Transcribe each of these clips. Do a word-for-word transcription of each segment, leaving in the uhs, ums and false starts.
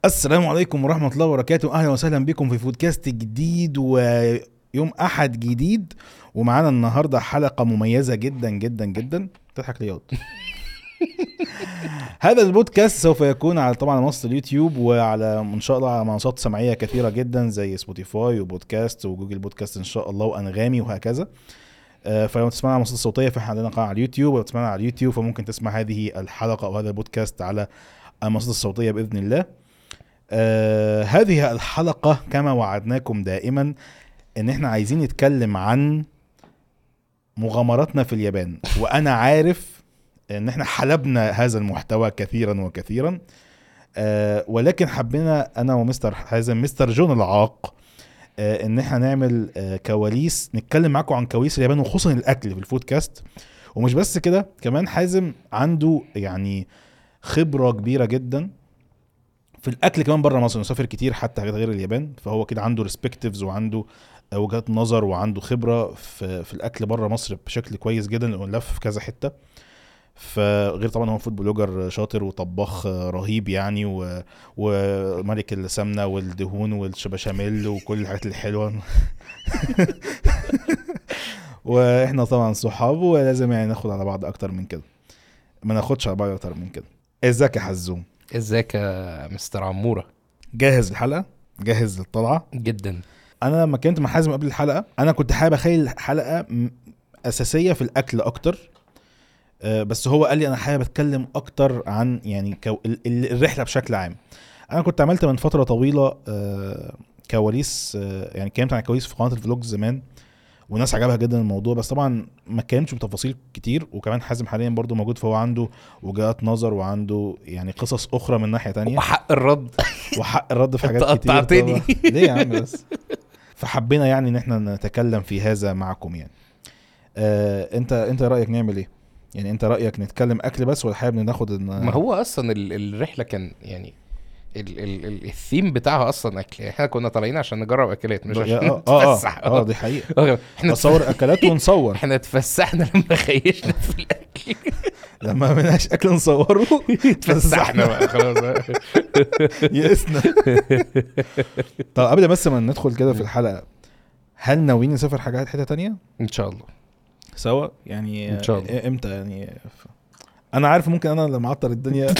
السلام عليكم ورحمة الله وبركاته. أهلا وسهلا بكم في فودكاست جديد ويوم أحد جديد، ومعانا النهاردة حلقة مميزة جدا جدا جدا. تضحك ليه؟ هذا البودكاست سوف يكون على طبعا منصة اليوتيوب، وعلى ان شاء الله على منصات سمعية كثيرة جدا زي سبوتيفاي وبودكاست وجوجل بودكاست ان شاء الله وانغامي وهكذا. فلو تسمعنا على منصات الصوتية فاحنا عندنا قناة على اليوتيوب، ولو تسمعنا على اليوتيوب فممكن تسمع هذه الحلقة او هذا البودكاست على المنصات الصوتية بإذن الله. آه هذه الحلقة كما وعدناكم دائما ان احنا عايزين نتكلم عن مغامراتنا في اليابان، وانا عارف ان احنا حلبنا هذا المحتوى كثيرا وكثيرا، آه ولكن حبينا انا ومستر حازم مستر جون العاق آه ان احنا نعمل آه كواليس، نتكلم معكم عن كواليس اليابان وخصوصا الاكل في الفودكاست. ومش بس كده، كمان حازم عنده يعني خبرة كبيرة جدا في الاكل كمان بره مصر، مسافر كتير حتى حاجات غير اليابان، فهو كده عنده ريسبكتيفز وعنده وجهات نظر وعنده خبره في في الاكل بره مصر بشكل كويس جدا، لانه لف في كذا حته. فغير طبعا هو فود بلوجر شاطر وطباخ رهيب يعني، و... وملك السمنه والدهون والشبشاميل وكل الحاجات الحلوه. واحنا طبعا صحاب ولازم يعني ناخد على بعض اكتر من كده، ما ناخدش على بعض اكتر من كده. ازيك يا حزوم؟ ازيك يا مستر عمورة؟ جاهز الحلقه؟ جاهز للطلعه جدا. انا لما كنت مع حازم قبل الحلقه انا كنت حابب اخلي حلقه اساسيه في الاكل اكتر، أه بس هو قال لي انا حابب اتكلم اكتر عن يعني كو الرحله بشكل عام. انا كنت عملت من فتره طويله أه كواليس، أه يعني اتكلمت عن كواليس في قناه الفلوج زمان، والناس عجبها جدا الموضوع، بس طبعا ما اتكلمتش بتفاصيل كتير. وكمان حازم حاليا برضو موجود، فهو عنده وجهات نظر وعنده يعني قصص اخرى من ناحيه تانية، وحق الرد. وحق الرد في حاجات كتير. قطعتني ليه يا عم بس؟ فحبينا يعني ان احنا نتكلم في هذا معكم يعني. آه انت انت رايك نعمل ايه؟ يعني انت رايك نتكلم اكل بس ولا حابب ناخد ان ما هو اصلا ال- الرحله كان يعني ال ال ال الثيم بتاعها اصلا اكل. احنا كنا طالعين عشان نجرب اكلات مش عشان اه اه نتفسح. اه, آه دي حقيقه. احنا نصور اكلات ونصور. احنا اتفسحنا لما خيشنا في الاكل. لما مناش اكل نصوره اتفسحنا بقى خلاص. يئسنا. طب قبل بس ما ندخل كده في الحلقه، هل ناويين نسافر حاجات حته تانية ان شاء الله سوا يعني؟ ان شاء الله. امتى يعني؟ انا عارف ممكن انا اللي معطر الدنيا.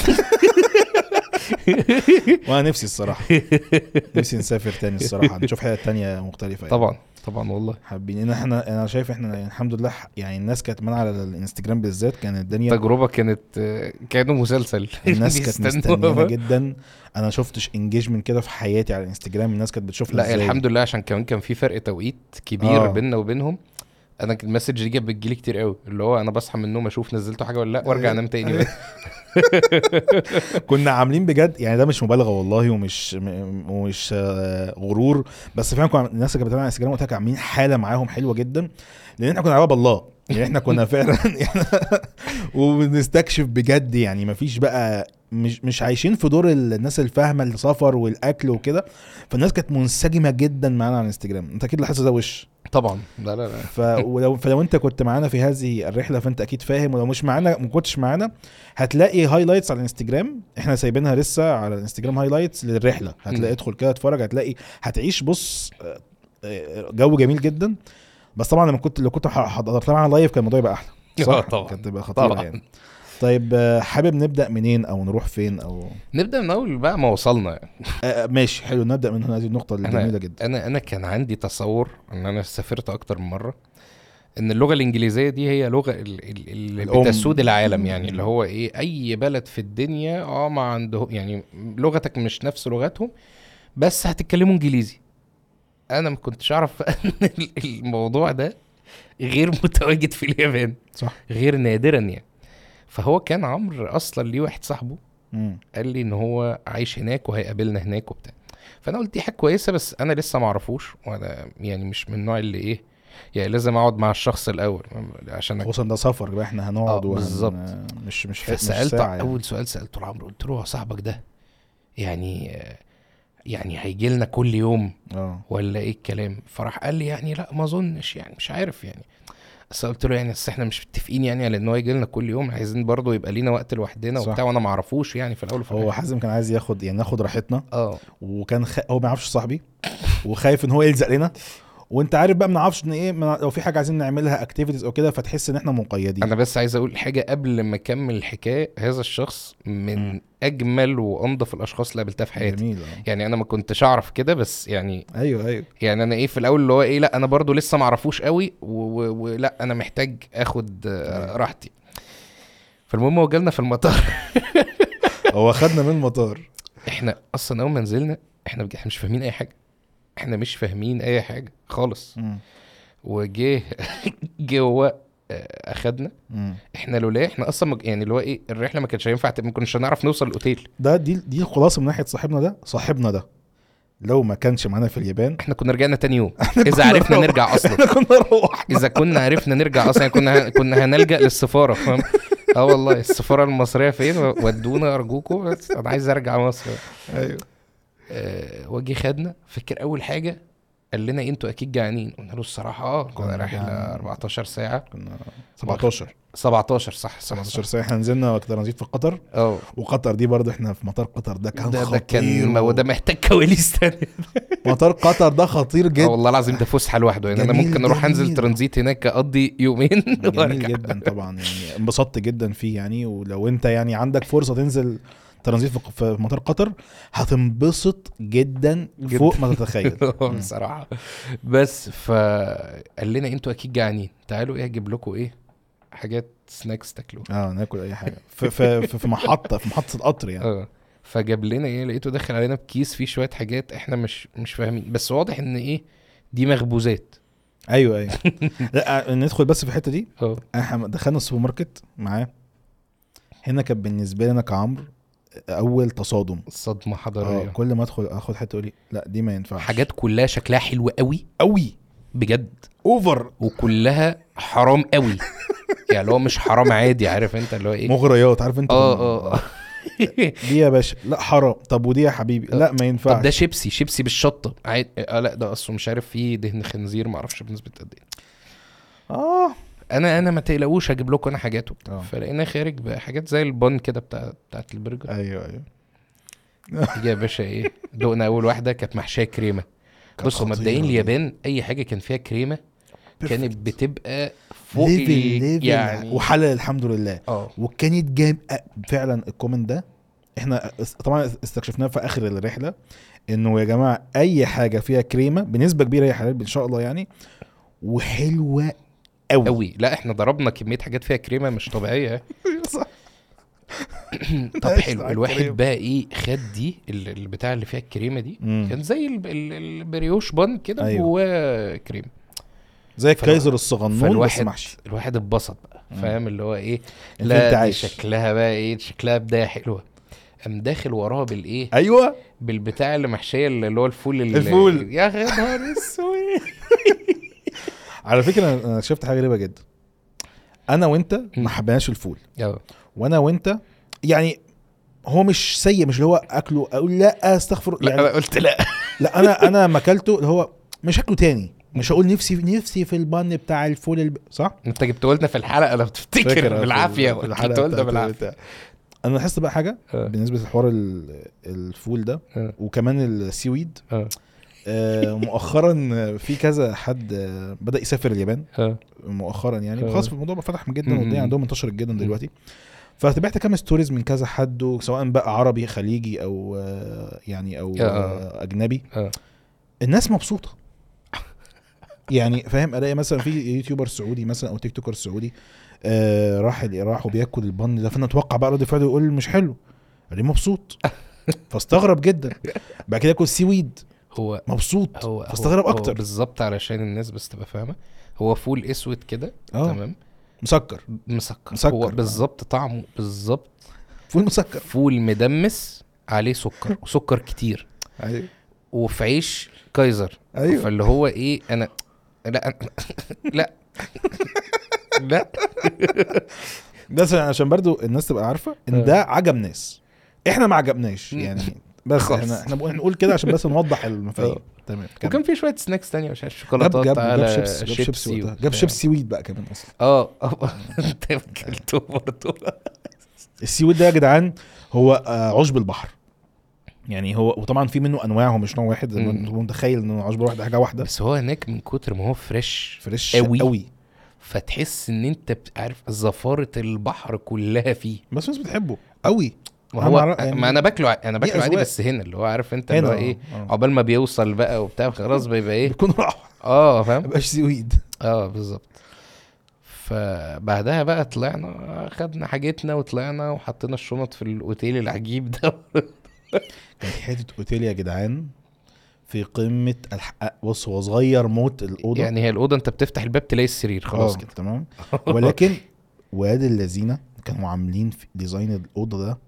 وانا نفسي الصراحه نفسي نسافر تاني الصراحه، نشوف حاجه تانية مختلفه يعني. طبعا طبعا والله حابين ان احنا، انا شايف احنا يعني الحمد لله يعني الناس كانت من على الانستجرام بالذات كانت الدنيا التجربه كانت كانوا مسلسل. الناس كانت مستنيانه جدا. انا شفتش انجيجمنت كده في حياتي على الانستجرام، الناس كانت بتشوفنا لا ازاي. الحمد لله، عشان كمان كان في فرق توقيت كبير آه. بيننا وبينهم. انا المسج دي جت بتجيلي كتير قوي، اللي هو انا بصحى من النوم اشوف نزلتوا حاجه ولا لا وارجع انام تاني بقى. كنا عاملين بجد يعني، ده مش مبالغه والله ومش م- ومش آه، غرور، بس فعلا كنا الناس اللي كانت بتابعنا على انستجرام وقتها عاملين حاله معاهم حلوه جدا، لان احنا كنا على باب الله يعني. احنا كنا فعلا يعني وبنستكشف بجد يعني، مفيش بقى مش مش عايشين في دور الناس الفاهمه السفر والاكل وكده. فالناس كانت منسجمه جدا معانا على الانستجرام، انت اكيد لاحظت ده وش. طبعا لا لا لا. فلو فلو انت كنت معانا في هذه الرحله فانت اكيد فاهم، ولو مش معانا ما كنتش معانا هتلاقي هايلايتس على الانستجرام، احنا سايبينها لسه على الانستجرام هايلايتس للرحله، هتلاقي ادخل كده اتفرج، هتلاقي هتعيش بص جو جميل جدا. بس طبعا لما كنت لو كنت حضرت معانا لايف كان الموضوع يبقى احلى، صح؟ طبعا كانت تبقى خطيره طبعا. يعني. طيب حابب نبدا منين او نروح فين او نبدا من اول بقى ما وصلنا. آه ماشي حلو، نبدا من هنا، هذه النقطه الجميله أنا جدا. انا انا كان عندي تصور ان انا سافرت اكتر من مره، ان اللغه الانجليزيه دي هي لغه ال- ال- اللي الأم. بتسود العالم، يعني اللي هو ايه، اي بلد في الدنيا اه ما عنده يعني لغتك مش نفس لغتهم بس هتتكلموا انجليزي. انا ما كنتش اعرف ان الموضوع ده غير متواجد في اليابان، صح. غير نادرا يعني. فهو كان عمرو اصلا ليه واحد صاحبه مم. قال لي ان هو عايش هناك وهيقابلنا هناك وبتاع. فانا قلت دي حاجه كويسه، بس انا لسه ما اعرفوش، وانا يعني مش من النوع اللي ايه، يعني لازم اقعد مع الشخص الاول عشان أ... خصوصا ده سفر بقى، احنا هنقعد اه وهن... بالظبط. مش مش مش فسالت ساعة يعني. اول سؤال سالته لعمرو، قلت له هو صاحبك ده يعني يعني هيجي لنا كل يوم اه ولا ايه الكلام؟ فراح قال لي يعني لا ما اظنش، يعني مش عارف يعني. بس قلت له يعني بس احنا مش متفقين يعني على ان هو يجي لنا كل يوم, عايزين برضو يبقى لينا وقت لوحدنا وبتاع, وانا ما اعرفوش يعني في الاول وفي هو حازم كان عايز ياخد يعني ناخد راحتنا, اه وكان خ... هو ما يعرفش صاحبي وخايف ان هو يلزق لنا, وانت عارف بقى ما نعرفش ان ايه من... لو في حاجه عايزين نعملها اكتيفيتيز او كده فتحس ان احنا مقيدين. انا بس عايز اقول حاجه قبل ما اكمل الحكايه, هذا الشخص من م. اجمل وانظف الاشخاص اللي قابلتها في حياتي. جميل آه. يعني انا ما كنتش اعرف كده, بس يعني ايوه ايوه يعني انا ايه في الاول اللي هو ايه, لا انا برضو لسه ما اعرفوش قوي, ولا انا محتاج اخد آه، راحتي. فالمهم هو جالنا في المطار هو خدنا من المطار. احنا اصلا اول ما نزلنا احنا بج- احنا مش فاهمين اي حاجه, احنا مش فاهمين اي حاجه خالص. م. وجه جه هو آه، اخدنا. م. احنا لولا احنا اصلا مج- يعني اللي هو ايه الرحله ما كانش هينفع, ما كناش هنعرف نوصل الاوتيل. ده دي دي الخلاصه من ناحيه صاحبنا ده. صاحبنا ده لو ما كانش معانا في اليابان احنا كنا رجعنا تاني يوم اذا عرفنا نرجع اصلا, احنا كنا روحنا. اذا كنا عرفنا نرجع اصلا كنا كنا هنلجأ للسفاره, فاهم؟ اه والله السفاره المصريه فين, ودونا ارجوكم, بس انا عايز ارجع مصر. ايوه أه وجي خدنا. فكر اول حاجه قال لنا انتوا اكيد جعانين, قلنا له الصراحه اه كنا كنا رحله جعانين. أربعتاشر ساعه, كنا سبعتاشر سبعتاشر صح صح سبعتاشر ساعه. احنا نزلنا ترانزيت في قطر, اه وقطر دي برضه احنا في مطار قطر ده كان ده, ده خطير. كان وده محتاج كواليس تانية. مطار قطر ده خطير اه جدا. والله العظيم ده فسحه لوحده يعني. انا جميل ممكن اروح انزل جميل. ترانزيت هناك اقضي يومين جميل وارجع. جدا طبعا يعني انبسطت جدا فيه يعني. ولو انت يعني عندك فرصه تنزل ترانزيت في في مطار قطر هتنبسط جدا جداً. فوق ما تتخيل. بصراحه. بس فقال لنا انتوا اكيد جعانين, تعالوا ايه اجيب لكم ايه حاجات سناكس تاكلوها. اه ناكل اي حاجه في في في في محطه في محطه القطر يعني. اه فجاب لنا ايه, لقيته داخل علينا بكيس فيه شويه حاجات احنا مش مش فاهمين, بس واضح ان ايه دي مخبوزات. ايوه ايوه لا ندخل بس في الحته دي. اه احنا دخلنا السوبر ماركت معاه. هنا كان بالنسبه لنا كعمرو اول تصادم, صدمه اه حضاريه. كل ما ادخل اخد حته اقول لي لا دي ما ينفعش. حاجات كلها شكلها حلو قوي قوي بجد, اوفر, وكلها حرام قوي. يعني اللي هو مش حرام عادي, عارف انت اللي هو ايه. مغريات عارف انت. اه اه اه دي يا باشا لا حرام. طب ودي يا حبيبي لا ما ينفعش. طب ده شيبسي شيبسي بالشطه عادي. اه لا ده اصله مش عارف فيه دهن خنزير, ما اعرفش بنسبه قد ايه. اه انا انا ما تقلقوش اجيب لكم انا حاجاته. اه فلقينا خارج بحاجات زي البن كده بتاع بتاعت البرجر. ايوه ايوه يجي يا باشا ايه, دقنا اول واحده كانت محشيه كريمه. كانت بصوا خطيرة مبدئيا دي. اليابان اي حاجه كان فيها كريمه كانت Perfect. بتبقى فوق ليفل ال- ليفل يعني وحلل الحمد لله. اه وكانت جايب فعلا الكومنت ده. احنا طبعا استكشفناه في اخر الرحله انه يا جماعه اي حاجه فيها كريمه بنسبه كبيره هي حلال ان شاء الله يعني, وحلوه قوي قوي. لا احنا ضربنا كميه حاجات فيها كريمه مش طبيعيه. صح. طب ماشي حلو, على الواحد الكريم. بقى ايه خد دي ال- البتاع اللي فيها الكريمه دي, مم. كان زي ال- ال- البريوش بان كده أيوه. جواه كريم. زي فالو- الكايزر الصغنون بس فالواحد محشي. الواحد اتبسط بقى, مم. فاهم اللي هو ايه. انت لا دي عايش. شكلها بقى ايه, شكلها بدايه حلوه. قام داخل وراها بالايه, ايوه بالبتاع اللي محشيه اللي هو الفول ال- الفول. يا نهار اسود. على فكره أنا- انا شفت حاجه غريبه جدا. انا وانت مم. ما حبيناش الفول, اه وانا وانت يعني هو مش سيء, مش اللي هو اكله اقول لا استغفر لا يعني. انا قلت لا. لا انا انا ما اكلته اللي هو مش هاكله تاني, مش هقول نفسي نفسي في البن بتاع الفول الب... صح انت جبت لنا في الحلقه لو تفتكر فاكر بالعافيه, في قلت الحلقة لنا بتاعت بالعافيه. بتاع. انا لاحظت بقى حاجه آه. بالنسبه لحوار ال- الفول ده آه. وكمان السيويد. اه آه، مؤخرا في كذا حد آه، بدا يسافر اليابان اه مؤخرا يعني. آه. خلاص الموضوع بقى فتح جدا مم. والدنيا عندهم انتشرت جدا دلوقتي. فتابعت كام ستوريز من كذا حد سواء بقى عربي خليجي او آه، يعني او آه. آه، اجنبي. اه الناس مبسوطه يعني فاهم. الاقي مثلا في يوتيوبر سعودي مثلا او تيك توكر سعودي آه راح راح وبياكل البن ده, فانا اتوقع بقى رد فعله يقول مش حلو, قال مبسوط. فاستغرب جدا. بعد كده ياكل سيويد هو مبسوط, هو فاستغرب هو اكتر. بالظبط علشان الناس بس تبقى فاهمه, هو فول اسود كده اه تمام مسكر مسكر, مسكر. هو بالظبط طعمه بالظبط فول مسكر. فول مدمس عليه سكر وسكر كتير, ايوه وفي عيش كايزر. ايوه فاللي هو ايه انا لا أنا لا لا بس عشان برضو الناس تبقى عارفه ان آه. ده عجب ناس, احنا ما عجبناش مم. يعني. بس خالص. احنا احنا بنقول نقول كده عشان بس نوضح المفاهيم. آه. تمام. كمل. وكان في شويه سناكس تانية مش عارف جاب شوكولاتات جاب على جاب شيبس جاب شيبس شيبسي وقتها. جاب وبتاع. شيبس سويد بقى كمان اصلا. اه اه انت اكلته برضه. السيويد ده يا جدعان هو آه، عشب البحر. يعني هو وطبعا في منه انواع، هو مش نوع واحد. مم. انت متخيل ان عشب واحد حاجه واحده بس هو هناك من كتر ما هو فريش فريش قوي. قوي، فتحس ان انت عارف زفاره البحر كلها فيه. بس الناس بتحبه قوي. ما أنا هو معرف- يعني ما انا باكله ع- انا دي باكله عادي، أذواق. بس هنا اللي هو عارف انت هنا اللي هو آه، ايه آه. عقبال ما بيوصل بقى وبتاع خلاص بيبقى ايه بيكون راح اه فاهم. مبقاش سويد. اه بالظبط. فبعدها بقى طلعنا خدنا حاجتنا وطلعنا وحطينا الشنط في الاوتيل العجيب ده. كان حته اوتيل يا جدعان في قمه الح... بص هو صغير موت الاوضه. يعني هي الاوضه انت بتفتح الباب تلاقي السرير خلاص آه، كده. تمام. ولكن واد اللذينه كانوا عاملين في ديزاين الاوضه ده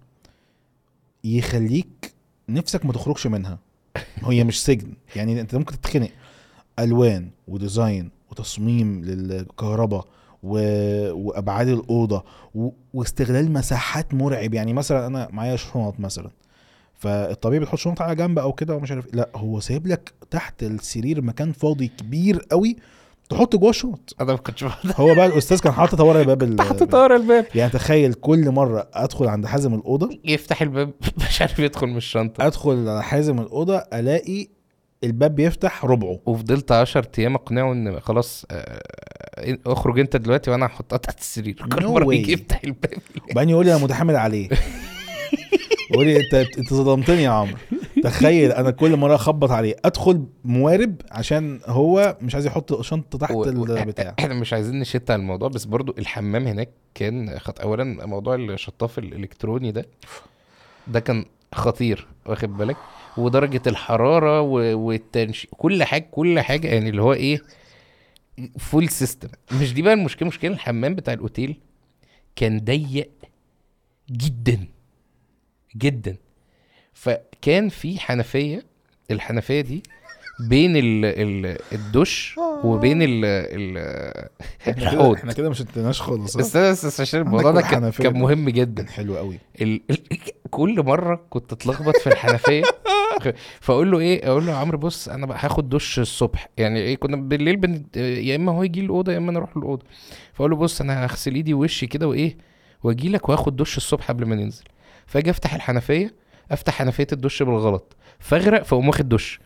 يخليك نفسك ما تخرجش منها. هي مش سجن يعني، انت ممكن تتخنق. الوان وديزاين وتصميم للكهرباء و... وابعاد الاوضه و... واستغلال مساحات مرعب. يعني مثلا انا معايا شنط مثلا، فالطبيعي بتحط شنط على جنب او كده ومش عارف، لا هو سايب لك تحت السرير مكان فاضي كبير قوي تحط جوه الشنط. انا ما كنتش بعرف. هو بقى الاستاذ كان حاطط ورا باب ال... تحت طار الباب يعني تخيل كل مره ادخل عند حازم الاوضه، يفتح الباب مش عارف يدخل من الشنطه. ادخل على حازم الاوضه الاقي الباب بيفتح ربعه. وفضلت عشر ايام اقنعه ان خلاص آه، اخرج انت دلوقتي وانا هحطها تحت السرير. كل No مره way. يجي يفتح الباب وبعدين يقول لي انا متحمل عليه. يقول لي انت انت صدمتني يا عمرو. تخيل انا كل مره اخبط عليه ادخل موارب عشان هو مش عايز يحط شنطه تحت و- و- البتاع. احنا مش عايزين نشت على الموضوع، بس برضو الحمام هناك كان خط. اولا موضوع الشطاف الالكتروني ده ده كان خطير واخد بالك، ودرجه الحراره والتنشي كل حاجه كل حاجه يعني اللي هو ايه فول سيستم. مش دي بقى المشكله. مشكله الحمام بتاع الاوتيل كان ضيق جدا جدا. فكان في حنفيه، الحنفيه دي بين ال ال الدش وبين ال ال الحوض. احنا كده مش انتناش خالص. بس بس بس عشان الموضوع ده كان, حنفية كان ده. مهم جدا. كان حلو قوي. ال... ال... كل مره كنت اتلخبط في الحنفيه. فاقول له ايه، اقول له يا عمرو بص انا بقى هاخد دش الصبح. يعني ايه كنا بالليل بن... يا اما هو يجي الاوضه يا اما انا اروح الاوضه. فاقول له بص انا هغسل ايدي ووشي كده وايه واجي لك واخد دش الصبح قبل ما ننزل. فاجي افتح الحنفيه، افتح حنفيه الدش بالغلط فاغرق فاقوم واخد دش.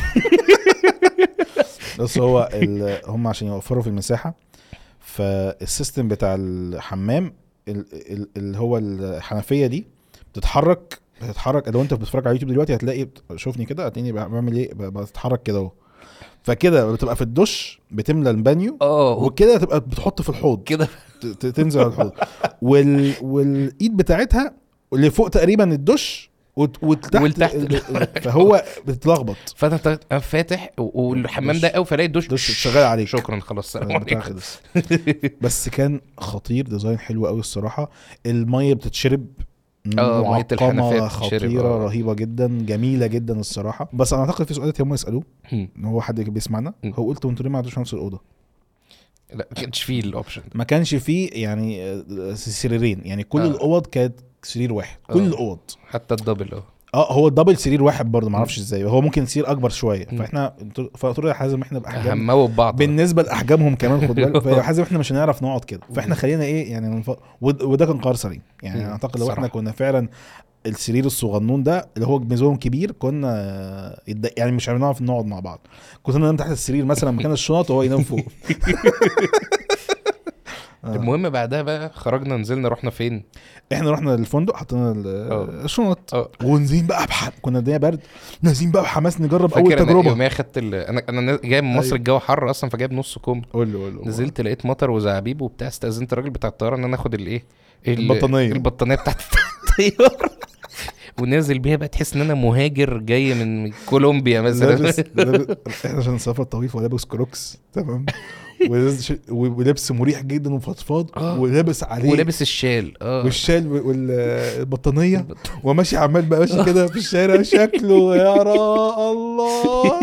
بس هو ال... هم عشان يوفروا في المساحه، فالسيستم بتاع الحمام ال... ال... اللي هو الحنفيه دي بتتحرك بتتحرك لو انت بتتفرج على يوتيوب دلوقتي هتلاقي، شوفني كده هتلاقيني بعمل ايه، ب- بتتحرك كده اهو. فكده بتبقى في الدش بتملى البانيو، اه وكده تبقى بتحط في الحوض كده. ت- ت- تنزل على الحوض. وال... والايد بتاعتها اللي فوق تقريبا الدش وت- وتحت والتحت. ال- ال- فهو بتتلخبط. فانا ت- فاتح و- والحمام ده قوي فلاقي الدش دش شغال عليك. شكرا خلاص السلام بتاع عليكم. خلص. بس كان خطير، ديزاين حلو قوي الصراحه. الميه بتتشرب اه، مية الحنفية معقمة، بتتشرب، خطيره اه. رهيبه جدا، جميله جدا الصراحه. بس انا اعتقد في سؤال هم يسالوه هم. ان هو حد بيسمعنا، هم. هو قلت انتوا ليه ما عندوش نفس الاوضه؟ لا ما كانش فيه الاوبشن ده. ما كانش فيه يعني آه، سريرين، يعني كل آه. الاوض كانت سرير واحد، كل آه. الاوض. حتى الدبل اه اه هو الدبل سرير واحد برضه، ما اعرفش ازاي، هو ممكن سرير اكبر شويه. مم. فاحنا فقلت له حازم احنا باحجام هموا ببعض. بالنسبه لاحجامهم كمان خد بالك، فيا حازم احنا مش هنعرف نقعد كده، فاحنا خلينا ايه يعني منف... ود- وده كان قرار سليم يعني. مم. انا اعتقد لو احنا صراحة. كنا فعلا السرير الصغنون ده اللي هو نظام كبير كنا يد... يعني مش هنعرف نقعد مع بعض. كنا ننام تحت السرير مثلا مكان الشنط وهو ينام فوق. آه. المهم بعدها بقى خرجنا نزلنا رحنا فين؟ احنا رحنا الفندق حطينا ال- اه. الشنط اه ونزين بقى بح... كنا الدنيا برد، نازلين بقى بحماس نجرب اول فاكر انا تجربه. يوميا خدت ال... انا انا جاي من مصر أيوة. الجو حر اصلا فجايب نص كوم. قول له قول له نزلت لقيت مطر وزعبيب وبتاع، استاذنت الراجل بتاع الطياره ان انا اخد الايه ال- البطانية. البطانيه بتاعت الطياره. ونازل بيها بقى تحس ان انا مهاجر جاي من كولومبيا مثلا. لابس لابس- احنا عشان سفر طويل ولابس كروكس تمام، ولابس- ولبس مريح جدا وفضفاض، آه. ولابس عليه ولابس الشال اه والشال والبطانيه، وماشي عمال بقى ماشي كده في الشارع، شكله يا را الله.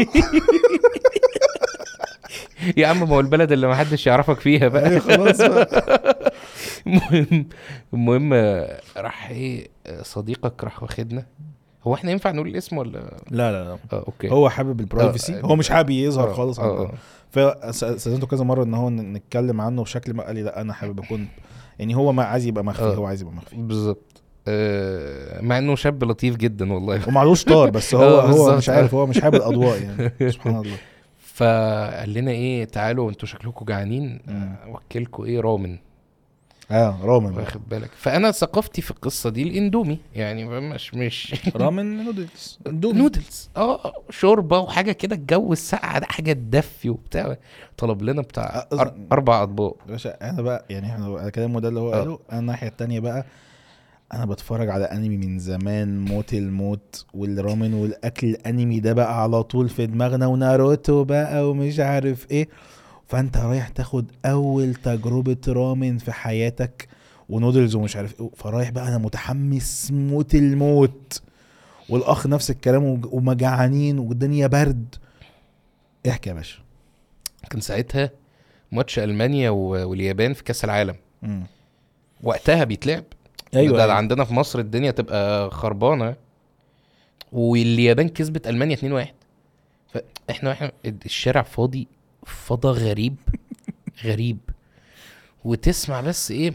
يا عم ما هو البلد اللي ما حدش يعرفك فيها بقى. ايه خلاص بقى. المهم المهم راح ايه صديقك راح واخدنا هو احنا ينفع نقول الاسم ولا؟ لا لا لا اه اوكي. هو حابب البرايفسي، آه، هو مش حابب يظهر آه، خالص آه، عنه. آه. فسألته كذا مره ان هو ن- نتكلم عنه بشكل ما، قال لي لا انا حابب اكون، يعني هو ما عايز يبقى مخفي، آه. هو عايز يبقى مخفي بالظبط. آه، مع انه شاب لطيف جدا والله. ومعلوش طار، بس هو آه، هو بالظبط. مش عارف، هو مش حابب الاضواء يعني. سبحان الله. فقال لنا ايه، تعالوا انتوا شكلكم جعانين، مم. اوكلكم ايه، رامن. اه رامن بقى. واخد بالك؟ فانا ثقافتي في القصه دي الاندومي، يعني مش مش رامن نودلز اندومي. نودلز، اه شوربه وحاجه كده، الجو الساقع ده حاجه تدفي وبتاع. طلب لنا بتاع أ- أر- اربع اطباق. باشا انا بقى يعني احنا بقى كلامه ده اللي هو آه. قاله. انا الناحيه التانية بقى، انا بتفرج على انمي من زمان موت الموت، والرامن والاكل الانمي ده بقى على طول في دماغنا، وناروتو بقى ومش عارف ايه. فانت رايح تاخد اول تجربة رامن في حياتك ونودلز ومش عارف ايه، فرايح بقى انا متحمس موت الموت، والاخ نفس الكلام، وج- ومجعانين والدنيا برد. احكي يا باشا. كان ساعتها ماتش المانيا و- واليابان في كاس العالم، مم. وقتها بيتلعب. ايوه ده أيوة. عندنا في مصر الدنيا تبقى خربانه، واليابان كسبت المانيا اتنين واحد. فاحنا احنا الشارع فاضي، فضا غريب غريب، وتسمع بس ايه،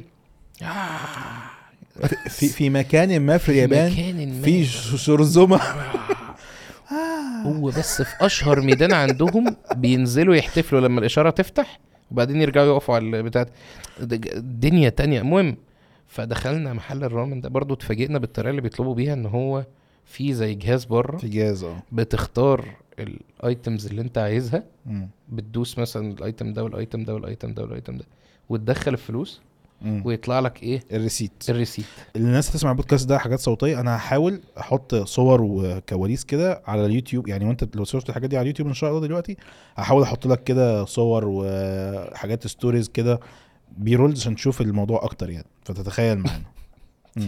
آه في في مكان ما في اليابان مكان ما. في ش- شرذمه. هو بس في اشهر ميدان عندهم بينزلوا يحتفلوا لما الاشاره تفتح، وبعدين يرجعوا يقفوا على البتاع. دنيا تانية. المهم، فدخلنا محل الرامن ده، برضو اتفاجئنا بالطريقه اللي بيطلبوا بيها، ان هو في زي جهاز بره، في جهاز اه. بتختار الايتمز اللي انت عايزها، مم. بتدوس مثلا الايتم ده والايتم ده والايتم ده والايتم ده، وتدخل الفلوس، مم. ويطلع لك ايه، الريسيت. الريسيت. الناس تسمع البودكاست ده حاجات صوتيه، انا هحاول احط صور وكواليس كده على اليوتيوب، يعني وانت لو سيرشت الحاجات دي على اليوتيوب ان شاء الله دلوقتي هحاول احط لك كده صور وحاجات ستوريز كده بيرولز عشان تشوف الموضوع اكتر يعني، فتتخيل معانا. مم.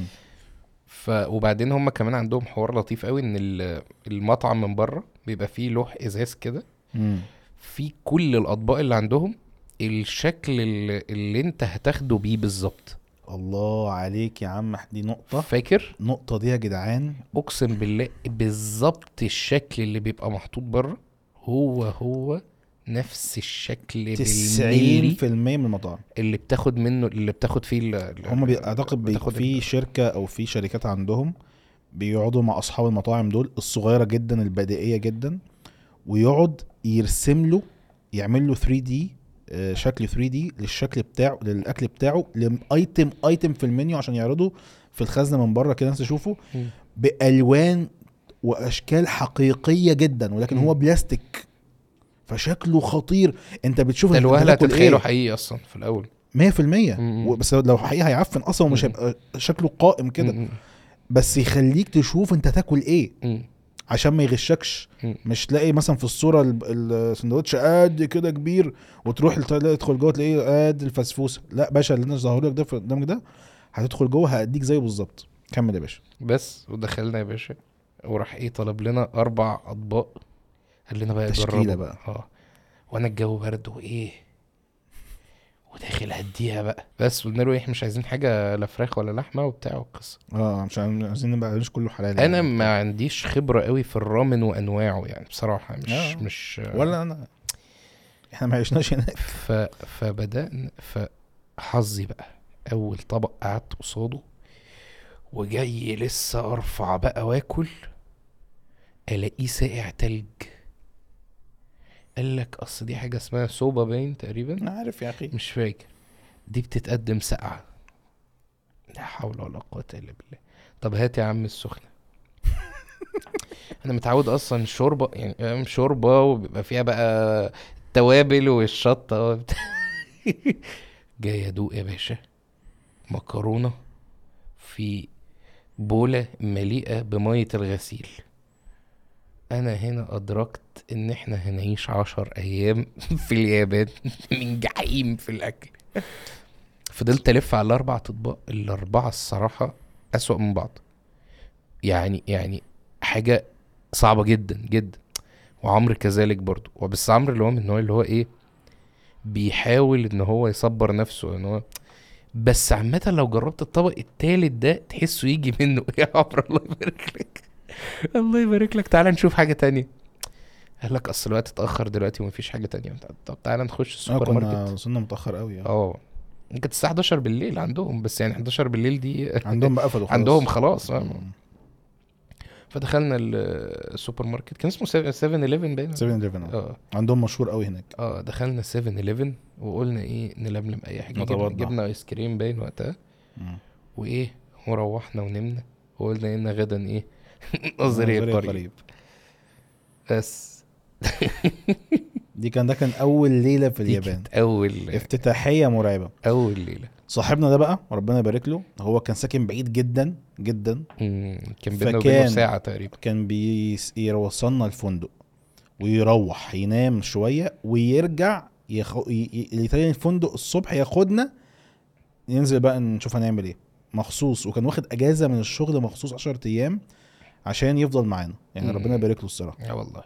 ف وبعدين هم كمان عندهم حوار لطيف قوي، ان ال- المطعم من بره بيبقى فيه لوح ازاز كده، مم. في كل الاطباق اللي عندهم الشكل اللي, اللي انت هتاخده بيه بالظبط. الله عليك يا عم، دي نقطه، فاكر؟ نقطه دي يا جدعان. اقسم بالله بالظبط الشكل اللي بيبقى محطوط بره هو هو نفس الشكل تسعين بالملي في المية من المطاعم اللي بتاخد منه، اللي بتاخد فيه ال- ال- هم بي... اعتقد بي... بتاخد في ال- شركه او في شركات عندهم بيقعدوا مع اصحاب المطاعم دول الصغيره جدا البدائيه جدا، ويقعد يرسم له، يعمل له ثري دي آه، شكل ثري دي للشكل بتاعه، للاكل بتاعه، لايتم ايتم في المنيو عشان يعرضه في الخزنه من بره كده الناس تشوفه مم. بالوان واشكال حقيقيه جدا، ولكن مم. هو بلاستيك فشكله خطير. انت بتشوف ده انت الوهله بتاكل تتخيله ايه حقيقي اصلا في الاول. مية في المية. مم. بس لو حقيقي هيعفن اصلا ومش مم. هيبقى شكله قائم كده، مم. بس يخليك تشوف انت تاكل ايه مم. عشان ما يغشكش. مم. مش تلاقي مثلا في الصوره ال- السندوتش قد كده كبير، وتروح الت- تدخل جوه تلاقيه قد الفسفوسه. لا باشا، اللي انا ظاهر لك ده في قدامك ده هتدخل جوه هاديك زيه بالظبط. كمل يا باشا. بس ودخلنا يا باشا، وراح ايه طلب لنا اربع اطباق، قال لنا بقى تشكيلة جربوا بقى. اه. وانا الجو برد وايه، وداخل هديها بقى. بس قلنا له ايه، مش عايزين حاجه لا فراخ ولا لحمه وبتاع والقصه. اه مش عايزين نبقى عايش كله حلال انا يعني. ما عنديش خبره قوي في الرامن وانواعه يعني بصراحه، مش آه. مش ولا انا، احنا ما عشناش هناك. ف فبدأنا، فحظي بقى اول طبق قعدت قصاده، وجاي لسه ارفع بقى واكل، الاقيه ساقع تلج. قال لك اصل دي حاجه اسمها سوبا باين تقريبا، انا عارف يا اخي. مش فاكر، دي بتتقدم ساقعه. لا حول ولا قوه الا بالله. طب هات يا عم السخنه. انا متعود اصلا شوربه، يعني فاهم، شوربه وبيبقى فيها بقى التوابل والشطه وبتاع. جاي ادوق يا باشا مكرونه في بوله مليئه بميه الغسيل. انا هنا ادركت ان احنا هنعيش عشر ايام في اليابان من جحيم في الاكل. فضلت الف على الاربع اطباق، الاربعه الصراحه اسوأ من بعض، يعني يعني حاجه صعبه جدا جدا. وعمرو كذلك برضو، وبس عمرو اللي هو من النوع اللي هو ايه، بيحاول ان هو يصبر نفسه ان هو. بس عامه لو جربت الطبق التالت ده تحسه يجي منه. يا عمرو الله يبارك لك. الله يبارك لك، تعالى نشوف حاجه تانية. قال لك اصل الوقت اتاخر دلوقتي ومفيش حاجه تانية. طب تعالى نخش السوبر كنا ماركت. وصلنا متاخر قوي. اه كانت الساعه حداشر بالليل عندهم، بس يعني حداشر بالليل دي عندهم بقى قفلوا خلاص. عندهم خلاص. مم. فدخلنا السوبر ماركت كان اسمه سفن إليفن باين. سفن إليفن اه عندهم مشهور قوي هناك. اه دخلنا سفن إليفن وقلنا ايه نلملم اي حاجه. جبنا, جبنا ايس كريم باين وقتها. مم. وايه وروحنا ونمنا وقلنا ان غدا ايه نظري قريب. بس دي كان ده كان اول ليله في اليابان. اول افتتاحيه مرعبه. اول ليله. صاحبنا ده بقى ربنا يبارك له، هو كان ساكن بعيد جدا جدا. كان بينه وبينه ساعه تقريبا. كان بيوصلنا الفندق ويروح ينام شويه ويرجع يخ... ي... ي... الفندق الصبح ياخدنا ينزل بقى نشوف هنعمل ايه مخصوص. وكان واخد اجازه من الشغل مخصوص عشرة ايام عشان يفضل معانا يعني. ربنا يبارك له الصراحه. يا والله.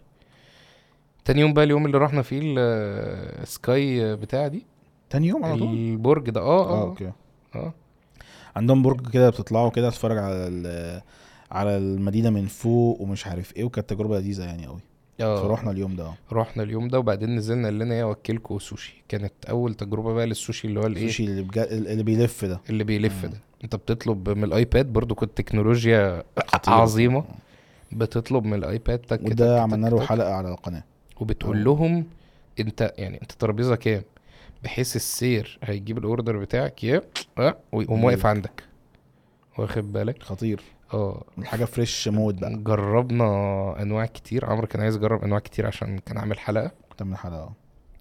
تاني يوم بقى اليوم اللي رحنا فيه السكاي بتاع دي. تاني يوم على طول البرج ده. اه اه اوكي. اه عندهم برج كده بتطلعوا كده تتفرج على على المدينه من فوق ومش عارف ايه، وكانت تجربه لذيذه يعني قوي. اه فروحنا اليوم ده. رحنا اليوم ده وبعدين نزلنا قال لنا ايه اوكلكوا سوشي. كانت اول تجربه بقى للسوشي اللي هو الايه السوشي اللي, بجا... اللي بيلف ده اللي بيلف ده. انت بتطلب من الايباد برضو، كنت تكنولوجيا عظيمه. بتطلب من الايباد تك وده عملنا له حلقه على القناه. وبتقول أوه. لهم انت يعني انت ترابيزه كام، بحيث السير هيجيب الاوردر بتاعك يا اه ويقوم واقف عندك. واخد بالك؟ خطير. اه الحاجه فريش مود بقى. جربنا انواع كتير. عمرو كان عايز يجرب انواع كتير عشان كان عامل حلقه. كنت عامل حلقه.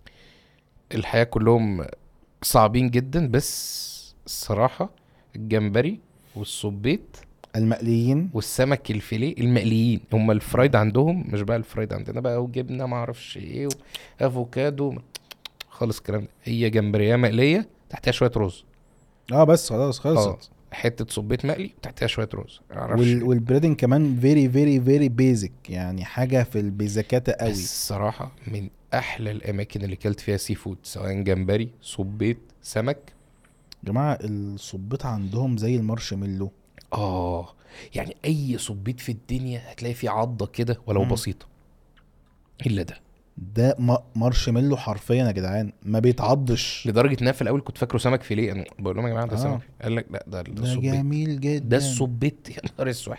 الحقيقه كلهم صعبين جدا، بس الصراحه الجمبري والصبيط المقليين والسمك الفيليه المقليين هم الفرايد عندهم، مش بقى الفرايد عندنا بقى وجبنه ما اعرفش ايه وافوكادو خالص الكلام ده. هي جمبريه مقليه تحتها شويه رز. اه بس خلاص خلصت. آه. حته صبيط مقلي تحتها شويه رز. وال... والبريدنج كمان فيري فيري فيري بيزك يعني، حاجه في البيزكات قوي. الصراحه من احلى الاماكن اللي كلت فيها سي فود، سواء جمبري صبيط سمك. يا جماعه الصبيط عندهم زي المارشميلو. اه يعني اي صبيط في الدنيا هتلاقي فيه عضه كده ولو مم. بسيطه الا ده. ده مارشميلو حرفيا يا جدعان، ما بيتعضش. لدرجه ان في الاول كنت فاكره سمك فيليه. انا بقول لهم يا جماعه ده آه. سمك. قال لك لا ده ده جميل جدا، ده الصبيط. يا نهار اسود.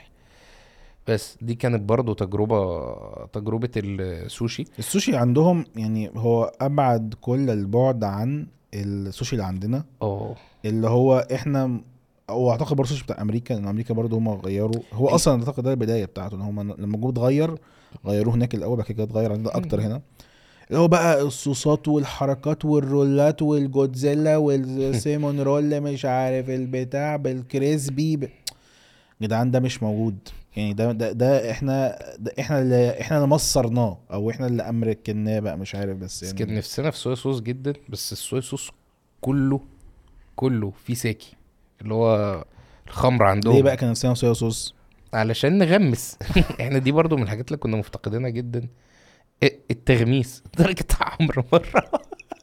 بس دي كانت برضو تجربه تجربه السوشي. السوشي عندهم يعني هو ابعد كل البعد عن السوشي اللي عندنا. اه اللي هو احنا او اعتقد برضه السوشي بتاع امريكا، لان امريكا برضه هم غيروا. هو اصلا اعتقد ده البدايه بتاعته، ان هم لما جم اتغير غيروه هناك الاول، بعد كده اتغير عندنا اكتر هنا. اللي هو بقى الصوصات والحركات والرولات والجودزيلا والسيمون رول مش عارف البتاع بالكريسبي ب... جدعان ده مش موجود يعني. ده ده, ده احنا ده احنا اللي احنا اللي مصرناه او احنا اللي امريكناه بقى مش عارف. بس يعني كان نفسنا في صويا صوص جدا، بس الصويا صوص كله كله فيه ساكي اللي هو الخمر عندهم. ليه بقى كان نفسنا صويا صوص؟ علشان نغمس. احنا دي برضو من الحاجات اللي كنا مفتقدينها جدا، التغميس. درجة عمرو مرة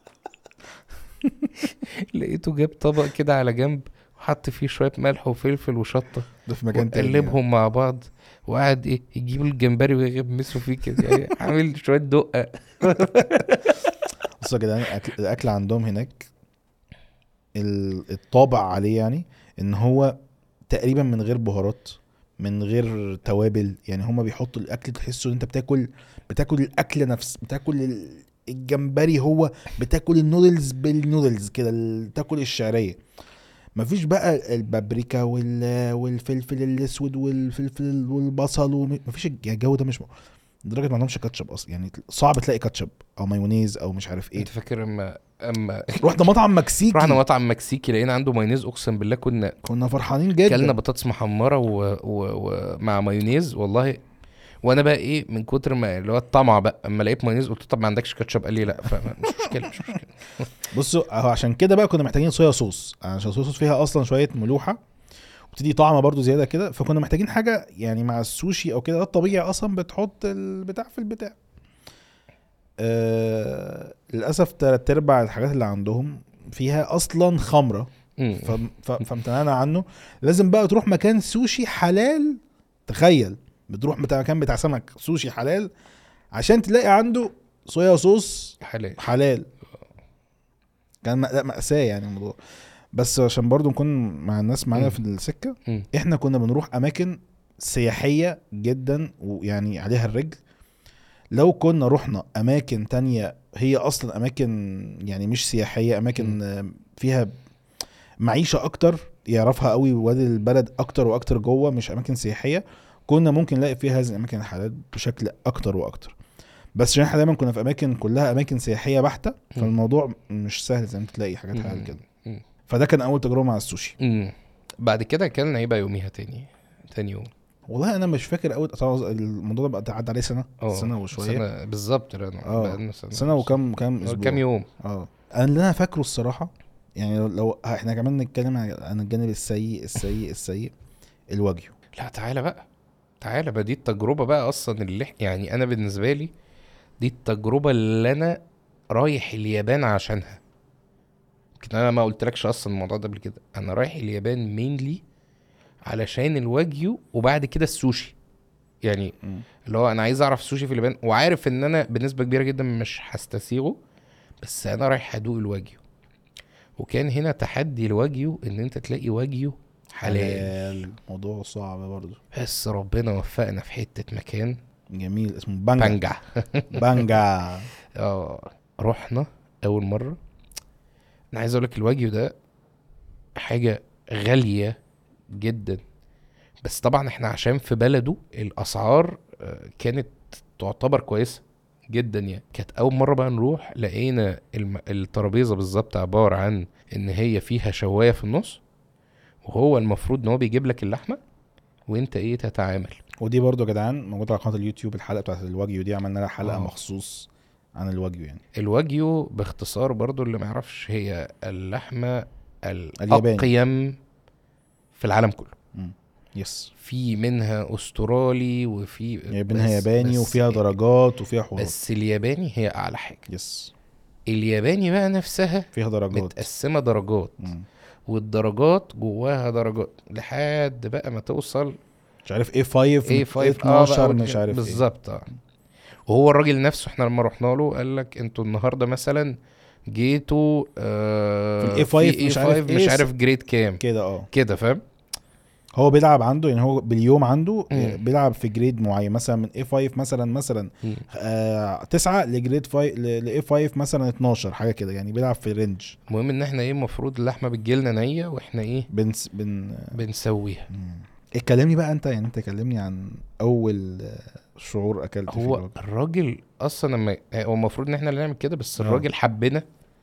لقيته جاب طبق كده على جنب وحط فيه شوية ملح وفلفل وشطة، ده في مكان تاني وقلبهم مع بعض وقعد ايه يجيب الجمبري ويغمسوا فيه كده يعني عامل شوية دقة. بص يا جدعان الاكل عندهم هناك الطابع عليه يعني ان هو تقريبا من غير بهارات من غير توابل يعني. هما بيحطوا الاكل تحسوا ان انت بتاكل بتاكل الاكل نفس بتاكل الجمبري، هو بتاكل النودلز بالنودلز كده، تاكل الشعريه. مفيش بقى البابريكا والفلفل الاسود والفلفل والبصل ومفيش الجو ده. مش لدرجه ما عندهمش كاتشب اصلا يعني. صعب تلاقي كاتشب او مايونيز او مش عارف ايه. انت فاكر اما اما رحنا مطعم مكسيكي رحنا مطعم مكسيكي لقينا عنده مايونيز، اقسم بالله كنا كنا فرحانين جدا. كلنا بطاطس محمره ومع و... و... مايونيز والله. وانا بقى ايه من كتر ما اللي هو الطمع بقى اما لقيت مايونيز قلت طب ما عندكش كاتشب؟ قال لي لا. فمش مشكله مش مشكله. بصوا اهو عشان كده بقى كنا محتاجين صويا صوص، عشان صويا صوص فيها اصلا شويه ملوحه وبتدي طعمه برضو زياده كده. فكنا محتاجين حاجه يعني مع السوشي او كده. ده الطبيعي اصلا بتحط البتاع في البتاع. آه للاسف تلات ارباع الحاجات اللي عندهم فيها اصلا خمره، فامتنعنا عنه. لازم بقى تروح مكان سوشي حلال. تخيل بتروح بتاع مكان بتاع سمك سوشي حلال عشان تلاقي عنده صويا صوص حلال حلال. كان لا مأساة يعني الموضوع. بس عشان برضو نكون مع الناس معانا مم. في السكة، مم. احنا كنا بنروح اماكن سياحية جدا ويعني عليها الرجل. لو كنا رحنا اماكن تانية هي اصلا اماكن يعني مش سياحية، اماكن آه، فيها معيشة اكتر يعرفها قوي وادي البلد اكتر واكتر جوه، مش اماكن سياحية، كنا ممكن نلاقي فيها هذه الاماكن الحلال بشكل اكتر واكتر. بس عشان احنا دايما كنا في اماكن كلها اماكن سياحية بحتة، فالموضوع مش سهل زي ما تلاقي حاجات حلال كده. مم. فده كان اول تجربة مع السوشي. مم. بعد كده اكلنا ايه بقى يوميها تاني تاني يوم؟ والله انا مش فاكر قوي طبعا، الموضوع ده بقى عدى عليه سنه اه سنه وشويه. سنة بالظبط. انا اه بقالنا سنة سنه وكم كم اسبوع كام يوم. اه انا اللي انا فاكره الصراحه يعني، لو, لو احنا كمان نتكلم عن الجانب السيء السيء السيء الواجيو. لا تعالى بقى تعالى بقى، دي التجربة بقى اصلا اللي إح- يعني انا بالنسبة لي دي التجربة اللي انا رايح اليابان عشانها. يمكن انا ما قلتلكش اصلا الموضوع ده قبل كده، انا رايح اليابان مينلي علشان الواجيو وبعد كده السوشي. يعني م. اللي هو انا عايز اعرف السوشي في اليابان، وعارف ان انا بنسبة كبيرة جدا مش هستسيغه، بس انا رايح ادوق الواجيو. وكان هنا تحدي الواجيو ان انت تلاقي واجيو حلال. موضوع صعب برضو. بس ربنا وفقنا في حتة مكان جميل اسمه بانجا. بانجا. بانجا اه رحنا اول مرة. انا عايز اقولك الواجيو ده حاجة غالية جدا، بس طبعا احنا عشان في بلده الاسعار آه، كانت تعتبر كويسة جدا. يعني كانت اول مرة بقى نروح لقينا الم... الترابيزة بالظبط عبارة عن ان هي فيها شواية في النص، وهو المفروض ان هو بيجيب لك اللحمة وانت ايه تتعامل. ودي برضو يا جدعان موجوده على قناه اليوتيوب، الحلقه بتاعت الواجيو دي عملنا لها حلقه آه. مخصوص عن الواجيو يعني. الواجيو باختصار برضو اللي ما يعرفش هي اللحمة الياباني. الأقيم في العالم كله. مم. يس. في منها أسترالي وفي يعني منها ياباني وفيها درجات وفيها حوارات. بس الياباني هي أعلى حاجة. يس. الياباني بقى نفسها فيها درجات متقسمة درجات. مم. والدرجات جواها درجات لحد بقى ما توصل مش عارف ايه خمسة ايه خمسة اتناشر مش عارف بالظبط. اه وهو الراجل نفسه احنا لما رحنا له قال لك انتوا النهارده مثلا جيتوا آه في الاي خمسة مش عارف مش ايه عارف جريد كام كده. اه كده فاهم. هو بيلعب عنده يعني، هو باليوم عنده مم. بيلعب في جريد معين، مثلا من اي خمسة مثلا مثلا مم. آه تسعة لجريد خمسة لاي خمسة مثلا اتناشر حاجه كده يعني، بيلعب في رينج. المهم ان احنا ايه المفروض اللحمه بتجيلنا نيه واحنا ايه بنس بن بنسويها. مم. اتكلمني بقى انت يعني، انت كلمني عن اول شعور اكلت فيه هو الوجبة. الراجل اصلا لما هو المفروض ان احنا اللي نعمل كده، بس آه. الراجل حبنا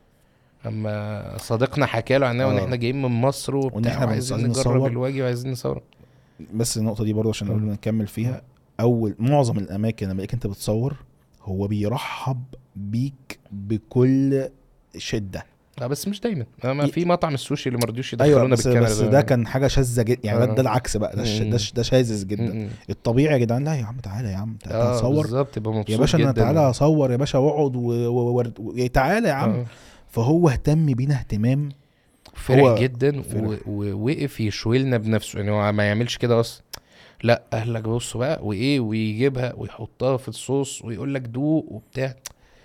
اما صديقنا حكى له عنها وان آه. احنا جايين من مصر وان وبتاع احنا وعايزين عايزين نجرب نصور. الواجي وعايزين نصور. بس النقطه دي برضه عشان آه. قبل ما نكمل فيها، اول معظم الاماكن لما انت بتصور هو بيرحب بيك بكل شده. لا بس مش دايما. ما ي- في مطعم السوشي اللي مرضوش ايوه يدخلونا بس بالكاميرا بس ده كان حاجه شاذه جدا يعني. ده, آه. ده العكس بقى، ده ش- ده, ش- ده شاذ جدا. م-م. الطبيعي يا جدعان، لا يا عم تعالى يا عم تعالى اه هتصور بالظبط يبقى مبسوط يا باشا، انا جدا تعالى و... اصور يا باشا واقعد و... و... و... و... تعالى يا عم. آه. فهو اهتم بينا اهتمام فرح هو جدا فرح. ووقف يشويلنا بنفسه. يعني هو ما يعملش كده اصلا، لا اهلك بصوا بقى وايه ويجيبها ويحطها في الصوص ويقول لك دوق وبتاع.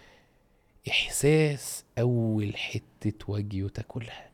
احساس اول حتة واجيو تاكلها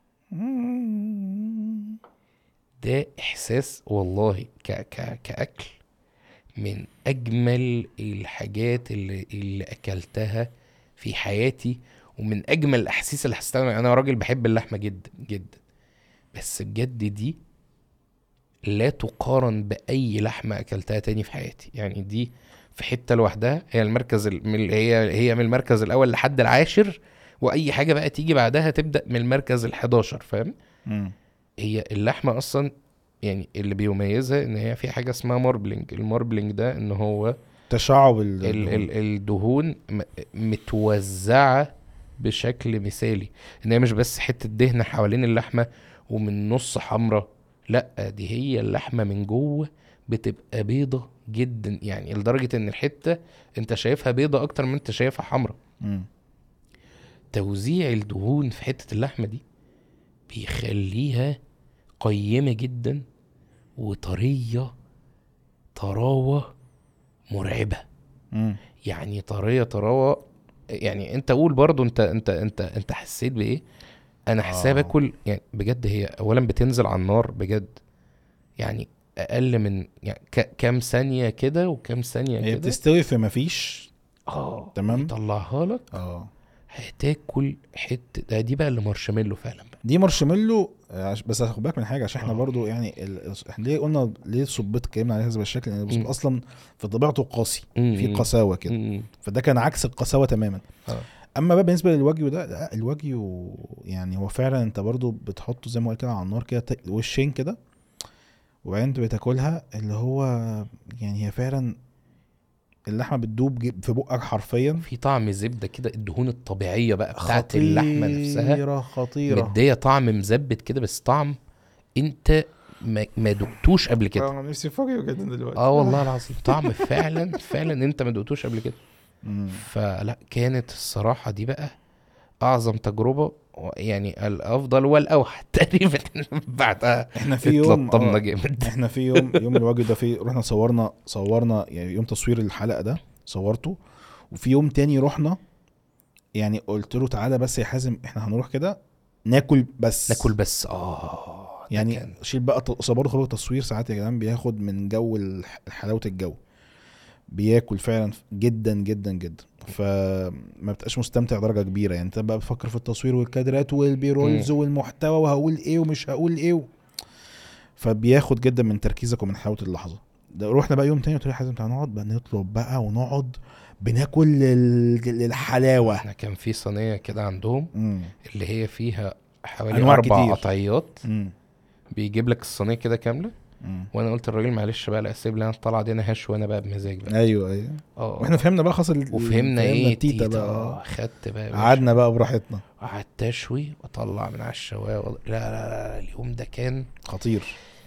ده احساس والله ك ك كاكل من اجمل الحاجات اللي اللي اكلتها في حياتي، ومن اجمل الاحاسيس اللي حسيتها. انا راجل بحب اللحمه جدا جدا، بس بجد دي لا تقارن باي لحمه اكلتها تاني في حياتي. يعني دي في حته لوحدها، هي المركز ال- من هي هي من المركز الاول لحد العاشر، واي حاجه بقى تيجي بعدها تبدا من المركز الحداشر فاهم. مم. هي اللحمه اصلا يعني اللي بيميزها ان هي في حاجه اسمها ماربلينج. الماربلينج ده ان هو تشعب ال الدهون. ال الدهون م- متوزعة بشكل مثالي، ان هي مش بس حتة دهنة حوالين اللحمة ومن نص حمرة، لا دي هي اللحمة من جوه بتبقى بيضة جدا. يعني لدرجة ان الحتة انت شايفها بيضة اكتر من انت شايفها حمرة. مم. توزيع الدهون في حتة اللحمة دي بيخليها قيمة جدا وطرية طراوه مرعبه. مم. يعني طريه طراوه. يعني انت قول برضو انت انت انت انت حسيت بايه؟ انا حساب آه. اكل يعني بجد. هي اولا بتنزل على النار بجد، يعني اقل من يعني ك- كام ثانيه كده وكام ثانيه هي كده. بتستوي في مفيش. اه تمام. يطلعها لك اه هتاكل حته. ده دي بقى اللي مارشميلو فعلا بقى. دي مارشميلو. آه، عش- بس خد بالك من حاجه، عشان احنا آه. برضو يعني ال... احنا ليه قلنا ليه الصبيط اتكلمنا عليه هذا الشكل؟ لان الصبيط مم. اصلا في طبيعته قاسي، مم. في قساوه كده، مم. فده كان عكس القساوه تماما. اه اما بقى بالنسبه للواجيو ده، لا الواجيو يعني هو فعلا انت برضو بتحطه زي ما قلت كده على النار كده، ت- وشين كده، وبعدين انت بتاكلها اللي هو يعني هي فعلا اللحمه بتدوب ج- في بقك حرفيا. في طعم زبده كده، الدهون الطبيعيه بقى بتاعت اللحمه نفسها خطيره خطيره. مديه طعم مزبت كده، بس طعم انت ما, ما دقتوش قبل كده. انا نفسي في واجيو جدا دلوقتي. اه والله العظيم طعم فعلا فعلا انت ما دقتوش قبل كده. مم. فلا كانت الصراحه دي بقى اعظم تجربه، و- يعني الافضل والاوحد تقريبا. بعدها احنا في يوم اتلطمنا اه جامد. احنا في يوم يوم الواجب ده، في رحنا صورنا صورنا يعني يوم تصوير الحلقه ده صورته. وفي يوم تاني رحنا، يعني قلت له تعالى بس يا حازم احنا هنروح كده ناكل بس. ناكل بس اه ده يعني كان شيل بقى ت- صبروا خلوا التصوير ساعات يا جدعان بياخد من جو الح- حلاوه الجو، بياكل فعلا جدا جدا جدا، فما بتبقاش مستمتع درجه كبيره. يعني انت بقى بفكر في التصوير والكادرات والبيرولز مم. والمحتوى وهقول ايه ومش هقول ايه و... فبياخد جدا من تركيزك ومن حلاوه اللحظه. ده رحنا بقى يوم تاني قلت له يا حازم تعالى نقعد بقى نطلب بقى ونقعد بناكل ال- الحلاوه. احنا كان في صينيه كده عندهم مم. اللي هي فيها حوالي أنواع اربع كتير. قطعيات، مم. بيجيب لك الصينيه كده كامله. مم. وانا قلت للراجل معلش بقى، لا اسيب لي انا الطلعه دي، انا هشوي انا بقى بمزاج بقى. ايوه ايوه. اه واحنا فهمنا بقى خلاص ال- وفهمنا ايه التيتا التيتا. بقى اه آه. خدت بقى يا باشا. قعدنا بقى براحتنا. قعدت اشوي واطلع من على الشوايه وض... لا, لا لا لا اليوم ده كان خطير.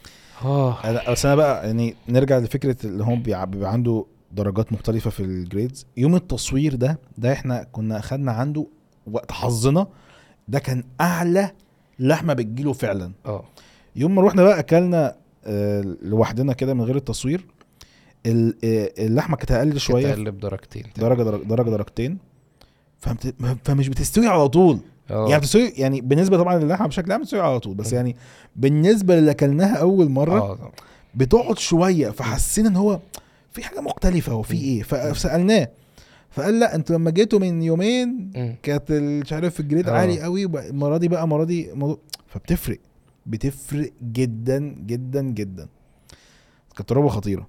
اه أنا- بس انا بقى يعني نرجع لفكره اللي هم بيع- بيبقى عنده درجات مختلفه في الجريدز. يوم التصوير ده ده احنا كنا اخدنا عنده وقت حظنا، ده كان اعلى لحمه بتجيله فعلا. اه يوم ما روحنا بقى اكلنا آه، لوحدنا كده من غير التصوير، ال- آه، اللحمه كانت اقل شويه، تقلب درجتين درجه درجه, درجة درجتين. فمت- فمش بتستوي على طول. يعني اه بتستوي يعني بالنسبه طبعا للحمه بشكل عام بتستوي على طول، بس يعني بالنسبه اللي اكلناها اول مره اه بتقعد شويه، فحسينا ان هو في حاجه مختلفه وفي ايه، فسالناه فقال لا انتوا لما جيتوا من يومين مم. كانت مش عارف الجريد آه. عالي قوي، وبقى المره دي بقى المره دي موضوع- فبتفرق بتفرق جدا جدا جدا. كانت تجربه خطيره.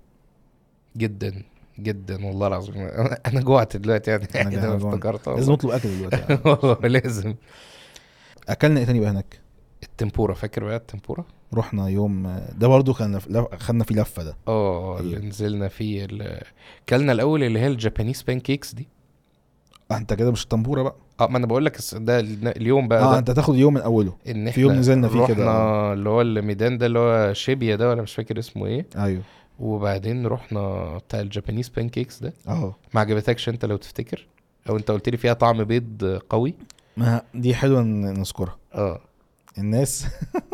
جدا جدا والله العظيم. انا أنا جوعت دلوقتي يعني. أنا جا- انا أنا جوعت. افتكرت لازم نطلب اكل دلوقتي يعني. والله لازم. اكلنا ايه تاني بقى هناك؟ التمبورا، فاكر بقى التمبورا؟ رحنا يوم ده برضو كان خدنا فيه لفه ده. اه اللي نزلنا فيه ال- كلنا الاول اللي هي الجابانيز بان كيكس دي. انت كده مش الطنبوره بقى. اه ما انا بقول لك ده اليوم بقى اه ده انت تاخد يوم من اوله. ان في يوم احنا نزلنا فيه كده رحنا آه. اللي هو الميدان ده اللي هو شيبيا ده ولا مش فاكر اسمه ايه. ايوه وبعدين رحنا بتاع الجابانيز بان كيكس ده. اه. ما عجبتكش انت لو تفتكر؟ او انت قلت لي فيها طعم بيض قوي. ما دي حلوه ن- نذكرها. اه الناس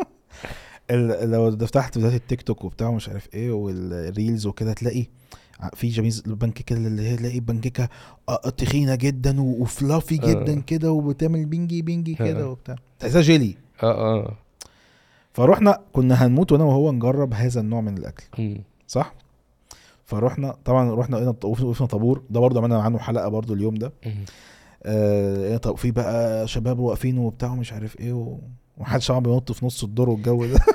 ال- لو فتحت فيديوهات التيك توك وبتاع مش عارف ايه والريلز وكده تلاقي في جميز البانكيكه اللي هي تلاقي بانكيكه آه، تخينه جدا و- وفلافي جدا آه. كده وبتعمل بينجي بينجي كده آه. وبتاع تحسها جيلي. اه اه فروحنا كنا هنموت وانا وهو نجرب هذا النوع من الاكل مم. صح. فروحنا طبعا رحنا لقينا الط- وقفنا طابور، ده برضه عملنا عنه حلقه برضه اليوم ده. مم. آه طب في بقى شباب واقفين وبتاع ومش عارف ايه و... ومحدش طبعا بينط في نص الدور والجو ده.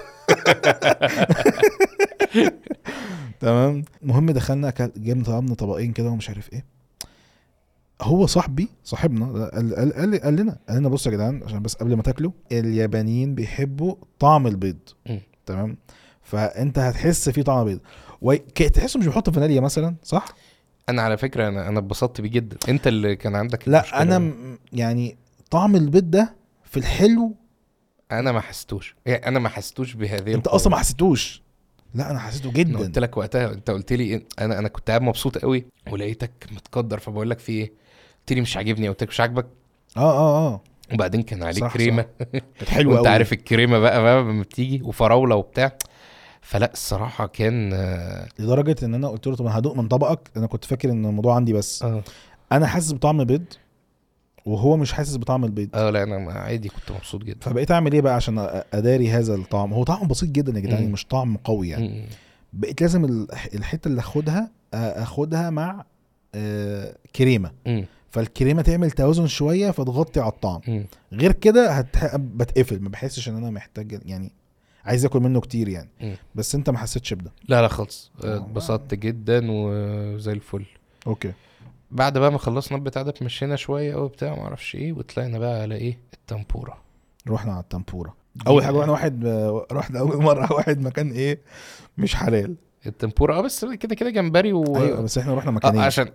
تمام. المهم دخلنا أكل- جبنا طلبنا طبقين كده ومش عارف ايه. هو صاحبي صاحبنا ده قال, قال, قال, قال لنا قال لنا بصوا يا جدعان عشان بس قبل ما تاكلوا، اليابانيين بيحبوا طعم البيض. مم. تمام. فانت هتحس فيه طعم بيض وتحسه مش بيحط فانيليا مثلا صح. انا على فكره انا انا اتبسطت بيه جدا. انت اللي كان عندك لا المشكلة. انا م- يعني طعم البيض ده في الحلو انا ما حسيتوش، يعني انا ما حسيتوش بهذه انت القوة. اصلا ما حسيتوش. لا انا حسيته انا جدا. قلت لك وقتها، انت قلت لي إيه؟ انا انا كنت قاعد مبسوط قوي ولقيتك متقدر، فبقول لك في ايه؟ قلت لي مش عاجبني. قلت لك مش عاجبك. اه اه اه وبعدين كان عليه صح، كريمه. كانت حلوه وانت قوي. عارف الكريمه بقى بقى لما بتيجي وفراوله وبتاع، فلا الصراحه كان اه لدرجه ان انا قلت له طب انا هدوق من طبقك. انا كنت فاكر ان الموضوع عندي بس اه, انا حاسس بطعم بيض وهو مش حاسس بطعم البيض. آه لا انا عادي كنت مبسوط جدا. فبقيت اعمل ايه بقى عشان أ- اداري هذا الطعم. هو طعم بسيط جدا يا جدعان، مم. مش طعم قوي يعني. مم. بقيت لازم ال- الحته اللي اخدها أ- اخدها مع آه، كريمه، مم. فالكريمه تعمل توازن شويه فتغطي على الطعم. مم. غير كده هتح... بتقفل، ما بحسش ان انا محتاج يعني عايز اكل منه كتير يعني. مم. بس انت ما حسيتش بده؟ لا لا خالص، آه. اتبسطت جدا وزي الفل. اوكي. بعد بقى ما خلصنا البتاع ده اتمشينا شويه او بتاع ما اعرفش ايه، وطلعنا بقى على ايه التمبورا. رحنا على التمبورا. اول حاجه رحنا واحد رحنا اول مره واحد مكان ايه مش حلال. التمبورا اه بس كده كده جمبري و ايوه بس احنا رحنا آه مكانين عشان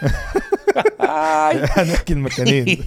هنحكي المكانين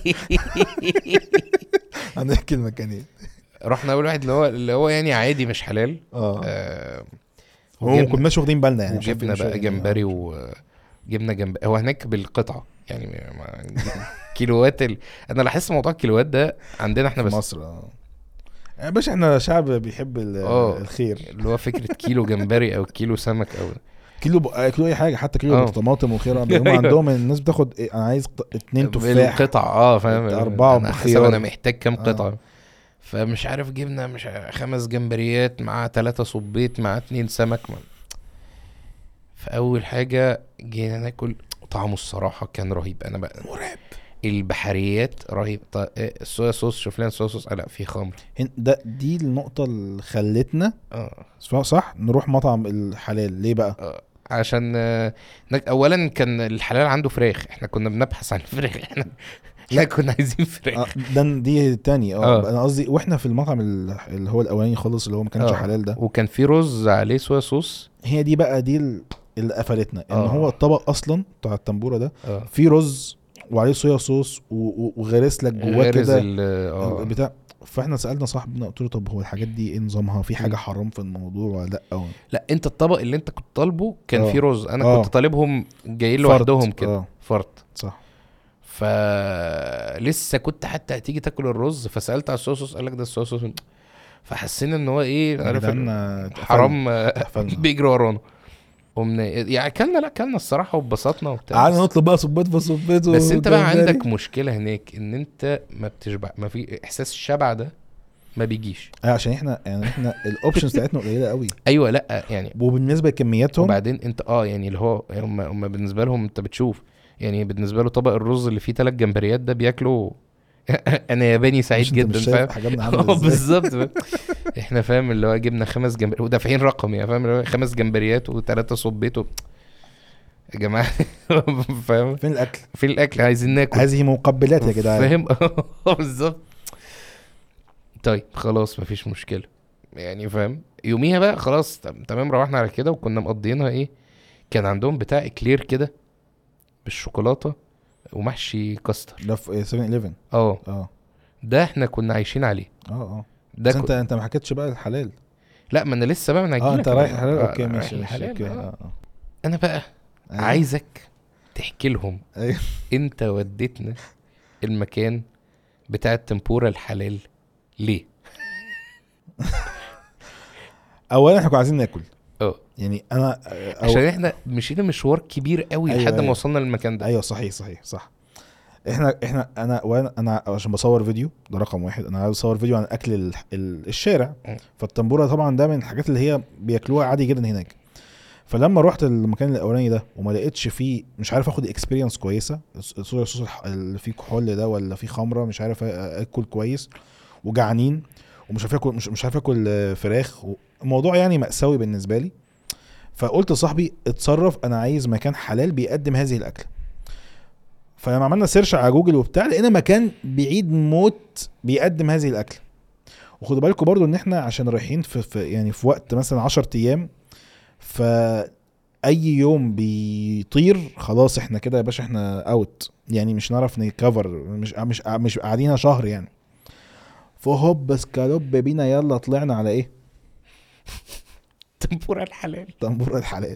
هنحكي المكانين. رحنا اول واحد اللي هو اللي هو يعني عادي مش حلال. اه آه هو ما وجبنا كناش واخدين بالنا يعني. وجبنا بقى جمبري وجبنا جمبري. هو هناك بالقطعه يعني ما كيلوات ال... انا لاحظت موضوع الكيلوات ده عندنا احنا في بس مصر. اه يا باشا احنا شعب بيحب ال- اه الخير. اللي هو فكره كيلو جمبري او كيلو سمك او كيلو ب... كيلو اي حاجه، حتى كيلو اه. طماطم وخيار. هم أيوة. عندهم الناس بتاخد إيه؟ انا عايز ق- اتنين تفاح بالقطع اه فاهم. أربعة انا حسب بخيار. انا محتاج كام آه. قطعه. فمش عارف جبنا مش عارف خمس جمبريات مع ثلاثة صبيت مع اتنين سمك ما. فاول حاجه جينا ناكل طعمه الصراحه كان رهيب. انا بقى مرعب. البحريات رهيب. طيب الصويا صوص شوف لنا صويا صوص. آه لا في خمر. هن- ده دي النقطه اللي خلتنا اه صح نروح مطعم الحلال. ليه بقى؟ آه، عشان آه، نك- اولا كان الحلال عنده فراخ، احنا كنا بنبحث عن فراخ. احنا لا كنا عايزين آه فراخ. ده دي التاني. اه آه. انا قصدي واحنا في المطعم ال- اللي هو الاولاني خالص اللي هو ما كانش آه. حلال ده، وكان في رز عليه صويا صوص. هي دي بقى دي ال- اللي قفلتنا. ان آه. هو الطبق اصلا بتاع التنبوره ده اه فيه رز وعليه صويا صوص و- و- وغارس لك جواه غرز كده ال- اه البتاع. فاحنا سالنا صاحبنا قلت له طب هو الحاجات دي ايه نظامها؟ في حاجه م. حرام في الموضوع ولا لا؟ أو لا انت الطبق اللي انت كنت طالبه كان آه. فيه رز. انا آه. كنت طالبهم جايين فرد. لوحدهم كده اه فرد. صح. فلسه كنت حتى هتيجي تاكل الرز فسالت على الصويا صوص قال لك ده الصويا صوص. فحسينا ان هو ايه عارف ال- حرام قفلنا. بيجري ورانا. قمنا يعني اكلنا لا اكلنا الصراحه واتبسطنا وبتاع. قعدنا بس, نطلب بقى صبيت فصبيت. بس انت بقى وجمبري. عندك مشكله هناك ان انت ما بتشبع، ما في احساس الشبع ده ما بيجيش. آه عشان احنا يعني احنا الاوبشنز بتاعتنا قليله قوي ايوه لا يعني وبالنسبه لكمياتهم. وبعدين انت اه يعني اللي هو هم هم بالنسبه لهم انت بتشوف يعني بالنسبه له طبق الرز اللي فيه ثلاث جمبريات ده بياكلوا. انا ياباني سعيد مش انت جدا مش شايف فاهم. حاجاتنا عامله اه ازاي؟ بالظبط فاهم. احنا فاهم اللي هو جبنا خمس جمبريات ودافعين رقم يعني فاهم اللي هو خمس جمبريات وثلاثه صبيت و... يا جماعه فاهم فين الاكل؟ في الاكل عايزين ناكل هذه مقبلات يا جدعان. فاهم. اه بالظبط. طيب خلاص مفيش مشكله يعني فاهم. يوميها بقى خلاص تم- تمام روحنا على كده وكنا مقضيينها ايه. كان عندهم بتاع اكلير كده بالشوكولاته ومحشي كاستر. ده في سفن إليفن. اه اه ده احنا كنا عايشين عليه. اه اه ده بس انت كن... انت ما حكيتش بقى الحلال. لا ما انا لسه بقى من اه انت رايح حلال. آه اوكي رايح ماشي ماشي الحلال اوكي. آه. اه اه انا بقى أيوة. عايزك تحكي لهم ايوه انت وديتنا المكان بتاع التمبورا الحلال ليه. اولا احنا كنا عايزين ناكل اه يعني انا أو عشان احنا مشينا مشوار كبير قوي أيوة لحد ما أيوة. وصلنا للمكان ده. ايوه صحيح صحيح صح. احنا احنا انا وانا انا عشان بصور فيديو ده رقم واحد. انا عايز اصور فيديو عن اكل ال... ال... الشارع. م. فالتنبوره طبعا ده من الحاجات اللي هي بياكلوها عادي جدا هناك. فلما رحت المكان الاولاني ده وما لقيتش فيه مش عارف اخد اكسبيرينس كويسه الصوص الصوص الح- اللي فيه كحول ده ولا فيه خمره مش عارف اكل كويس وجعانين ومش عارف اكل مش, مش عارف اكل آه، فراخ. الموضوع يعني مأساوي بالنسبه لي. فقلت لصاحبي اتصرف انا عايز مكان حلال بيقدم هذه الاكله. فلما عملنا سيرش على جوجل وبتاع لقينا مكان بعيد موت بيقدم هذه الاكله. وخدوا بالكم برضو ان احنا عشان رايحين في, في يعني في وقت مثلا عشر ايام فاي يوم بيطير خلاص احنا كده يا باشا احنا اوت يعني مش نعرف نكفر مش مش مش قاعدين شهر يعني. فهوب سكالوب بينا يلا طلعنا على ايه تمبورا الحلال. تنبور الحلال.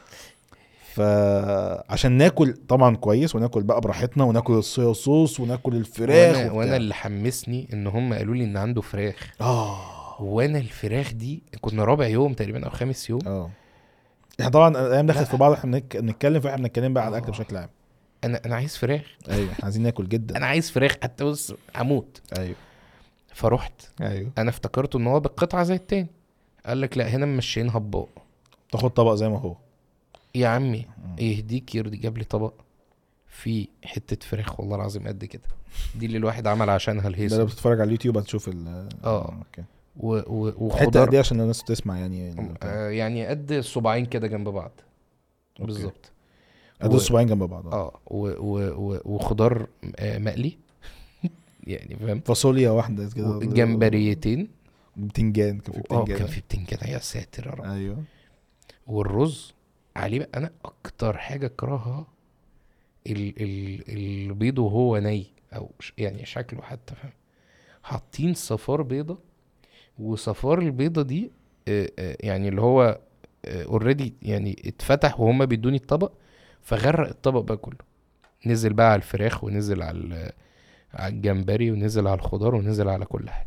فعشان ناكل طبعا كويس وناكل بقى براحتنا وناكل الصويا صوص وناكل الفراخ وانا, وبتاع. وانا اللي حمسني ان هم قالوا لي ان عنده فراخ. اه وانا الفراخ دي كنا رابع يوم تقريبا او خامس يوم. اه احنا طبعا الايام دخلت لا. في بعض، احنا بنك- بنتكلم فاحنا بنتكلم بقى على الاكل آه. بشكل عام. انا انا عايز فراخ، ايوه احنا عايزين ناكل جدا. انا عايز فراخ حتى بص هموت. ايوه فرحت ايوه انا افتكرته ان هو بالقطعه زي التاني، قال لك لا هنا ممشيين هباء. تاخد طبق زي ما هو. يا عمي يهديك يرضي، جاب لي طبق فيه حته فراخ والله العظيم قد كده، دي اللي الواحد عمل عشانها ده لو الهيصه. بتتفرج على اليوتيوب هتشوف ال اه اوكي. و و حته وخضار دي عشان الناس تسمع يعني. آه يعني قد الصباعين كده جنب بعض بالظبط. ادوس الصباعين جنب بعض. اه و و و وخضار آه مقلي يعني فاهم، فاصوليا واحده كده، جمبريتين، بتنجان كان في اه بتنجان. كان في بتنجان يا ساتر يا رب. ايوه والرز عليه بقى. انا اكتر حاجه اكرهها ال ال البيض وهو ني او ش- يعني شكله حتى فاهم، حاطين صفار بيضه، وصفار البيضه دي آه، آه، يعني اللي هو اوريدي يعني اتفتح وهما بيدوني الطبق، فغرق الطبق بقى كله، نزل بقى على الفراخ ونزل على ال- على الجمبري ونزل على الخضار ونزل على كل حاجه.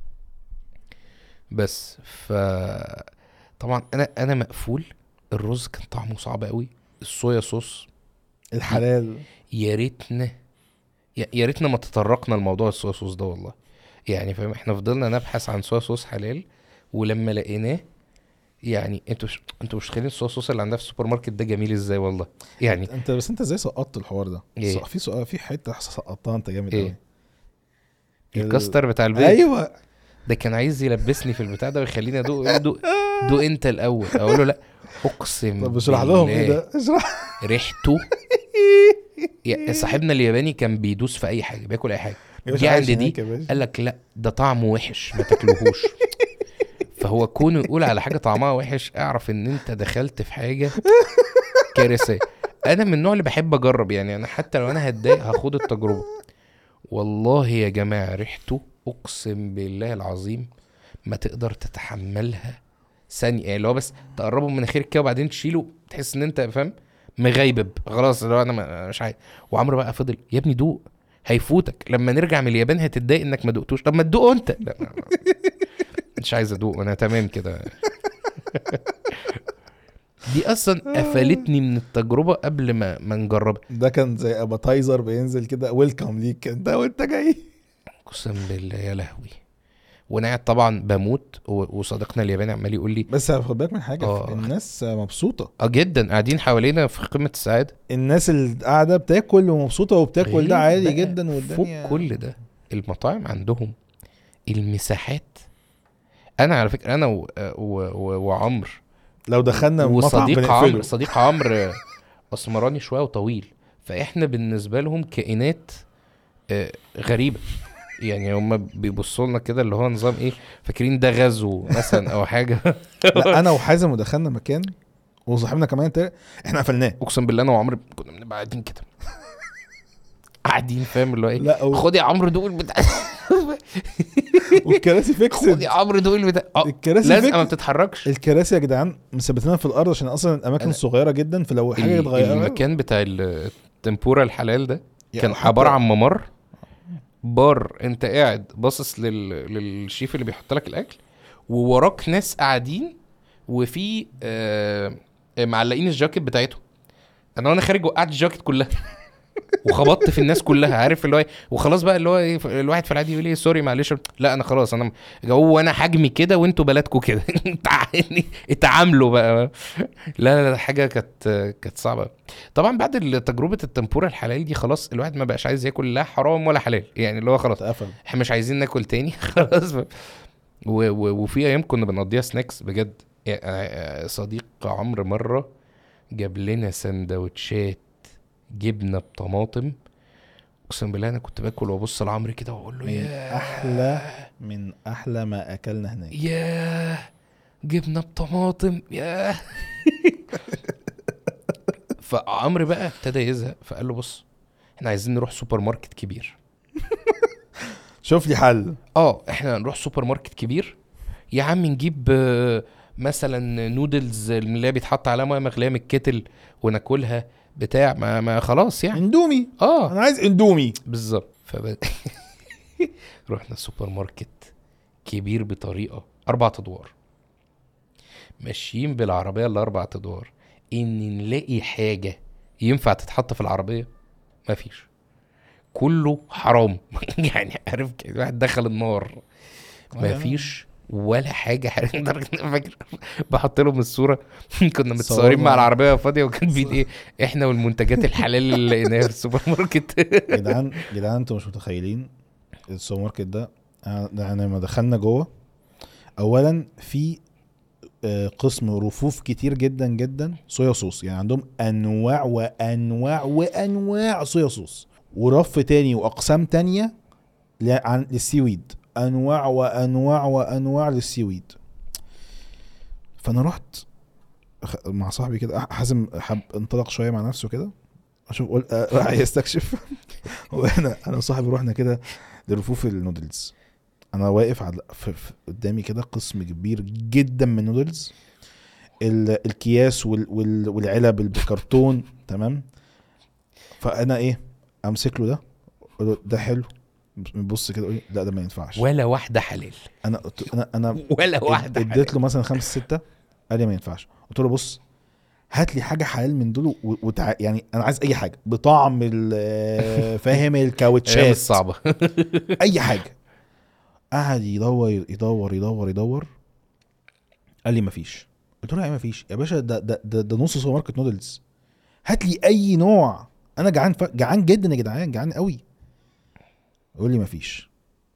بس ف طبعا انا انا مقفول. الرز كان طعمه صعب قوي. الصويا صوص الحلال. يا ريتنا يا يا ريتنا ما تطرقنا لموضوع الصويا صوص ده والله، يعني فاهم احنا فضلنا نبحث عن صويا صوص حلال، ولما لقيناه يعني انتوا مش انتوا مش متخيلين الصويا صوص اللي عندها في السوبر ماركت ده جميل ازاي والله يعني. انت بس انت ازاي سقطت الحوار ده؟ إيه؟ في سؤال في حته سقطتها انت جامد إيه؟ قوي. الكاستر بتاع البيت. ايوه ده كان عايز يلبسني في البتاع ده ويخليني ادوق. يقول لي دوق دوق انت الاول، اقول له لا اقسم. طب اشرح لهم ايه بالله ده، اشرح. ريحته. يا صاحبنا الياباني كان بيدوس في اي حاجه، بياكل اي حاجه، يا باشا جه عايش عند دي هناك يا باشا. قال لك لا ده طعمه وحش ما تاكلوهوش. فهو كونه يقول على حاجه طعمها وحش اعرف ان انت دخلت في حاجه كارثيه. انا من النوع اللي بحب اجرب، يعني انا حتى لو انا هتضايق هاخد التجربه. والله يا جماعه ريحته اقسم بالله العظيم ما تقدر تتحملها ثانيه، يعني لو بس تقربه من مناخيرك كده وبعدين تشيله تحس ان انت فاهم مغيبب خلاص. لو انا ما- مش عايز. وعمرو بقى فضل يا ابني دوق هيفوتك لما نرجع من اليابان هتتضايق انك ما دقتوش. طب ما تدوقه انت. لا ما- مش عايز ادوق انا تمام كده. دي اصلا قفلتني من التجربه قبل ما ما نجربها. ده كان زي اباتايزر بينزل كده ويلكم ليك انت وانت جاي. قسم بالله يا لهوي. وانا قاعد طبعا بموت و- وصديقنا الياباني عمال يقول لي بس خد بالك من حاجه، آه. الناس مبسوطه، اه جدا قاعدين حوالينا في قمه السعاده. الناس اللي قاعده بتاكل ومبسوطه وبتاكل غير ده عادي بقى جدا. والدنيا فوق كل ده المطاعم عندهم المساحات. انا على فكره انا و... و... و... وعمر لو دخلنا مطعم وصديق عمرو بنقفله. صديق عمرو اسمراني شويه وطويل، فاحنا بالنسبه لهم كائنات آه، غريبه. يعني هم بيبصوا لنا كده اللي هو نظام ايه، فاكرين ده غزو مثلا او حاجه. لا انا وحازم ودخلنا مكان وصاحبنا كمان تاني احنا قفلناه. اقسم بالله انا وعمرو كنا بنبقى قاعدين كده قاعدين فاهم اللي هو ايه، لا و... خد يا عمرو دوق البتاع. والكراسي خد فيكسد. يا عمرو دوق البتاع. اه الكراسي لازقه ما فيكسد. بتتحركش. الكراسي يا جدعان مثبتينها في الارض عشان اصلا الاماكن أنا- صغيره جدا، فلو حاجه ال- اتغيرت المكان بتاع ال- التمبورا الحلال ده يعني كان حتى- عباره عن ممر بار، انت قاعد باصص لل... للشيف اللي بيحط لك الاكل، ووراك ناس قاعدين وفي آه... معلقين الجاكيت بتاعتهم. انا وانا خارج وقعت الجاكيت كلها وخبطت في الناس كلها، عارف اللي هو ايه، وخلاص بقى اللي هو ايه، الواحد في العادي يقول ايه سوري معلش، لا انا خلاص انا جو انا حجمي كده وانتوا بلدكم كده. اتعاملوا بقى. لا لا لا حاجه كانت كانت صعبه. طبعا بعد تجربه التمبورا الحلال دي خلاص الواحد ما بقاش عايز ياكل لا حرام ولا حلال، يعني اللي هو خلاص اتقفل. احنا مش عايزين ناكل تاني خلاص. و... و... وفي ايام كنا بنقضيها سناكس بجد. يعني صديق عمرو مره جاب لنا سندوتشات جبنه بطماطم، اقسم بالله انا كنت باكل وابص لعمرو كده واقول له من يا احلى من احلى ما اكلنا هناك. يا جبنه بطماطم يا. فعمرو بقى ابتدى يزهق فقال له بص احنا عايزين نروح سوبر ماركت كبير. شوف لي حل. اه احنا نروح سوبر ماركت كبير يا عم، نجيب آه، مثلا نودلز اللي هي بيتحط عليها ميه مغليه من الكتل وناكلها بتاع ما, ما خلاص يعني. اندومي. اه انا عايز اندومي بالظبط. فب... رحنا سوبر ماركت كبير بطريقه، اربع ادوار، ماشيين بالعربيه الاربع ادوار، ان نلاقي حاجه ينفع تتحط في العربيه مفيش، كله حرام. يعني عارف كده واحد دخل النار، مفيش ولا حاجه حرام. لدرجة إن أنا فاكر بحط لهم الصوره كنا متصورين مع العربيه فاضيه، وكان في ايه احنا والمنتجات الحلال اللي لقيناها في السوبر ماركت. جدعان جدعان انتوا مش متخيلين السوبر ماركت ده. انا لما دخلنا جوه، اولا في آه، قسم رفوف كتير جدا جدا صويا صوص، يعني عندهم انواع وانواع وانواع صويا صوص، ورف تاني واقسام تانية ل- عن للسيويد، انواع وانواع وانواع للسيويد. فانا رحت أخ- مع صاحبي كده، حازم حب انطلق شويه مع نفسه كده، اشوف قول آه، راح يستكشف. وانا انا وصاحبي رحنا كده لرفوف النودلز. انا واقف على في في قدامي كده قسم كبير جدا من النودلز، ال- الكياس وال وال والعلب بالكرتون، تمام. فانا ايه، امسك له ده، أقول له ده حلو، بص كده، اقول لا ده ما ينفعش. ولا واحده حلال، انا قلت- انا انا ولا اد- واحده حلال. اديت له مثلا خمسة ستة، قال لي ما ينفعش. قلت له بص، هات لي حاجه حلال من دول، و- وتع... يعني انا عايز اي حاجه بطعم ال- فاهم، هي مش الكاوتشات، صعبه. اي حاجه. قعد يدور يدور يدور يدور، قال لي مفيش. قلت له يعني مفيش يا باشا، ده ده ده, ده نص سوبر ماركت نودلز، هات لي اي نوع، انا جعان ف... جعان جدا يا جدعان، جعان قوي. يقول لي مفيش.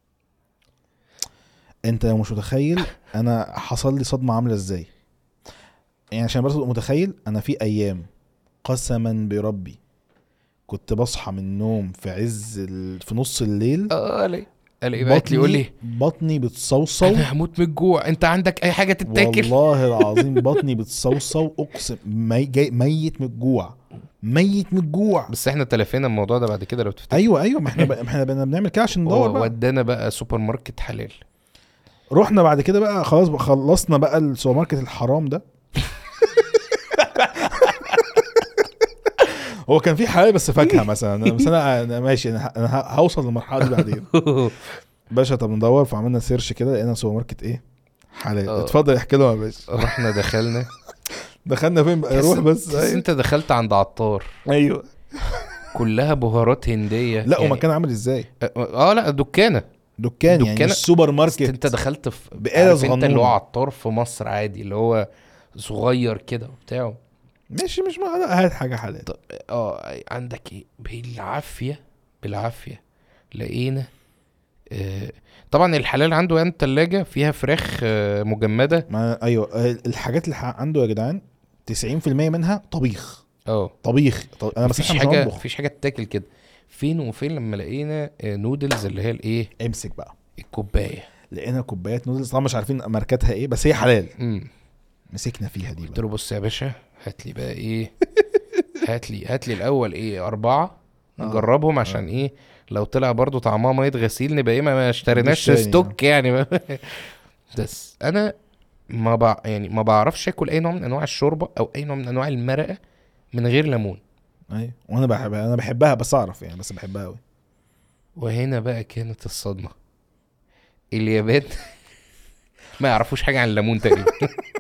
انت لو مش متخيل انا حصل لي صدمه عامله ازاي. يعني عشان بس تبقى متخيل، انا في ايام قسما بربي كنت بصحى من النوم في عز ال... في نص الليل، اه ليه قال ايه بقى؟ قالت لي يقول بطني لي بطني بتصوصو، انا هموت من الجوع، انت عندك اي حاجه تتاكل؟ والله العظيم بطني بتصوصو، اقسم مي... جاي ميت من الجوع، ميت من الجوع. بس احنا تلافينا الموضوع ده بعد كده لو تفتكر. ايوه ايوه، ما احنا بقى احنا بقى بنعمل كده عشان ندور هو بقى. ودانا بقى سوبر ماركت حلال. رحنا بعد كده بقى خلاص بقى، خلصنا بقى السوبر ماركت الحرام ده. هو كان في حلال بس فاكهه مثلا، بس انا انا ماشي، انا ه- أنا ه- هوصل للمرحله دي بعدين. باشا طب ندور، فعملنا سيرش كده، لقينا سوبر ماركت ايه حلال. آه. اتفضل احكي له يا باشا. رحنا دخلنا، دخلنا فين بقى؟ تحس روح بس. تحس أيوة. انت دخلت عند عطار، ايوه. كلها بهارات هنديه لا يعني. ومكان عامل ازاي؟ اه آه، لا دكانه دكان يعني دكانة. مش سوبر بس ماركت. انت دخلت في بقالة عارف انت اللي هو صغنونة. عطار في مصر عادي، اللي هو صغير كده وبتاع. ماشي مش ما لا، هات حاجه حلال. طب اه عندك ايه؟ بالعافيه بالعافيه لقينا آه طبعا الحلال عنده يعني التلاجة فيها فراخ آه مجمده. ما ايوه، الحاجات اللي ح- عنده يا جدعان تسعين في المية منها طبيخ. اه طبيخ طب انا بس مفيش احنا مش حاجه هنطبخ. مفيش حاجه تتاكل كده. فين وفين لما لقينا آه نودلز اللي هي الايه، امسك بقى، الكوبايه. لقينا كوبايات نودلز، طبعا مش عارفين ماركتها ايه بس هي حلال. امم مسكنا فيها دي قلت بقى. له بص يا باشا، هات لي بقى ايه، هات لي هات لي الاول ايه اربعه آه. نجربهم عشان آه. ايه لو طلع برضو طعمها ميه غسيل نبقى ايه ما نجيش اشتريناش تاني. ستوك يعني. بس انا ما بع... يعني ما بعرفش اكل اي نوع من انواع الشوربه او اي نوع من انواع المرقه من غير ليمون. ايوه وانا بحبها، انا بحبها بس اعرف يعني، بس بحبها قوي. وهنا بقى كانت الصدمه، اليابان ما يعرفوش حاجه عن الليمون تقريبا.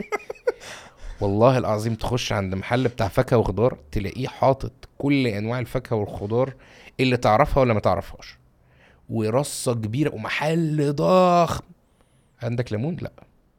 والله العظيم تخش عند محل بتاع فاكهه وخضار تلاقيه حاطط كل انواع الفاكهه والخضار اللي تعرفها ولا ما تعرفهاش، ورصه كبيره ومحل ضخم. عندك ليمون؟ لا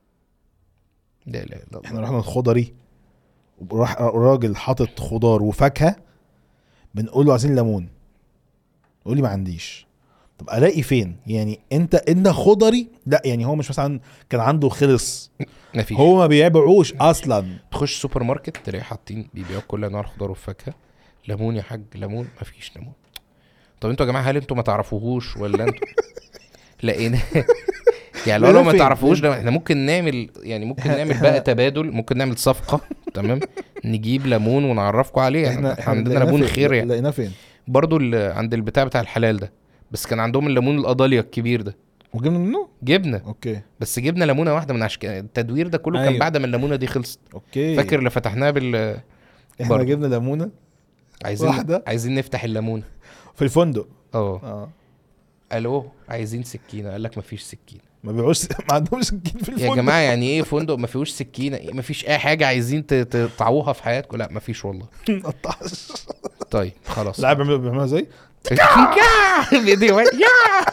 لا لا لا احنا رحنا الخضري، وراح الراجل حاطط خضار وفاكهه، بنقول له عايزين ليمون، يقول لي ما عنديش. طب الاقي فين يعني؟ انت ان خضري لا يعني، هو مش مثلا كان عنده خلص، مفيش. هو ما بيبيعوش اصلا. تخش سوبر ماركت تلاقي حاطين بيبيعوا كل انواع الخضار والفاكهه. ليمون يا حاج ليمون؟ مفيش ليمون. طب انتوا يا جماعه هل انتوا ما تعرفوهوش ولا انتوا لقينا؟ يعني لو لو ما فين؟ تعرفوش ده احنا ممكن نعمل يعني ممكن نعمل بقى تبادل، ممكن نعمل صفقه تمام، نجيب ليمون ونعرفكم عليه. احنا احنا احنا عندنا لقيناه ليمون فين؟ خير يعني. لقيناه فين؟ برضو اللي عند البتاع بتاع الحلال ده، بس كان عندهم الليمون القضاليا الكبير ده. وجبنا منه. جبنه اوكي. بس جبنا ليمونه واحده من عشان التدوير ده كله. أيوه. كان أيوه. بعد ما الليمونه دي خلصت. اوكي. فاكر اللي فتحناها بال احنا برضو. جبنا ليمونه عايزين واحدة. عايزين نفتح الليمونه في الفندق. اه اه الو عايزين سكينه، قال لك مفيش سكينه. ما بيعوش ما عندهمش سكين في الفندق يا جماعه يعني ايه فندق ما فيهوش سكينه؟ ما فيش اي حاجه عايزين ت- تقطعوها في حياتكم؟ لا ما فيش والله. مقطعش. طيب خلاص. اللاعب بيعملوا بيعملوها زي يا بإيديه واحد. يا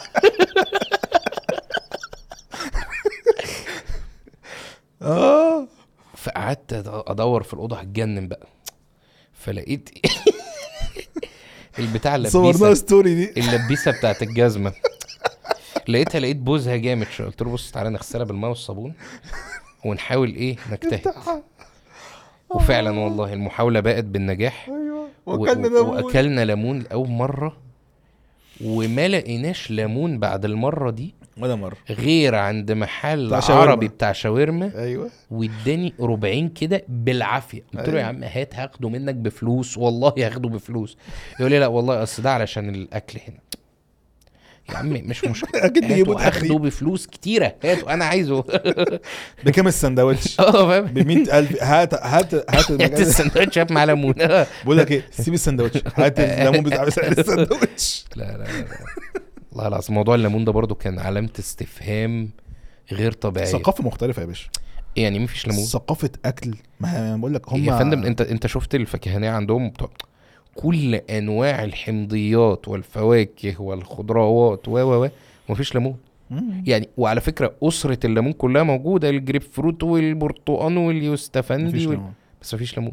اه فقعدت ادور في الاوضه هتجنن بقى، فلقيت البتاع صورناها اللبيسه ستوري دي. اللبيسه بتاعت الجزمه، لقيتها لقيت بوزها جامد شويه. قلت له بص تعالى نغسلها بالماء والصابون ونحاول ايه نجتهد. وفعلا والله المحاوله بقت بالنجاح. ايوه و- وكلنا و- ده واكلنا ليمون لاول مره، وما لقيناش ليمون بعد المره دي ولا مره. غير عند محل بتاع شاورما. عربي بتاع شاورما، ايوه واداني ربعين كده بالعافيه. قلت له أيوة. يا عم هات هاخده منك بفلوس، والله هاخده بفلوس. يقول لي لا والله اصل ده علشان الاكل هنا. يا عم مش مشكله، اكيد بيجيبوا هاته الاكل هاخده بفلوس كتيره، هاته انا عايزه. بكام السندوتش؟ اه فاهم. ب مية ألف. هات هات هات هات المجال- السندوتش هات مع ليمون. لا بقول لك ايه، سيب السندوتش، هات الليمون بتاع سعر السندوتش. لا لا لا والله العظيم موضوع الليمون ده برضو كان علامه استفهام غير طبيعيه. ثقافه مختلفه يا باشا، يعني مفيش ليمون ثقافه اكل. ما انا بقول لك هم يا فندم. انت انت شفت الفكهانيه عندهم بتوع كل انواع الحمضيات والفواكه والخضروات و و و مفيش ليمون. مم. يعني وعلى فكره اسره الليمون كلها موجوده، الجريب فروت والبرتقال واليوستفندي مفيش وال... ليمون. بس مفيش ليمون.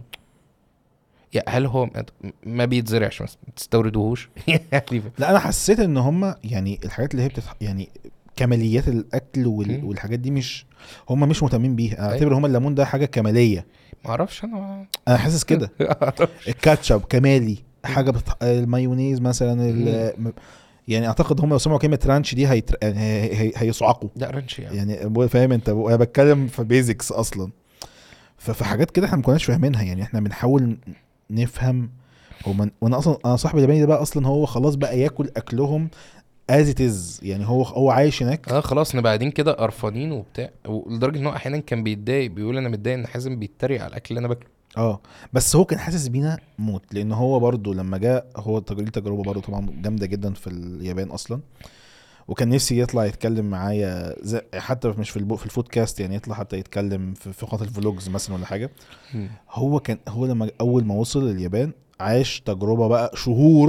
يا هل هو ما بيتزرعش مثلا ما تستوردوهوش؟ يعني لا انا حسيت ان هم يعني الحاجات اللي هي بتتح... يعني كماليات الاكل وال... مم. والحاجات دي مش هم مش مهتمين بيها. انا أيوة. اعتبر هم الليمون ده حاجه كماليه. ما اعرفش انا. انا حاسس كده. الكاتشب كمالي حاجه بت... المايونيز مثلا ال... يعني اعتقد هم لو سمعوا كلمه رانش دي هيتر... يعني هي... هي... هيصعقوا. ده رانش يعني. يعني فاهم انت، انا بتكلم في بيزكس اصلا. ففي حاجات كده احنا ما كناش فاهمينها، يعني احنا بنحاول نفهم. ومن... وانا اصلا انا صاحبي الياباني ده بقى اصلا هو خلاص بقى ياكل اكلهم از ات از، يعني هو هو عايش هناك. اه خلاص احنا بعدين كده قرفانين وبتاع، ولدرجه ان هو احيانا كان بيتضايق بيقول انا متضايق ان حازم بيتريق على الاكل اللي انا باكله. اه بس هو كان حاسس بينا موت، لان هو برضو لما جاء هو تج- ليه تجربه برضو طبعا جامده جدا في اليابان اصلا. وكان نفسي يطلع يتكلم معايا زي- حتى مش في البو في الفودكاست، يعني يطلع حتى يتكلم في في قناه الفلوجز مثلا ولا حاجه. مم. هو كان هو لما اول ما وصل اليابان عاش تجربه بقى شهور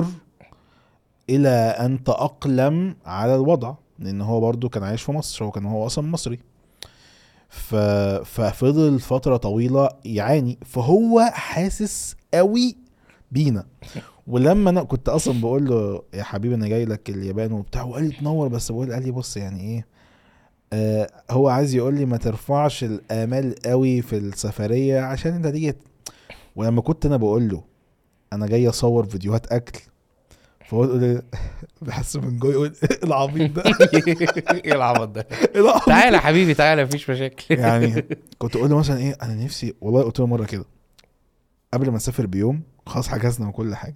الى ان تأقلم على الوضع، لان هو برضو كان عايش في مصر، هو كان هو اصلا مصري. ف... ففضل فترة طويلة يعاني، فهو حاسس قوي بينا. ولما انا كنت اصلا بقول له يا حبيبي انا جاي لك اليابان وبتاع، وقال لي تنور، بس بقول قال لي بص يعني ايه، آه هو عايز يقول لي ما ترفعش الامال قوي في السفرية عشان انت تيجي. ولما كنت انا بقول له انا جاي اصور فيديوهات اكل، فهو يقول لي بحس من جوه يقول العبيط ده. ايه العبط ده؟ العبيط. تعالى يا حبيبي تعالى مفيش مشاكل. يعني كنت اقول له مثلا ايه، انا نفسي والله، قلت له مره كده قبل ما نسافر بيوم، خلاص حجزنا وكل حاجه.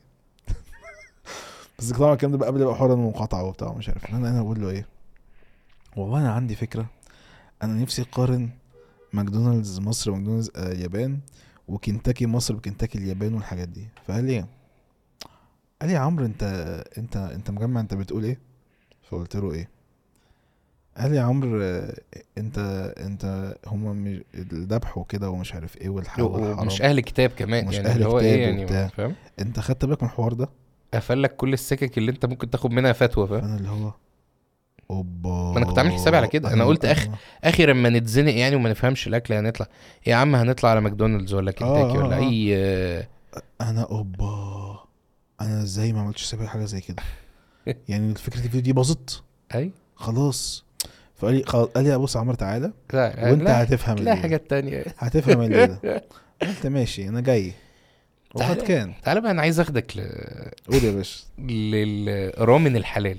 بس طبعا الكلام ده بقى قبل بقى حوار المقاطعه وبتاع مش عارف. انا انا بقول له ايه، والله انا عندي فكره، انا نفسي اقارن ماكدونالدز مصر وماكدونالدز آه يابان، وكنتاكي مصر بكنتاكي اليابان والحاجات دي. فقال لي قال لي يا عمرو انت انت انت مجمع انت بتقول ايه؟ فقلت له ايه؟ قال لي يا عمرو آه، انت انت هم مش الذبح وكده ومش عارف ايه والحلال والحرام، مش اهل كتاب كمان ومش يعني أهل اللي هو كتاب ايه يعني وبتاع. فاهم. انت خدت بالك من الحوار ده؟ قفلك كل السكك اللي انت ممكن تاخد منها فتوى فاهم. فانا اللي هو اوبا، ما انا كنت عامل حسابي على كده. انا قلت اخ اخر لما نتزنق يعني وما نفهمش الاكل هنطلع يا عم هنطلع على ماكدونالدز ولا كنتاكي آه ولا آه. اي آه، انا اوبا، انا ازاي ما عملتش حسابي حاجه زي كده؟ يعني فكره الفيديو دي باظت اي خلاص. فقال لي خلاص، قال لي بص يا عمرو تعالى لا وانت لا هتفهم لا الليلة. حاجات تانية. هتفهم الليله. قلت ماشي انا جاي. وقد تعالى كان. تعالى بقى انا عايز اخدك ل... قول يا باشا. للرامن الحلال.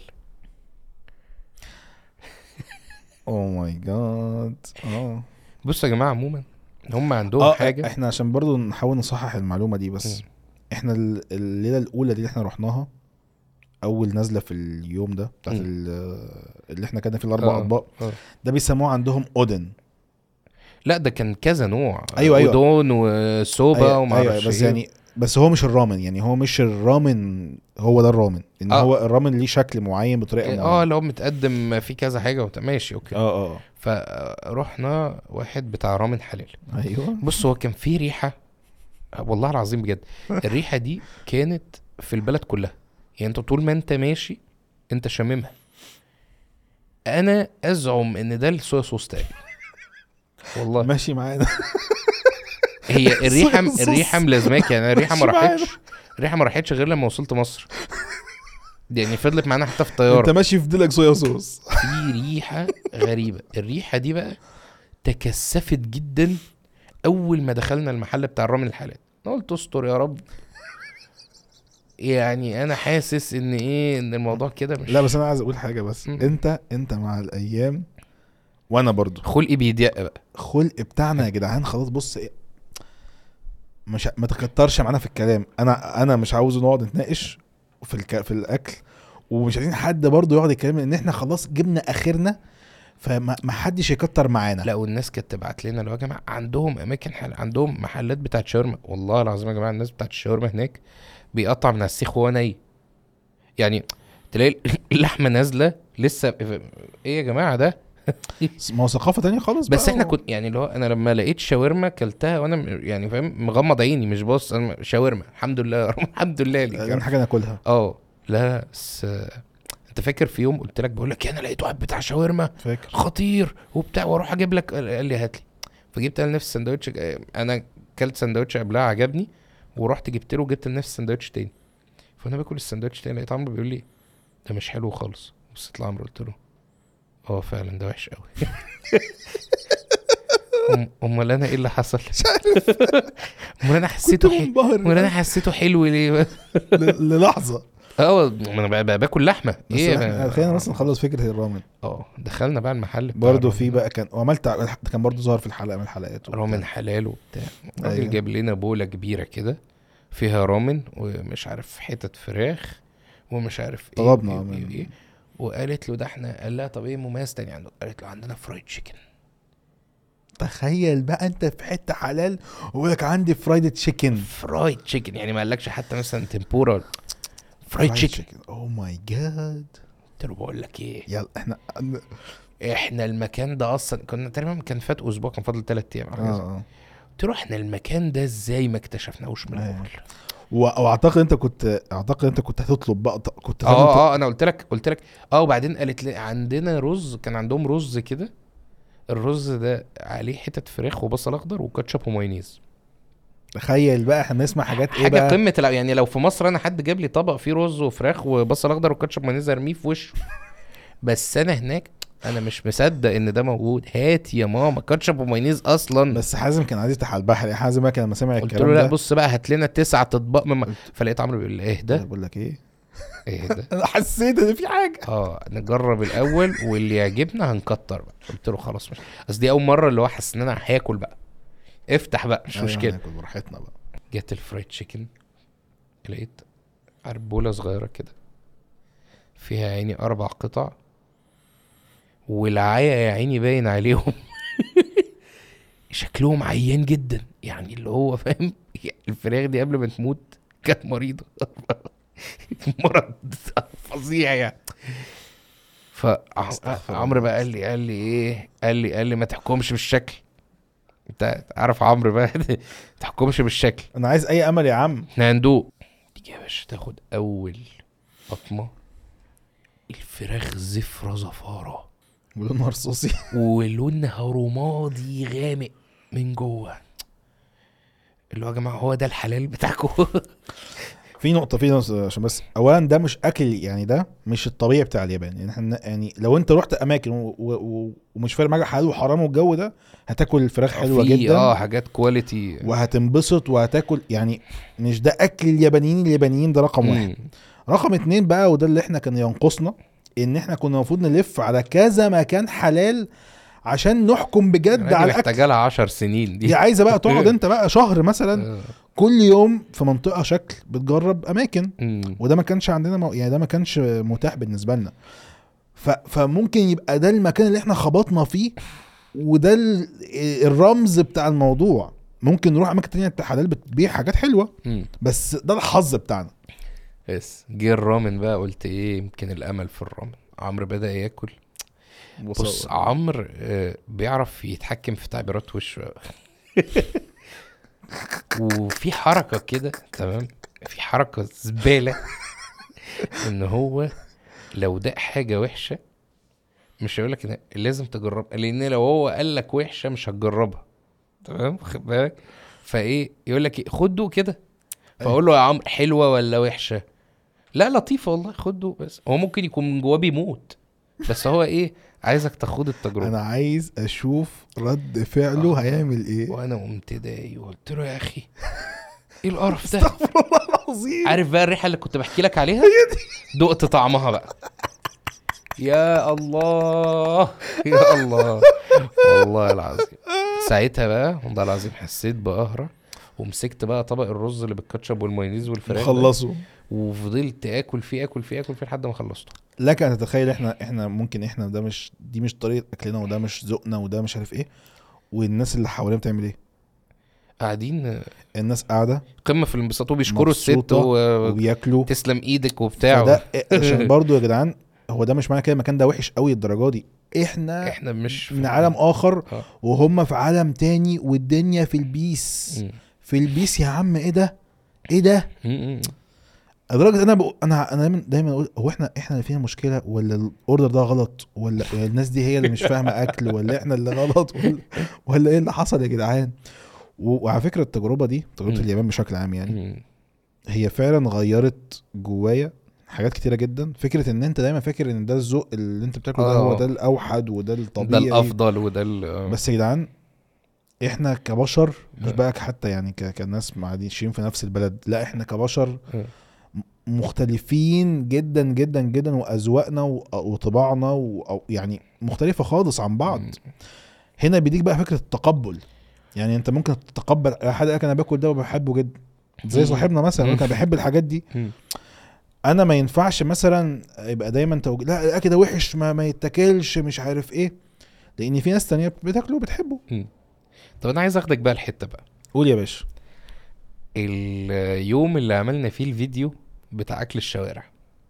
اوه ماي جاد. اه بصوا يا جماعه عموما هم عندهم اه حاجه. احنا عشان برضو نحاول نصحح المعلومه دي بس. مم. احنا ال- الليله الاولى دي اللي احنا رحناها، اول نزله في اليوم ده بتاعت مم. ال- اللي احنا كنا فيه الاربع آه، اطباق، آه. ده بيسموه عندهم اودن. لا ده كان كذا نوع. أيوة، أيوة. ودون وسوبا أيوة وما أيوة اعرفش بس إيه. يعني بس هو مش الرامن، يعني هو مش الرامن هو ده الرامن، ان آه. هو الرامن ليه شكل معين بطريقه معينه. اه لو متقدم في كذا حاجه وت... ماشي اوكي. اه اه فرحنا واحد بتاع رامن حلال. ايوه. بص هو كان في ريحه والله العظيم بجد، الريحه دي كانت في البلد كلها، يعني انت طول ما انت ماشي انت شاممها. انا ازعم ان ده الصويا صوص تاني والله. ماشي معانا. هي الريحه صويا صوص. الريحه ملازماك، يعني الريحه ما ماشي معانا. راحتش، الريحه ما راحتش غير لما وصلت مصر، يعني فضلت معانا حتى في انت الطياره. ماشي في ديلك صويا صوص. في ريحه غريبه، الريحه دي بقى تكثفت جدا اول ما دخلنا المحل بتاع الرامن الحلال. انا قلت استر يا رب، يعني انا حاسس ان ايه ان الموضوع كده مش. لا بس انا عايز اقول حاجه بس. م. انت انت مع الايام وانا برضو خلقي بيضيق بقى. خلق بتاعنا يا جدعان خلاص. بص إيه، مش ما تكترش معانا في الكلام. انا انا مش عاوز نقعد نتناقش في الك... في الاكل، ومش عايزين حد برضو يقعد يتكلم ان احنا خلاص جبنا اخرنا، فما ما حدش يكتر معانا. لا والناس كانت تبعت لنا لو يا جماعه عندهم اماكن حل... عندهم محلات بتاعت شاورما، والله العظيم يا جماعه الناس بتاعت الشاورما هناك بيقطع من السيخ وهو ني، يعني تلاقي اللحمه نازله لسه. ايه يا جماعه ده؟ ما هو ثقافه تانية خالص بس بقى. احنا كنت يعني اللي هو انا لما لقيت شاورما كلتها وانا م- يعني فاهم مغمض عيني مش باص، انا شاورما الحمد لله يا رب، الحمد لله ليك يا يعني رب. حاجه ناكلها. اه لا بس آه، انت فاكر في يوم قلت لك بقول لك انا لقيت واحد بتاع شاورما فاكر. خطير وبتاع واروح اجيب لك، قال قال لي هات لي، فجبت انا نفس السندوتش. انا كلت سندوتش قبلها عجبني ورحت جبت له جبت لنفس السندوتش تاني، فانا باكل السندوتش تاني لقيت عمرو بيقول لي ده مش حلو خالص. بصيت لعمرو قلت له اه فعلا ده وحش قوي. أم- امال انا ايه اللي حصل؟ مش عارف. امال انا حسيته كنت حلو، منبهر امال انا حسيته حلو ليه؟ ل- للحظه. اه ما انا بقى- بقى باكل لحمه بس ايه احنا أنا- خلينا بس نخلص فكره الرامن. اه دخلنا بقى المحل بتاع برضه الرامن في ده. بقى كان وعملت ع- كان برضه ظهر في الحلقه من الحلقات وبتاع. رامن حلال وبتاع، الراجل أيوة. جاب لنا بوله كبيره كده فيها رامن ومش عارف حتت فراخ ومش عارف ايه طلبنا وإيه من- وإيه وإيه. وقالت له ده احنا، قال لها طب ايه مميز تاني عنده؟ قالت له عندنا فرايد تشيكن. تخيل بقى انت في حته حلال ويقول لك عندي فرايد تشيكن. فرايد تشيكن يعني ما قالكش حتى مثلا تمبورا، فرايد تشيكن. اوه ماي جاد. قلت له بقول لك ايه، يلا احنا احنا المكان ده اصلا كنا تقريبا كان فات اسبوع، كان فاضل ثلاث ايام أو حاجة زي كده. اه قلت له احنا المكان ده ازاي ما اكتشفناهوش من أيوة. الاول؟ و- واعتقد انت كنت اعتقد انت كنت هتطلب بقى كنت هتعمل اه ط- اه انا قلت لك قلت لك اه. وبعدين قالت لي عندنا رز، كان عندهم رز كده، الرز ده عليه حتت فراخ وبصل اخضر وكاتشب ومايونيز. تخيل بقى احنا نسمع حاجات ايه حاجه بقى. قمه الع- يعني لو في مصر انا حد جاب لي طبق فيه رز وفراخ وبصل اخضر وكاتشب مايونيز ارميه في وشه، بس انا هناك انا مش مصدق ان ده موجود. هات يا ماما كاتشب ومايونيز اصلا. بس حازم كان عايز يفتح على البحر. يعني حازم كان لما سمع قلت الكلام له لا ده بص بقى هات لنا تسعة اطباق من، فلقيت عمرو بيقول لي ايه ده بقول لك ايه ايه ده انا حسيت ان في حاجه. اه نجرب الاول واللي يعجبنا هنكتر بقى. قلت له خلاص مش، اصل دي اول مره اللي هو حاسس ان انا هاكل بقى، افتح بقى مش أيوة، مشكله. هناكل براحتنا بقى. جت الفرايد تشيكن، لقيت عربوله صغيره كده فيها يا عيني اربع قطع، والعيا يا عيني باين عليهم شكلهم عيان جدا، يعني اللي هو فاهم الفراخ دي قبل ما تموت كانت مريضه مرض فظيع يعني. فعمرو بقى قال لي قال لي ايه قال لي قال لي ما تحكمش بالشكل، انت عارف عمرو بقى ما تحكمش بالشكل، انا عايز اي امل يا عم. احنا هندوق. تيجي يا باشا تاخد اول قطمه، الفراخ زفره زفاره ولونها رصاصي ولونها رمادي غامق من جوه، اللي هو يا جماعه هو ده الحلال بتاعكم؟ في نقطه في نقطة عشان بس اولا ده مش اكل، يعني ده مش الطبيعي بتاع اليابان. يعني احنا يعني لو انت رحت اماكن و... و... ومش فارق معاك حلال وحرام والجو ده، هتاكل الفراخ حلوه في جدا اه حاجات كواليتي وهتنبسط وهتاكل. يعني مش ده اكل اليابانيين. اليابانيين ده رقم واحد. مم. رقم اتنين بقى، وده اللي احنا كان ينقصنا، ان احنا كنا المفروض نلف على كذا مكان حلال عشان نحكم بجد على الاكل. محتاجه لها عشر سنين دي. دي عايزه بقى تقعد انت بقى شهر مثلا آه. كل يوم في منطقه شكل بتجرب اماكن، مم. وده ما كانش عندنا مو... يعني ده ما كانش متاح بالنسبه لنا. ف... فممكن يبقى ده المكان اللي احنا خبطنا فيه، وده ال... الرمز بتاع الموضوع. ممكن نروح اماكن تانية حلال بتبيع حاجات حلوه، مم. بس ده الحظ بتاعنا. بس جه الرامن بقى، قلت ايه يمكن الامل في الرامن. عمرو بدأ ياكل. بص عمرو آه بيعرف يتحكم في تعبيرات وشه. وفي حركة كده تمام، في حركة زبالة ان هو لو ده حاجة وحشة مش هيقولك ان لازم تجربها، لان لو هو قالك وحشة مش هتجربها. تمام خد بالك. فايه يقولك ايه، خده كده. فاقول له يا عمرو حلوة ولا وحشة؟ لا لطيفة والله خده. بس هو ممكن يكون من جواه بيموت، بس هو ايه عايزك تاخد التجربة. انا عايز اشوف رد فعله. آه. هيعمل ايه؟ وانا قمت داي وقلت له يا اخي ايه القرف ده؟ استغفر الله العظيم. عارف بقى الريحة اللي كنت بحكي لك عليها؟ دقت طعمها بقى. يا الله يا الله والله العظيم. ساعتها بقى والله العظيم حسيت بقهرة، ومسكت بقى طبق الرز اللي بالكاتشب والمايونيز والفراخ خلصوا، وفضلت اكل فيه اكل فيه اكل فيه لحد ما خلصته. لك ان تتخيل احنا احنا ممكن احنا ده مش دي مش طريقه اكلنا، وده مش ذوقنا، وده مش عارف ايه، والناس اللي حوالينا بتعمل ايه؟ قاعدين الناس قاعده قمه في الانبساط وبيشكروا الست مبسوطة و... وبياكلوا. تسلم ايدك وبتاع. فده عشان برضو يا جدعان، هو ده مش معنى كده المكان ده وحش قوي الدرجه دي. احنا احنا مش من عالم اخر آه. وهم في عالم تاني، والدنيا في البيس. م. في البيس يا عم. ايه ده ايه ده م- م. لدرجه انا بقول انا انا دايما دايما اقول هو احنا احنا اللي فينا مشكله، ولا الاوردر ده غلط، ولا الناس دي هي اللي مش فاهمه اكل، ولا احنا اللي غلط، ولا, ولا ايه اللي حصل يا جدعان؟ و- وعلى فكره التجربه دي تجربه م. اليابان بشكل عام يعني م. هي فعلا غيرت جوايا حاجات كتيره جدا. فكره ان انت دايما فاكر ان ده الذوق اللي انت بتاكله ده هو آه. ده الاوحد وده ده الطبيعي، الافضل وده ال- آه. بس يا جدعان احنا كبشر مش آه. بقى حتى يعني ك- كناس عايشين في نفس البلد، لا احنا كبشر آه. مختلفين جدا جدا جدا، واذواقنا و- وطباعنا و- أو يعني مختلفه خالص عن بعض. م. هنا بيديك بقى فكره التقبل. يعني انت ممكن تتقبل حد قالك انا باكل ده وبحبه جدا، زي صاحبنا مثلا م. كان بيحب الحاجات دي. م. انا ما ينفعش مثلا يبقى دايما توج... لا الاكل ده وحش ما, ما يتاكلش مش عارف ايه، لان في ناس تانية بتاكله وبتحبه. م. طب انا عايز اخدك بقى الحته بقى. قول يا باشا. اليوم اللي عملنا فيه الفيديو بتاع اكل الشوارع،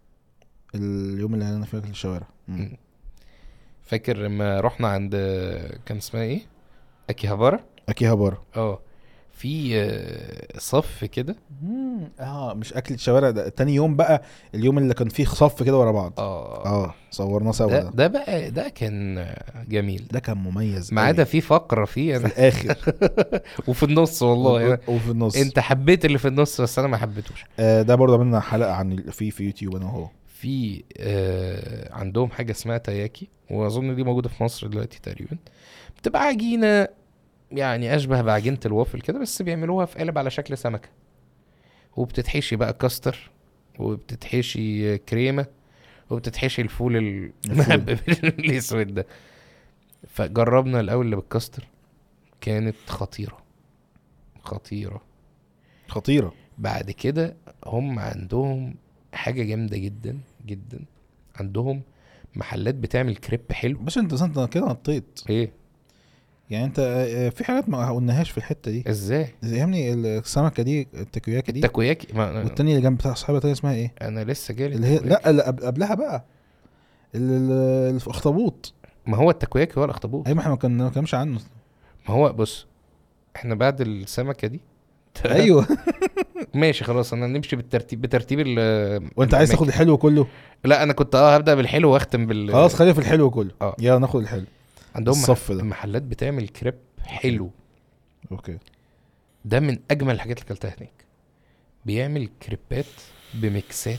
اليوم اللي انا فيه في الشوارع، م. فاكر لما رحنا عند كان اسمها ايه، اكيهابارا؟ اكيهابارا. اه في آه، صف كده. اه مش اكل الشوارع ده تاني يوم بقى، اليوم اللي كان فيه صف كده ورا بعض. اه اه صورنا سوا ده, ده. ده بقى ده كان جميل. ده كان مميز ما قوي. عدا في فقره فيه في انا الاخر وفي النص والله يعني. وفي النص انت حبيت اللي في النص بس انا ما حبيتوش. آه ده برضه عملنا حلقه عن ال- في في يوتيوب انا وهو. في آه عندهم حاجه اسمها تاياكي، واظن دي موجوده في مصر دلوقتي تقريبا. بتبقى عجينه يعني اشبه بعجينه الوافل كده، بس بيعملوها في قالب على شكل سمكه، وبتتحشي بقى كاستر، وبتتحشي كريمه، وبتتحشي الفول المهبب الاسود ده. فجربنا الاول اللي بالكاستر، كانت خطيره خطيره خطيره. بعد كده هم عندهم حاجه جامده جدا جدا، عندهم محلات بتعمل كريب حلو. بس انت انت كده نطيت ايه يعني. انت آه، في حاجات ما قلناهاش في الحته دي. ازاي؟ زي يا ابني السمكه دي التكوياكي دي، التكوياكي ما والتانية اللي جنب بتاع صاحبها تانية اسمها ايه؟ انا لسه جاي اللي هي لا اللي قبل- قبلها بقى اللي اللي في اخطبوط. ما هو التكوياكي هو الاخطبوط. ايوه ما احنا ما كنا- ما كناش عنه. ما هو بص احنا بعد السمكه دي ايوه ماشي خلاص انا نمشي بالترتيب بترتيب ال وانت عايز تاخد الحلو كله. لا انا كنت اه هبدا بالحلو واختم بال خلاص خلينا في الحلو كله. اه يلا ناخد الحلو. عندهم الصف ده. محلات بتعمل كريب حلو. اوكي. ده من اجمل الحاجات اللي اكلتها هناك. بيعمل كريبات بميكسات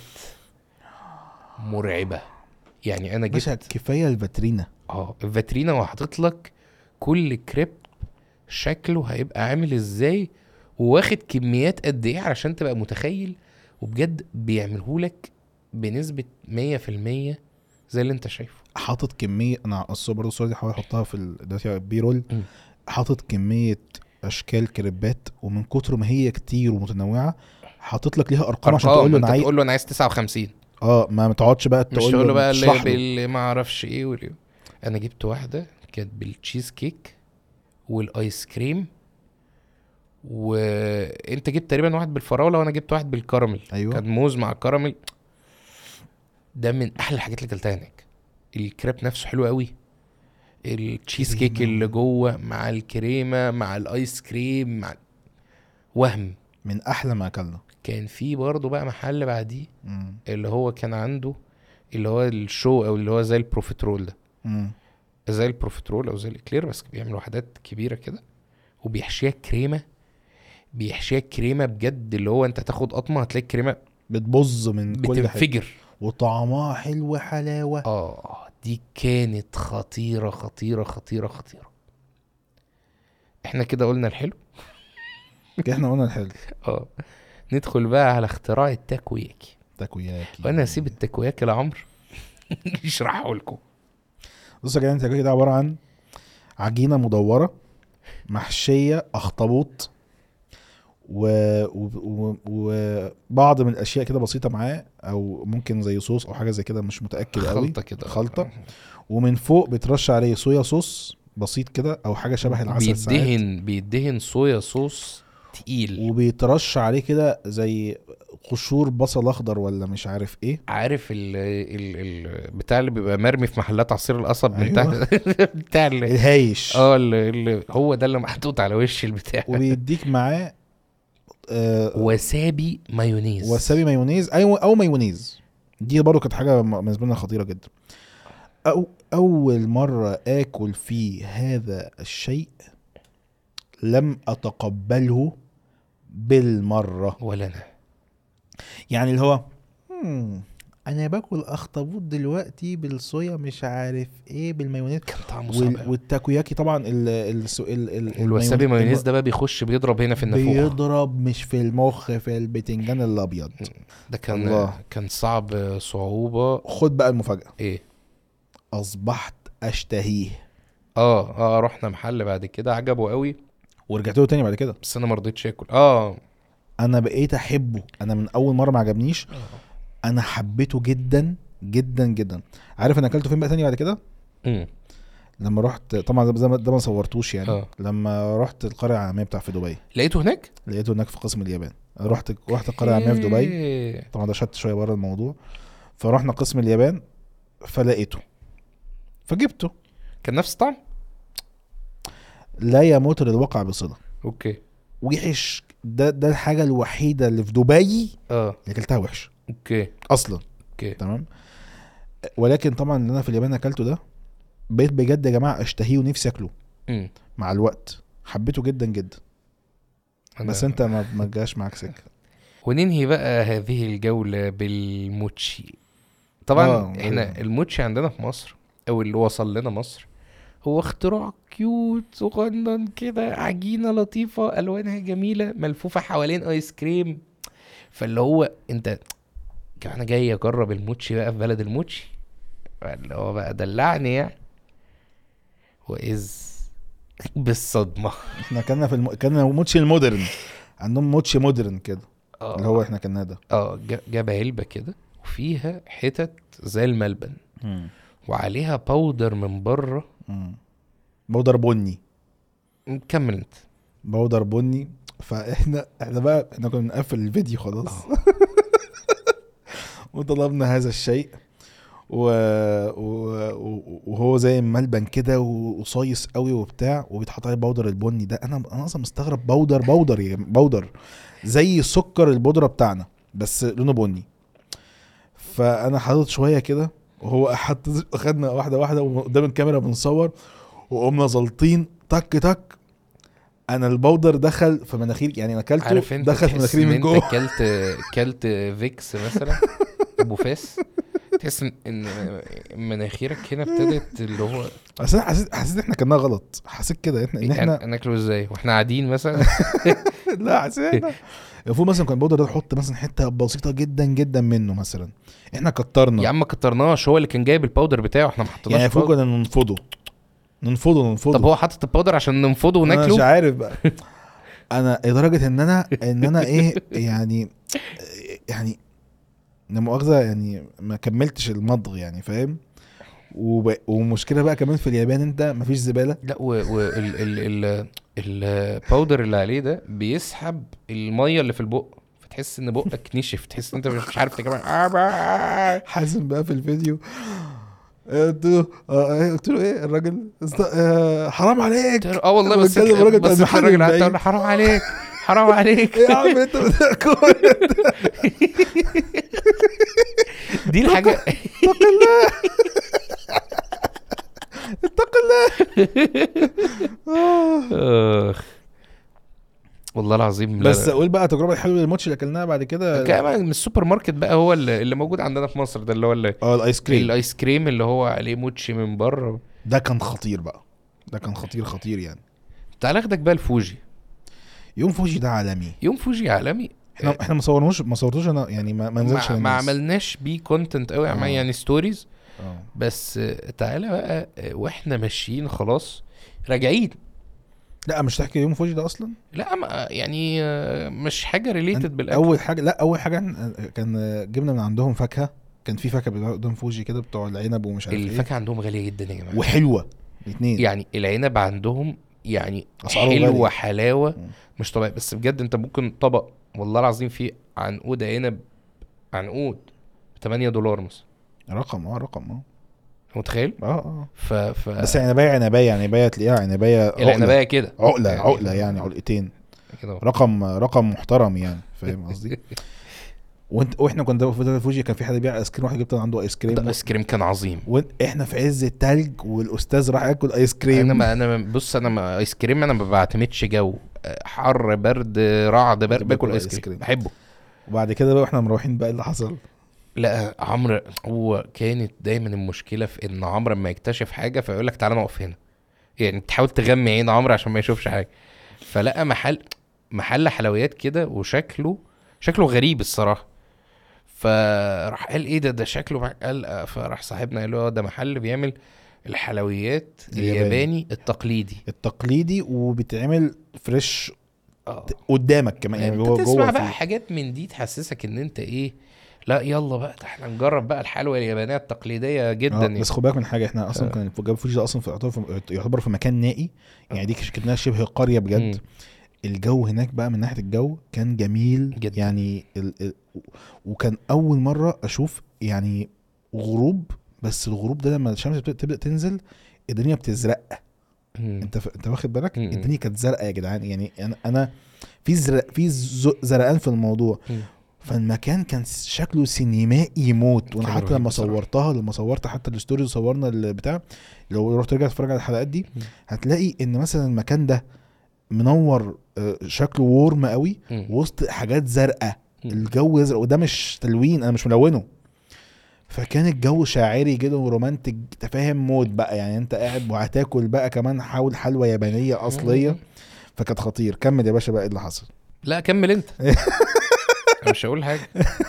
مرعبه. يعني انا باشا جبت كفايه الفاترينا. اه الفاترينا وحاطط لك كل كريب شكله هيبقى عامل ازاي، وواخد كميات قد ايه علشان تبقى متخيل. وبجد بيعملهولك بنسبة مية في المية زي اللي انت شايفه. حاطط كميه، انا الصور برضه الصور دي حاول احطها في ال- دلوقتي بي رول. م. حاطط كميه اشكال كريبات، ومن كتر ما هي كتير ومتنوعه حاطط لك ليها ارقام عشان تقول له انا انت عايز. تقول له انا عايز تسعة وخمسين. اه ما تقعدش بقى مش تقول تقول له بقى اللي, تشرح له. اللي ما اعرفش ايه واللي. انا جبت واحدة كانت بالتشيز كيك والايس كريم وانت جبت تقريبا واحد بالفراوله وانا جبت واحد بالكراميل. أيوة. كان موز مع كراميل. ده من احلى الحاجات اللي اكلتها هناك. الكريب نفسه حلو قوي، التشيز كيك اللي جوه مع الكريمه مع الايس كريم مع وهم. من احلى ما اكلنا. كان في برضه بقى محل بعديه مم. اللي هو كان عنده اللي هو الشو او اللي هو زي البروفيترول ده، مم. زي البروفيترول او زي الاكلير بس بيعمل وحدات كبيره كده وبيحشيها كريمه، بيحشيها كريمه بجد اللي هو انت تاخد قطمه هتلاقي الكريمه بتبظ من كل حاجه بتنفجر وطعمها حلو حلاوه. اه دي كانت خطيره خطيره خطيره خطيره. احنا كده قلنا الحلو. كده احنا قلنا الحلو. اه ندخل بقى على اختراع التاكوياكي. تاكوياكي. وانا هسيب التاكوياكي لعمرو يشرحه لكم. بص يا جدعان، التاكوياكي ده عباره عن عجينه مدوره محشيه اخطبوط وبعض و... و... وبعض من الاشياء كده بسيطه معاه، او ممكن زي صوص او حاجه زي كده، مش متاكد قوي. خلطه كده. خلطه. ومن فوق بترش عليه صويا صوص بسيط كده او حاجه شبه العسل ساعات، بيدهن بيدهن صويا صوص تقيل. وبيترش عليه كده زي قشور بصل اخضر ولا مش عارف ايه. عارف ال ال ال بتاع اللي بيبقى مرمي في محلات عصير القصب من أيوة. تحت بتاع اللي الهايش. اه اللي اللي هو ده اللي محطوط على وش البتاع. وبيديك معاه آه وسابي مايونيز. وسابي مايونيز ايوه او مايونيز. دي برضه كانت حاجه بالنسبه لنا خطيره جدا. أو اول مره اكل فيه هذا الشيء لم اتقبله بالمره. ولا انا. يعني اللي هو مم. انا باكل اخطبوط دلوقتي بالصويا مش عارف ايه بالمايونيز. كان طعمه صعب وال... أوي. والتاكوياكي طبعا ال ال ال ال والوسابي مايونيز الم- ده بقى بيخش بيضرب هنا في النافوخ. بيضرب مش في المخ، في البتنجان الابيض. ده كان الله. كان صعب صعوبة. خد بقى المفاجأة، ايه؟ اصبحت اشتهيه اه اه رحنا محل بعد كده عجبه قوي ورجعت له تاني بعد كده. بس انا مرضيتش اكل. اه انا بقيت احبه. انا من اول مرة ما عجبنيش، انا حبيته جدا جدا جدا. عارف انا اكلته فين بقى تاني بعد كده؟ امم لما رحت طبعا ده ده ما صورتوش يعني. آه. لما رحت القرية العالمية بتاع في دبي، لقيته هناك. لقيته هناك في قسم اليابان. أنا رحت رحت القرية العالمية في دبي، إيه. طبعا ده شت شويه بره الموضوع. فرحنا قسم اليابان فلقيته فجبته. كان نفس الطعم. لا يموت للواقع بصله. اوكي. وحش. ده ده الحاجه الوحيده اللي في دبي اه اللي اكلتها وحش اوكي اصلا. اوكي. تمام. ولكن طبعا اللي انا في اليابان اكلته ده بقيت بجد يا جماعه اشتهيه ونفسي اكله. امم مع الوقت حبيته جدا جدا. بس انت ما ما جاش معاك سكه. وننهي بقى هذه الجولة بالموتشي. طبعا آه، احنا الموتشي عندنا في مصر او اللي وصل لنا مصر هو اختراع كيوت صغنن كده، عجينة لطيفة الوانها جميلة ملفوفة حوالين ايس كريم. فاللي هو انت انا جاي اجرب الموتشي بقى في بلد الموتشي، اللي هو بقى دلعني يعني. واذ بالصدمة. احنا كنا في الم... كنا موتشي المودرن، عندهم موتشي مودرن كده اه اللي هو احنا كنا ده. اه جا- جاب علبة كده وفيها حتت زي الملبن مم. وعليها باودر من بره. مم. بودر بني. كمل انت. بودر بني. فاحنا احنا بقى احنا كنا بنقفل الفيديو خلاص وطلبنا هذا الشيء و... و... وهو زي ملبن كده وصايص قوي وبتاع، وبيتحط عليه بودر البني ده. انا انا اصلا مستغرب، بودر بودر يا جماعة، بودر زي سكر البودره بتاعنا بس لونه بني. فانا حاطط شويه كده وهو حط، خدنا واحده واحده وقدام الكاميرا بنصور وقمنا زلطين تك تك. انا البودر دخل في مناخيري، يعني انا اكلته دخل في مناخيري من جوه. انت اكلت اكلت فيكس مثلا ابو فاس، تحس ان إن مناخيرك هنا ابتدت اللي هو بس انا حسيت حسيت احنا كنا غلط. حسيت كده احنا ان احنا ناكله ازاي واحنا قاعدين مثلا. لا حسيت المفروض مثلا كان البودر ده نحط مثلا حته بسيطه جدا جدا منه مثلا. احنا كترنا يا عم كترناش، هو اللي كان جايب الباودر بتاعه احنا ما حطيناش يعني فوق كنا ننفضه ننفضه ننفضه. طب هو حاطط الباودر عشان ننفضه انا مش وناكله. عارف بقى. انا لدرجه ان انا ان انا ايه يعني يعني لا مؤاخذه يعني ما كملتش المضغ يعني فاهم. وب... ومشكله بقى كمان في اليابان انت مفيش زباله. لا وال ال ال الباودر اللي عليه ده بيسحب الميه اللي في البق، فتحس ان بقك نشف، تحس ان انت مش عارف تكمل. حازم بقى في الفيديو قلت له آه قلت له ايه الراجل آه حرام عليك. اه والله بس بتكلم الراجل بتاع بس المحل الراجل من قعدت بعيد. اقول حرام عليك حرام عليك. ايه يا عم انت بتاكل دي الحاجه. اتق الله اتق الله. اخ والله العظيم. لا بس لا. اقول بقى تجربه حلوه للماتش اللي اكلناها بعد كده كمان من السوبر ماركت بقى، هو اللي, اللي موجود عندنا في مصر ده، اللي هو اللي اه الايس كريم. الايس كريم اللي هو عليه موتشي من بره ده كان خطير بقى، ده كان خطير خطير يعني. تعال اخدك بقى الفوجي. يوم فوجي ده عالمي. يوم فوجي عالمي. احنا احنا ما صورناش ما صورتوش انا يعني ما ما نزلش ما, ما للناس. عملناش بيه كونتنت قوي، آه. يعني ستوريز. اه بس تعالى بقى واحنا ماشيين خلاص راجعين. لا مش تحكي يوم فوجي ده اصلا. لا ما يعني مش حاجه ريليتد بالاكل. اول حاجه لا اول حاجه كان جبنا من عندهم فاكهه، كان في فاكهه قدام فوجي كده بتوع العنب ومش عارف ايه. الفاكهه عندهم غاليه جدا يا جماعه، وحلوه الاثنين. يعني العنب عندهم يعني أسعاره حلوه غالية. حلاوه مم. مش طبيعي. بس بجد انت ممكن طبق والله العظيم فيه عنقود عنب، عنقود ثمانية دولار مثلا. رقم اه رقم اه متخيل؟ اه اه ف... ف... بس عنبايه عنبايه عنبايه تلاقيها عنبايه العنبايه كده عقله يعني عقله يعني عقلتين كده. رقم رقم محترم يعني فاهم قصدي. وانت واحنا كنا في فوجي كان في حد بيبيع ايس كريم، واحد جبت عنده ايس كريم. ايس كريم كان عظيم. واحنا في عز التلج والاستاذ راح ياكل ايس كريم. انا ما انا ما- بص انا ما ايس كريم انا ما بعتمدش جو حر برد رعد برد، باكل ايس كريم بحبه. وبعد كده بقى واحنا مروحين بقى اللي حصل. لا عمرو هو كانت دايما المشكله في ان عمرو لما يكتشف حاجه فيقول لك تعالى نقف هنا، يعني تحاول تغمي عين عمرو عشان ما يشوفش حاجه. فلقى محل محل حلويات كده وشكله شكله غريب الصراحه، فراح قال ايه ده ده شكله مع... قال فراح صاحبنا قال له ده محل بيعمل الحلويات الياباني. الياباني التقليدي التقليدي وبتعمل فريش اه قدامك كمان يعني يعني انت جوه تسمع جوه بقى فيه. حاجات من دي تحسسك ان انت ايه، لا يلا بقى ده احنا نجرب بقى الحلوى اليابانيه التقليديه جدا آه يعني. بس خد بالك من حاجه، احنا اصلا كان جاب فوجي ده اصلا في يعتبر في يعتبر في مكان نائي يعني، دي كنا شبه قريه بجد. مم. الجو هناك بقى من ناحيه الجو كان جميل جدا. يعني ال ال وكان اول مره اشوف يعني غروب، بس الغروب ده لما الشمس تبدا تنزل الدنيا بتزرق. مم. انت ف... انت واخد بالك مم. الدنيا كانت زرقاء يا جدعان يعني انا انا في زرق في ز- زرقان في الموضوع. مم. فالمكان كان شكله سينمائي موت. وانا كان حتى رهيب لما بصراحة. صورتها لما صورت حتى الستوريز وصورنا البتاع، لو رحت رجعت تتفرج على الحلقات دي مم. هتلاقي ان مثلا المكان ده منور آه، شكله وورم قوي مم. وسط حاجات زرقاء. مم. الجو يزرق وده مش تلوين انا مش ملونه. فكان الجو شاعري كده ورومانتك تفاهم موت بقى يعني. انت قاعد وهتاكل بقى كمان حاول حلوى يابانيه اصليه. مم. فكانت خطير. كمل يا باشا بقى ايه اللي حصل. لا كمل انت. أنا مش هقول حاجه.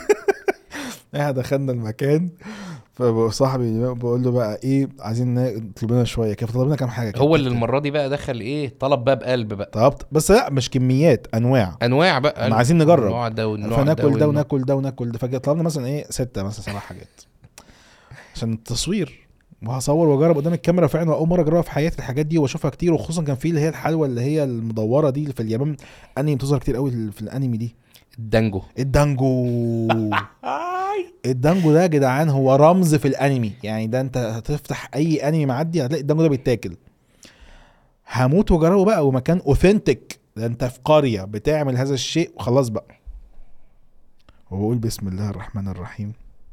احنا دخلنا المكان فصاحبي بقول له بقى ايه عايزين نطلب لنا شويه كيف طلبنا كام حاجه كده. هو اللي المره دي بقى دخل ايه طلب بقى بقلب بقى طلبت بس لا مش كميات انواع انواع بقى ما عايزين نجرب. النوع ده والنوع فناكل ده والنوع. وناكل ده وناكل ده. فطلبنا مثلا ايه ستة مثلا سبع حاجات عشان التصوير وهصور واجرب قدام الكاميرا. فعلا اول مره اجربها في حياتي الحاجات دي واشوفها كتير. وخصوصا كان في اللي هي الحلوى اللي هي المدوره دي اللي في اليابان انمي بتظهر كتير قوي في الانمي دي. الدانجو. الدانجو. الدانجو ده يا جدعان هو رمز في الانمي يعني. ده انت هتفتح اي انمي معدي هتلاقي الدانجو ده بيتاكل. هموت واجربه بقى ومكان اوثنتيك. ده انت في قريه بتعمل هذا الشيء وخلاص بقى. وبقول بسم الله الرحمن الرحيم.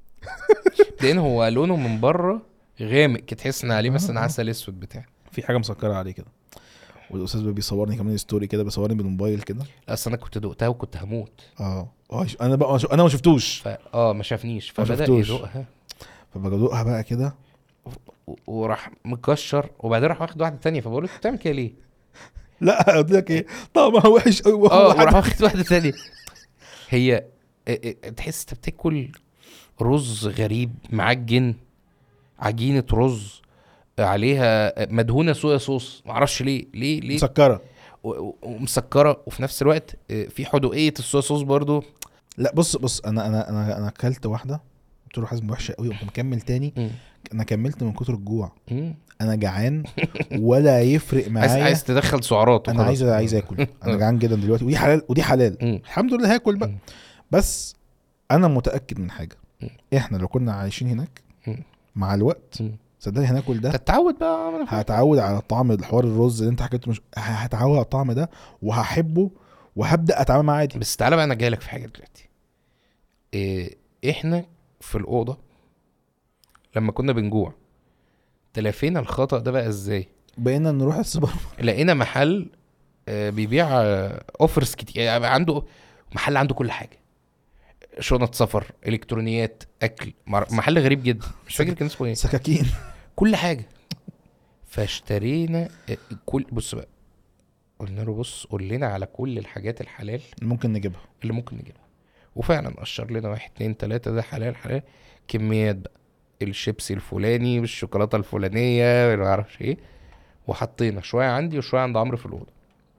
لان هو لونه من بره غامق كده تحس ان عليه مثلا آه. عسل اسود بتاع. في حاجه مسكره عليه كده. والاستاذ بيصورني كمان ستوري كده بيصورني بالموبايل كده. اصل انا كنت دقتها وكنت هموت. اه اه انا بقى انا ما شفتوش ف... اه ما شافنيش ما فبدا شفتوش. يدوقها فبدوقها بقى كده و- وراح مكشر وبعدين راح واخد واحده تانية. فبقول له انت بتعمل كده ليه؟ لا قلت لك ايه طعمها وحش قوي. اه وراح واخد واحده تانية. هي اه، اه، تحس انت بتاكل رز غريب معجن، عجينه رز عليها مدهونه صويا صوص معرفش ليه ليه ليه مسكره. و- و- ومسكره وفي نفس الوقت اه، في حدوقيه الصويا صوص برضو. لا بص بص انا انا انا انا اكلت واحده قلت له حازم وحشه قوي وقمت مكمل تاني. انا كملت من كتر الجوع، مم. انا جعان ولا يفرق عايز معايا. عايز تدخل سعرات انا وخلاص. عايز عايز اكل، انا جعان جدا دلوقتي، ودي حلال ودي حلال، مم. الحمد لله هاكل بقى. مم. بس انا متاكد من حاجه، مم. احنا لو كنا عايشين هناك مم. مع الوقت مم. صدقني هناكل ده، تتعود بقى. هتعود على طعم الحوار الرز اللي انت حكيته، مش هتعود على الطعم ده وهحبه وهبدا اتعامل معاه عادي. بس تعالى بقى، انا جايلك في حاجه دلوقتي. إيه، احنا في الاوضه لما كنا بنجوع تلافينا الخطأ ده بقى ازاي؟ بقينا نروح السوبر لقينا محل آه، بيبيع اوفرز كتير، يعني عنده محل عنده كل حاجه، شنط سفر، الكترونيات، اكل، مر- محل غريب جدا مش فاكر كان اسمه ايه، سكاكين. كل حاجه. فاشترينا آه، كل، بص بقى، قلنا له بص قول لنا على كل الحاجات الحلال ممكن نجيبها. اللي ممكن نجيبها. وفعلا قشر لنا واحد اتنين تلاتة، ده حلال حلال، كميات بقى، الشيبسي الفلاني بالشوكولاتة الفلانية ما اعرفش ايه، وحطينا شوية عندي وشوية عند عمرو في الأوضة.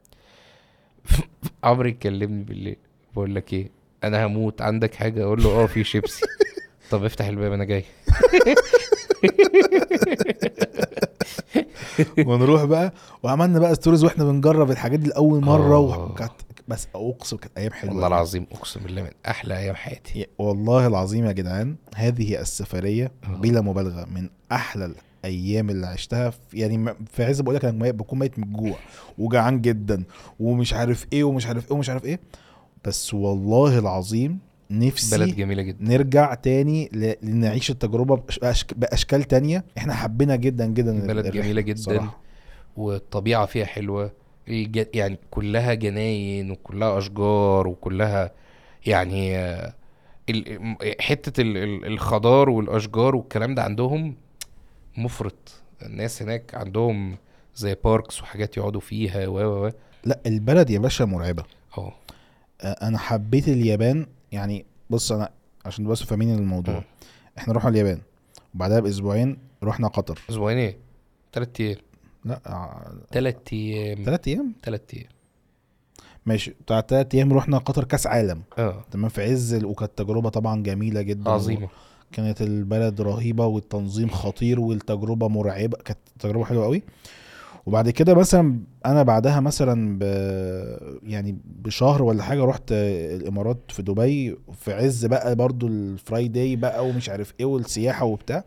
عمرو يكلمني بالليل، بقول لك ايه، انا هموت، عندك حاجة؟ اقول له اه في شيبسي. طب افتح الباب انا جاي. ونروح بقى وعملنا بقى ستوريز واحنا بنجرب الحاجات دي لاول مره، آه. وكانت بس اقسم كانت ايام حلوه والله أوي. العظيم اقسم بالله من احلى ايام حياتي. يا- والله العظيم يا جدعان، هذه السفريه آه. بلا مبالغه من احلى الايام اللي عشتها في، يعني م- في عز بقول لك انا بكون ميت من الجوع وجعان جدا ومش عارف ايه ومش عارف ايه ومش عارف ايه، بس والله العظيم نفسي بلد جميلة جدا. نرجع تاني ل- لنعيش التجربه بأش- بأشك- باشكال تانية. احنا حبينا جدا جدا بلد الرحلة جميلة جدا صراحة. والطبيعة فيها حلوة، الج- يعني كلها جناين وكلها أشجار وكلها يعني آه، ال- م- حتة ال- ال- الخضار والأشجار والكلام ده عندهم مفرط. الناس هناك عندهم زي باركس وحاجات يقعدوا فيها و و و لا البلد يا باشا مرعبة. اه. آه، انا حبيت اليابان. يعني بص انا عشان بس فاهمين الموضوع، مم. احنا رحنا اليابان وبعدها باسبوعين رحنا قطر. أسبوعين ايه؟ تلات أيام. لا آه، تلات أيام. تلات ايام تلات أيام. ماشي. بتاع تلات ايام رحنا قطر كاس عالم اه تمام في عز ال- وكانت تجربة طبعا جميلة جدا. عظيمة. كانت البلد رهيبة والتنظيم خطير والتجربة مرعبة، كانت تجربة حلوة قوي. وبعد كده مثلا انا بعدها مثلا ب يعني بشهر ولا حاجه رحت الامارات في دبي في عز بقى برضو الفرايداي بقى ومش عارف ايه والسياحه وبتاع.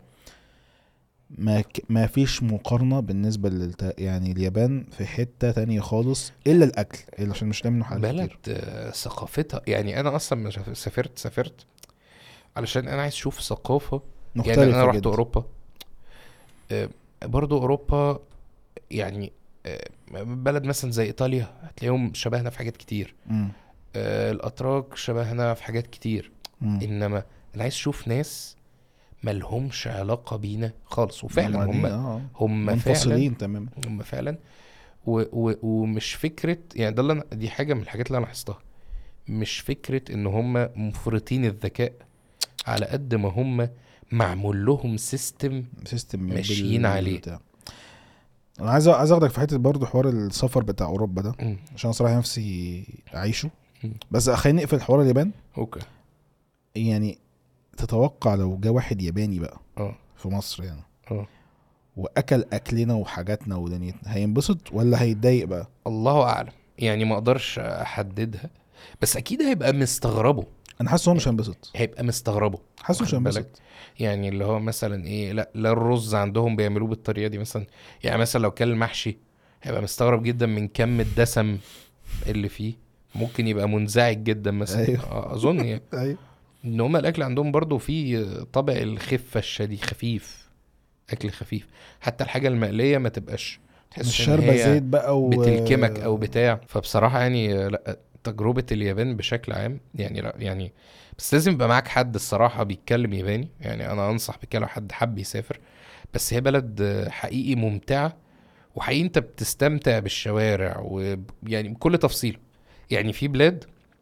ما ك... ما فيش مقارنه بالنسبه للت... يعني اليابان في حته تانية خالص الا الاكل، الا عشان مش منه حاجات بلد كتير. آه، ثقافتها، يعني انا اصلا مش عارف- سافرت سافرت علشان انا عايز اشوف ثقافة. يعني انا مختلفه رحت جدا. اوروبا، آه، برضو اوروبا يعني آه، بلد مثلا زي ايطاليا هتلاقيهم شبهنا في حاجات كتير، مم. آه، الاتراك شبهنا في حاجات كتير، مم. انما انا عايز اشوف ناس ملهمش علاقة بينا خالص، وفعلا هما دي- هم اه هم فعلا منفصلين تماما. هم فعلا و و ومش فكرة، يعني ده اللي أنا، دي حاجة من الحاجات اللي انا لاحظتها، مش فكرة ان هم مفرطين الذكاء على قد ما هم معمول لهم سيستم سيستم ماشيين عليه. بتاع. انا عايز عايز اخدك في حته برضو حوار السفر بتاع اوروبا ده، مم. عشان صراحه نفسي اعيشه. مم. بس خلينا نقفل حوار اليابان. اوكي. يعني تتوقع لو جه واحد ياباني بقى اه في مصر يعني اه واكل اكلنا وحاجاتنا ودنيتنا، هينبسط ولا هيتضايق بقى؟ الله اعلم، يعني ما اقدرش احددها، بس اكيد هيبقى مستغربه. انا حاسس هو مش هينبسط. هيبقى مستغربه، حاسس مش واخد بالك؟ هينبسط. يعني اللي هو مثلا ايه، لا لا الرز عندهم بيعملوه بالطريقه دي مثلا، يعني مثلا لو كان المحشي هيبقى مستغرب جدا من كم الدسم اللي فيه، ممكن يبقى منزعج جدا مثلا. أيوه. آه، اظن يعني ايوه ان هم الاكل عندهم برضو فيه طبع الخفه الشديد، خفيف، اكل خفيف، حتى الحاجه المقليه ما تبقاش مش تحس ان شاربه هي زيت بقى و بتلكمك او بتاع. فبصراحه يعني لا، تجربه اليابان بشكل عام يعني لا يعني، بس لازم يبقى معاك حد الصراحه بيتكلم ياباني، يعني انا انصح بكده لو حد حب يسافر. بس هي بلد حقيقي ممتعه، وحقيقي انت بتستمتع بالشوارع ويعني بكل تفصيل. يعني في بلاد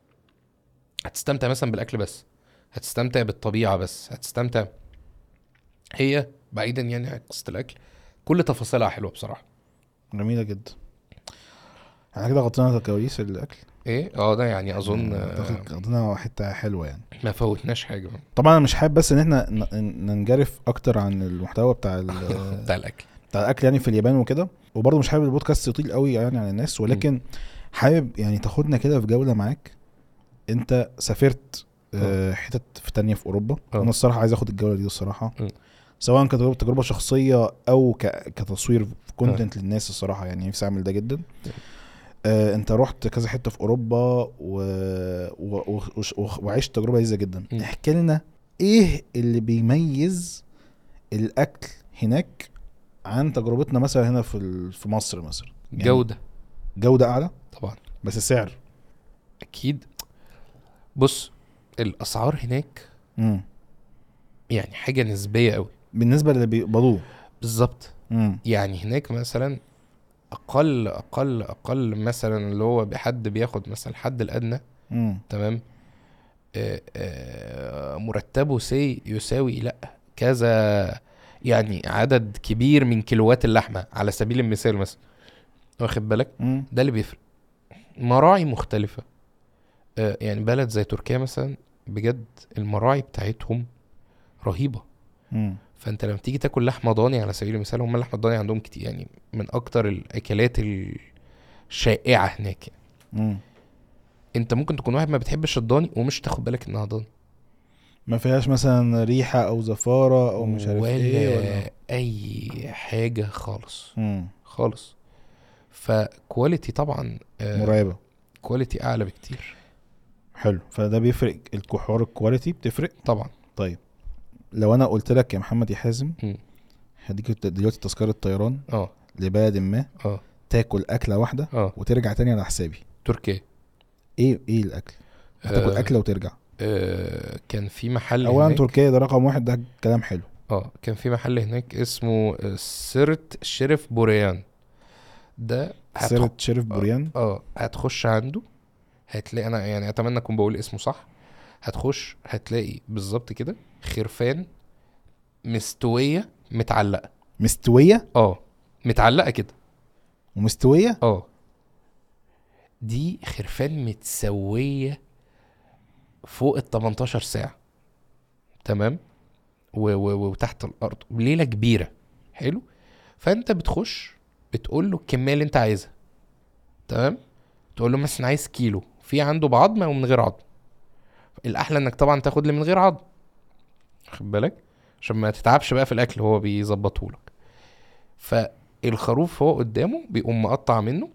هتستمتع مثلا بالاكل بس، هتستمتع بالطبيعه بس، هتستمتع، هي بعيدا يعني عن قصه الاكل كل تفاصيلها حلوه بصراحه. جميله جدا. احنا كده غطينا كواليس الاكل. ايه اه ده يعني اظن اعتقد قضينا حته حلوه يعني، ما فوتناش حاجه طبعا انا مش حابب بس ان احنا ن- ننجرف اكتر عن المحتوى بتاع ال- بتاع الاكل. بتاع الاكل يعني في اليابان وكده، وبرضه مش حابب البودكاست يطيل قوي يعني عن الناس، ولكن حابب يعني تاخدنا كده في جوله معاك. انت سافرت آه، حتت في تانية في اوروبا، أه. وانا الصراحه عايز اخد الجوله دي الصراحه، م. سواء كانت تجربه تجربه شخصيه او ك- كتصوير كونتنت للناس الصراحه، يعني نفسي اعمل ده جدا. آه، انت رحت كذا حته في اوروبا و... و... و... و... وعشت تجربه لذيذه جدا. م. احكي لنا ايه اللي بيميز الاكل هناك عن تجربتنا مثلا هنا في ال- في مصر مثلا؟ يعني جوده جوده اعلى طبعا بس السعر. اكيد. بص الاسعار هناك امم يعني حاجه نسبيه قوي بالنسبه للي بيقبضوه. بالظبط. امم يعني هناك مثلا اقل اقل اقل مثلا اللي هو بحد بياخد مثلا الحد الادنى امم تمام، آه، آه، مرتبه سي يساوي لا كذا، يعني عدد كبير من كيلوات اللحمه على سبيل المثال مثلا، واخد بالك؟ امم ده اللي بيفرق. مراعي مختلفه، آه، يعني بلد زي تركيا مثلا بجد المراعي بتاعتهم رهيبه. امم فانت لما تيجي تاكل لحمه ضاني على سبيل المثال، هم اللحمه الضاني عندهم كتير يعني من اكتر الاكلات الشائعه هناك يعني. امم انت ممكن تكون واحد ما بتحبش الضاني ومش تاخد بالك انها ضاني، ما فيهاش مثلا ريحه او زفاره او مش عارف ولا ايه ولا اي حاجه خالص امم خالص. فكواليتي طبعا آه مرعبه. كواليتي اعلى بكتير حلو، فده بيفرق الكحور، الكواليتي بتفرق طبعا. طيب لو انا قلت لك يا محمد يا حازم مم. هديك دلوقتي تذكره طيران اه لبلد ما، اه تاكل اكله واحده اه وترجع تاني على حسابي، تركيا. ايه ايه الاكل؟ هتاكل آه اكله وترجع. آه كان في محل اولا هناك، تركيا ده رقم واحد، ده كلام حلو. اه كان في محل هناك اسمه آه، سيرت شريف بوريان. ده هتخ... سيرة شريف اه بوريان. آه، هتخش عنده هتلاقي، انا يعني اتمنى اكون بقول اسمه صح، هتخش هتلاقي بالظبط كده خرفان مستوية متعلقة. مستويه اه متعلقة كده. ومستويه. اه دي خرفان متسوية فوق ال تمنتاشر ساعة تمام، و و وتحت الارض ليلة كبيرة. حلو. فانت بتخش بتقول له الكمية اللي انت عايزها تمام، تقول له مثلا عايز كيلو في عنده بعظم او من غير عظم. الاحلى انك طبعا تاخد اللي من غير عظم، خد بالك عشان ما تتعبش بقى في الاكل، هو بيظبطه لك. فالخروف هو قدامه بيقوم مقطع منه،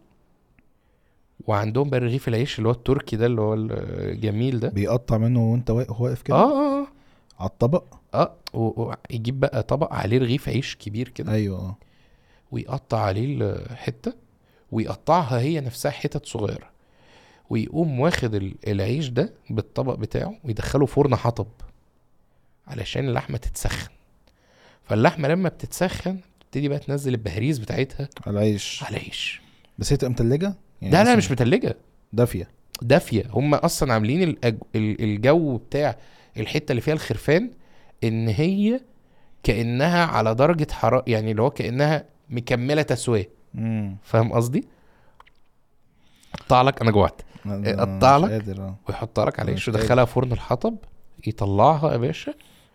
وعندهم بقى رغيف العيش اللي هو التركي ده اللي هو الجميل ده. بيقطع منه وانت واقف واقف اه كده اه على الطبق. اه ويجيب بقى طبق عليه رغيف عيش كبير كده، ايوه اه ويقطع عليه الحته، ويقطعها هي نفسها حتت صغيره، ويقوم واخد ال- العيش ده بالطبق بتاعه ويدخله فرن حطب علشان اللحمه تتسخن. فاللحمه لما بتتسخن تبتدي بقى تنزل البهريز بتاعتها على العيش. على العيش. بس هي تبقى متلجه يعني؟ لا لا مثلاً مش متلجه، دافيه. دافيه. هم اصلا عاملين الأج... ال- الجو بتاع الحته اللي فيها الخرفان ان هي كانها على درجه حراره، يعني اللي هو كانها مكمله تسويه. امم فاهم قصدي؟ قطع لك، انا جوعت، قطع مش لك قادر اه ويحط لك على انا العيش مش ويدخلها قادر. فرن الحطب، يطلعها يا باشا،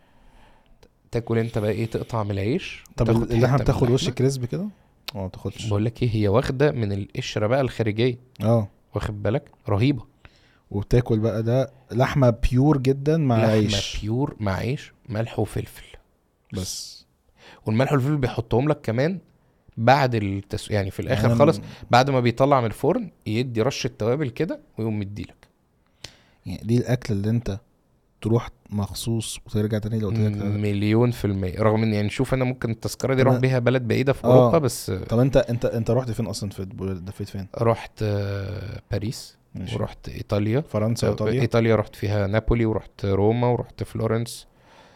تاكل انت بقى ايه، تقطع من العيش طب وتاخد اللحمه حته من بتاخد وش اللحمه. كريسب كده ولا ما بتاخدش؟ بقول لك ايه، هي واخده من القشره بقى الخارجيه، اه واخد بالك، رهيبه. وبتاكل بقى ده لحمه بيور جدا مع لحمه عيش بيور مع عيش، ملح وفلفل بس. والملح والفلفل بيحطهم لك كمان بعد التس... يعني في يعني الاخر انا خالص، م- بعد ما بيطلع من الفرن يدي رشه توابل كده ويقوم مديلك. يعني دي الاكل اللي انت تروح مخصوص وترجع تاني لو قلت لك هذا؟ مليون في المية. رغم ان يعني شوف انا ممكن التذكرة دي طب اروح أنا- بيها بلد بعيدة في اوروبا اه بس. طب انت انت انت رحت فين اصلا؟ في دفيت فين؟ رحت آه، باريس، ماشي. ورحت ايطاليا. فرنسا آه، وايطاليا. ايطاليا رحت فيها نابولي، ورحت روما، ورحت فلورنس،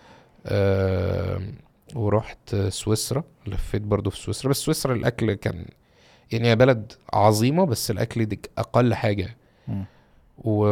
آه، ورحت سويسرا، لفيت برضو في سويسرا. بس سويسرا الاكل كان يعني هي بلد عظيمة بس الاكل دي اقل حاجة. مم. و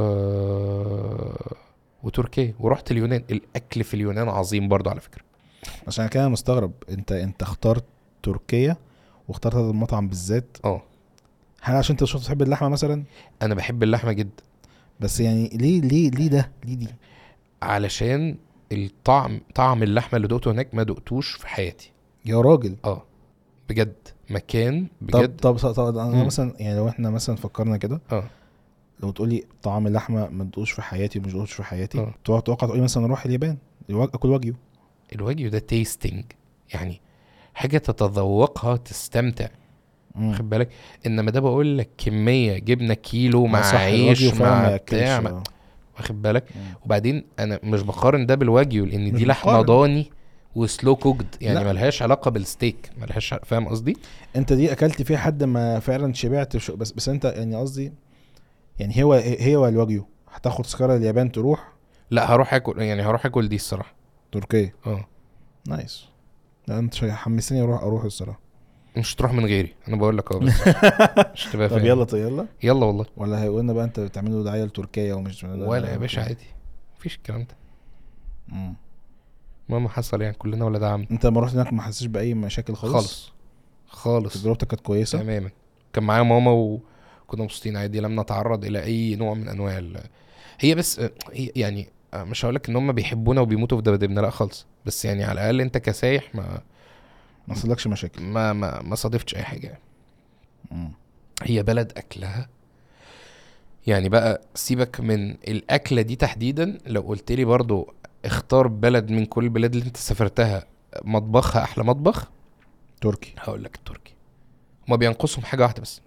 وتركيا، ورحت اليونان. الاكل في اليونان عظيم برضو على فكرة. عشان كده مستغرب انت انت اخترت تركيا واخترت هذا المطعم بالذات. اه هل عشان انت شخص بتحب اللحمه مثلا؟ انا بحب اللحمه جدا، بس يعني ليه ليه ليه ده ليه دي؟ علشان الطعم، طعم اللحمه اللي دقته هناك ما دقتوش في حياتي. يا راجل. اه بجد، مكان طب بجد. طب طب, طب انا مم. مثلا يعني لو احنا مثلا فكرنا كده، اه لو تقولي طعم اللحمه ما تدوقش في حياتي ومش دقتوش في حياتي، اه توقع تقولي مثلا اروح اليابان الوج- اكل واجيو. الواجيو ده تيستنج، يعني حاجه تتذوقها تستمتع، مم. واخد بالك. انما ده بقول لك كميه جبنه كيلو اه مع صح، الواجيو عيش فعلا مع ما بتاع ياكلش. مع... اه. واخد بالك. مم. وبعدين انا مش بقارن ده بالواجيو، لان مش دي لحمه بقارن. ضاني وسلو كوكد، يعني لا ملهاش علاقه بالستيك، ملهاش ع- فاهم قصدي. انت دي اكلت فيها حد ما فعلا شبعت شو، بس بس انت يعني قصدي يعني هو هي الواجيو هتاخد تذكره اليابان تروح لا هروح اكل، يعني هروح اكل دي الصراحه. تركيا. اه نايس. لا انت شي- حمسني اروح اروح الصراحه. مش تروح من غيري، انا بقول لك اهو بس مش تبقى طب فاهم. يلا طب يلا. يلا والله. ولا هيقولنا بقى انت بتعملوا دعايه لتركيا ومش ولا يا باشا عادي، مفيش الكلام ده، مم. مهما حصل يعني كلنا ولاد عم. انت لما رحت هناك ما حسيتش باي مشاكل خالص؟ خالص خالص. تجربتك كانت كويسه؟ تماما. كان معايا ماما وكنا مبسوطين عادي، لم نتعرض الى اي نوع من انواع ال... هي بس آه، هي يعني آه، مش هقولك ان هم بيحبونا وبيموتوا في دبادبنا، لا خالص، بس يعني على الاقل انت كسايح ما ما حصلكش مشاكل؟ ما ما, ما صادفتش اي حاجه. مم. هي بلد اكلها، يعني بقى سيبك من الاكله دي تحديدا، لو قلت لي برضو اختار بلد من كل البلاد اللي انت سافرتها مطبخها احلى مطبخ، تركي. هقول لك التركي. هما بينقصهم حاجه واحده بس،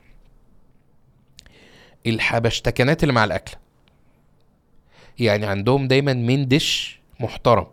الحبشتكنات اللي مع الاكل. يعني عندهم دايما مين ديش محترم،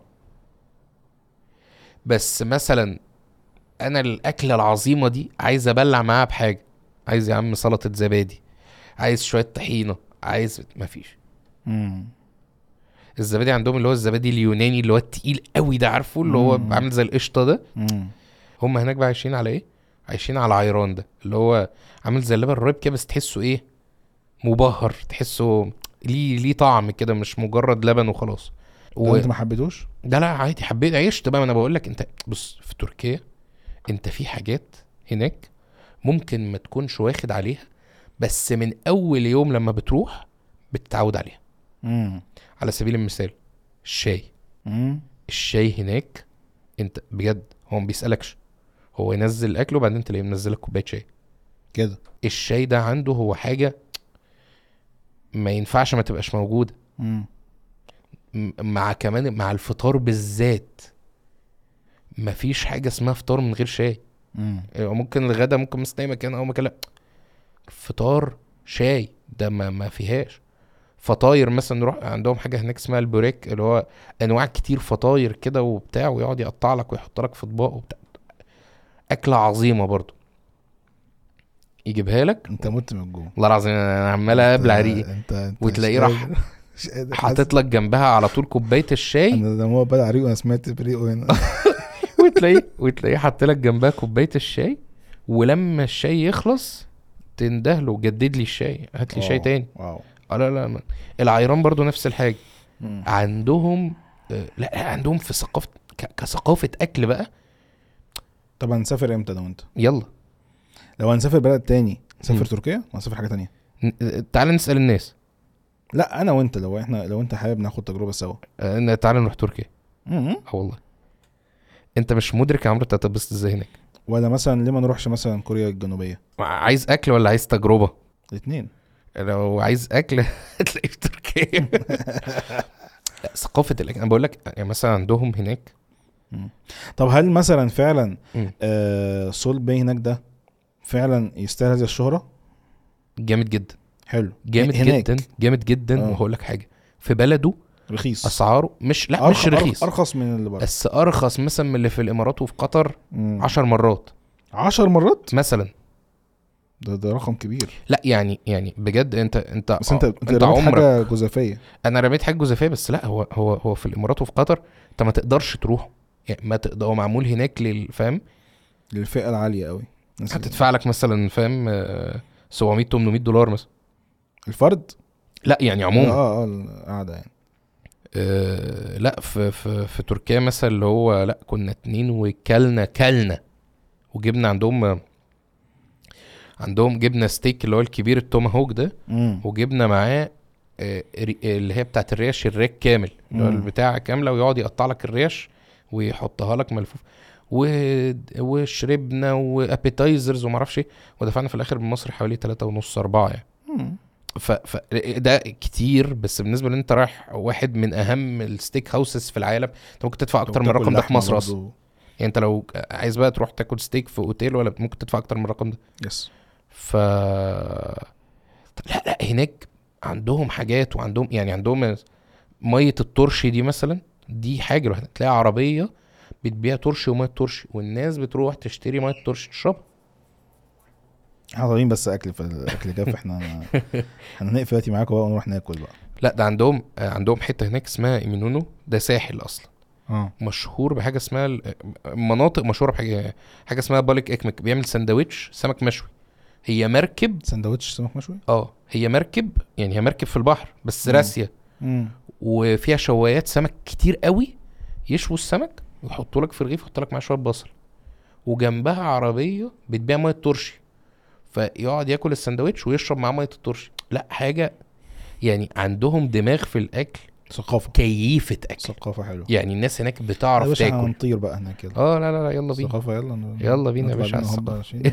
بس مثلا انا الاكله العظيمه دي عايز ابلع معاها بحاجه، عايز يا عم سلطه زبادي، عايز شويه طحينه، عايز مفيش. امم. الزبادي عندهم اللي هو الزبادي اليوناني اللي هو التقيل قوي ده، عارفه اللي هو مم. عامل زي القشطه ده. امم. هم هناك بقى عايشين على ايه؟ عايشين على عيران ده، اللي هو عامل زي اللبن الرايب كده، بس تحسه ايه، مبهر، تحسه ليه ليه طعم كده، مش مجرد لبن وخلاص. ده و... انت ما حبيتوش؟ ده لا عادي، حبيت عيشت بقى. ما انا بقول لك انت بص، في تركيا انت في حاجات هناك ممكن ما تكونش واخد عليها، بس من اول يوم لما بتروح بتتعود عليها. امم. على سبيل المثال الشاي. امم. الشاي هناك انت بجد هو ما بيسألكش، هو ينزل الاكل وبعدين تلاقيه منزلك كوبايه شاي كده. الشاي ده عنده هو حاجه ما ينفعش ما تبقاش موجوده. امم. م- مع كمان مع الفطار بالذات، مفيش حاجه اسمها فطار من غير شاي. امم. يعني ممكن الغدا ممكن مثلا اي مكان او مكان، لا فطار شاي ده ما ما فيهاش. فطاير مثلا نروح عندهم حاجه هناك اسمها البوريك، اللي هو انواع كتير فطاير كده وبتاع، ويقعد يقطع لك ويحط لك في اطباق وبتاع، اكله عظيمه برضو يجيبها لك. انت مت من الجوع. والله العظيم انا عمال انت ابلع ريقي، انت انت مش وتلاقيه راح قادر. مش قادر حاسس. حاطط لك جنبها على طول كوبايه الشاي، انا ده هو بلع ريقه، انا سمعت بريقه هنا. وتلاقيه وتلاقيه حاط لك جنبها كوبايه الشاي، ولما الشاي يخلص تندهله جدد لي الشاي، هات لي شاي واو. تاني. واو. اه لا لا ما. العيران برضو نفس الحاجه مم. عندهم. آه، لا عندهم في ثقافه ك- كثقافه اكل بقى. طب هنسافر امتى انا وانت؟ يلا لو هنسافر بلد تاني نسافر مم. تركيا ولا نسافر حاجه تانية؟ ن- تعال نسال الناس. لا انا وانت، لو احنا لو انت حابب ناخد تجربه سوا. آه، تعال نروح تركيا. مم. اه والله انت مش مدرك يا عمرو انت هتتبسط ازاي هناك. ولا مثلا ليه ما نروحش مثلا كوريا الجنوبيه؟ عايز اكل ولا عايز تجربه؟ الاثنين. لو عايز اكل هتلاقيه في تركيا. لا، ثقافه الاكل انا بقول لك، يعني مثلا عندهم هناك. طب هل مثلا فعلا مم. آه سول باي هناك ده فعلا يستاهل هذه الشهره؟ جامد جدا، حلو. جامد هناك جدا جامد جدا. آه. وهقول لك حاجه، في بلده رخيص. اسعاره مش لا أرخ... مش رخيص، ارخص من اللي بره. بس ارخص مثلا من اللي في الامارات وفي قطر مم. عشر مرات عشر مرات مثلا. ده ده رقم كبير. لا يعني يعني بجد انت انت بس انت انت, انت رميت عمرك حاجه جزافيه. انا رميت حاجه جوزيفيه، بس لا هو هو هو في الامارات وفي قطر انت ما تقدرش تروح، يعني ما تقدر، هو معمول هناك للفهم. للفئه العاليه قوي. هتدفع لك مثلا فاهم آه، سبعمية تمنمية دولار مثلا الفرد. لا يعني اه عموما. اه القعده يعني. آه لا في في في تركيا مثلا اللي هو لا كنا اتنين وكلنا كلنا وجبنا عندهم عندهم جبنه ستيك اللي هو الكبير التوماهوك ده، مم. وجبنه معاه آه، ري- اللي هي بتاعت الريش الريك كامل اللي هو مم. البتاع كامله، ويقعد يقطع لك الريش ويحطها لك ملفوف و... وشربنا وابيتايزرز وما اعرفش ايه، ودفعنا في الاخر بالمصري حوالي ثلاثة ونص أربعة يعني. مم. ف... ف ده كتير، بس بالنسبه لان انت رايح واحد من اهم الستيك هاوسز في العالم، انت ممكن تدفع اكتر من الرقم ده في مصر اصلا. يعني انت لو عايز بقى تروح تاكل ستيك في اوتيل ولا ممكن تدفع اكتر من الرقم ده. يس. ف لا لا هناك عندهم حاجات، وعندهم يعني عندهم ميه الترشي دي مثلا، دي حاجه لوحدها. تلاقي عربيه بتبيع ترشي وميه ترشي، والناس بتروح تشتري ميه ترشي تشربها. احنا طالعين بس اكل في الاكل كده، فاحنا هنقفل دلوقتي معاكم بقى ونروح ناكل بقى. لا ده عندهم عندهم حته هناك اسمها ايمينونو، ده ساحل اصلا اه مشهور بحاجه اسمها ال- مناطق مشهوره بحاجه حاجه اسمها بالك اكمك، بيعمل سندوتش سمك مشوي. هي مركب، سندوتش سمك مشوي. اه هي مركب، يعني هي مركب في البحر بس مم. راسيه، امم وفيها شوايات سمك كتير قوي، يشووا السمك ويحطوا لك في رغيف ويحط لك معاه شويه بصل، وجنبها عربيه بتبيع ميه ترشي، فيقعد ياكل السندوتش ويشرب معاه ميه الترشي. لا حاجه يعني عندهم دماغ في الاكل، ثقافه كيفه اكل ثقافه حلوه يعني. الناس هناك يا بتعرف باشا. احنا تاكل. هنطير بقى هناك كده. اه لا لا لا يلا بينا، ثقافه يلا ن- يلا بينا يا نطلع باشا على بينا هوبا الثقافة. عشان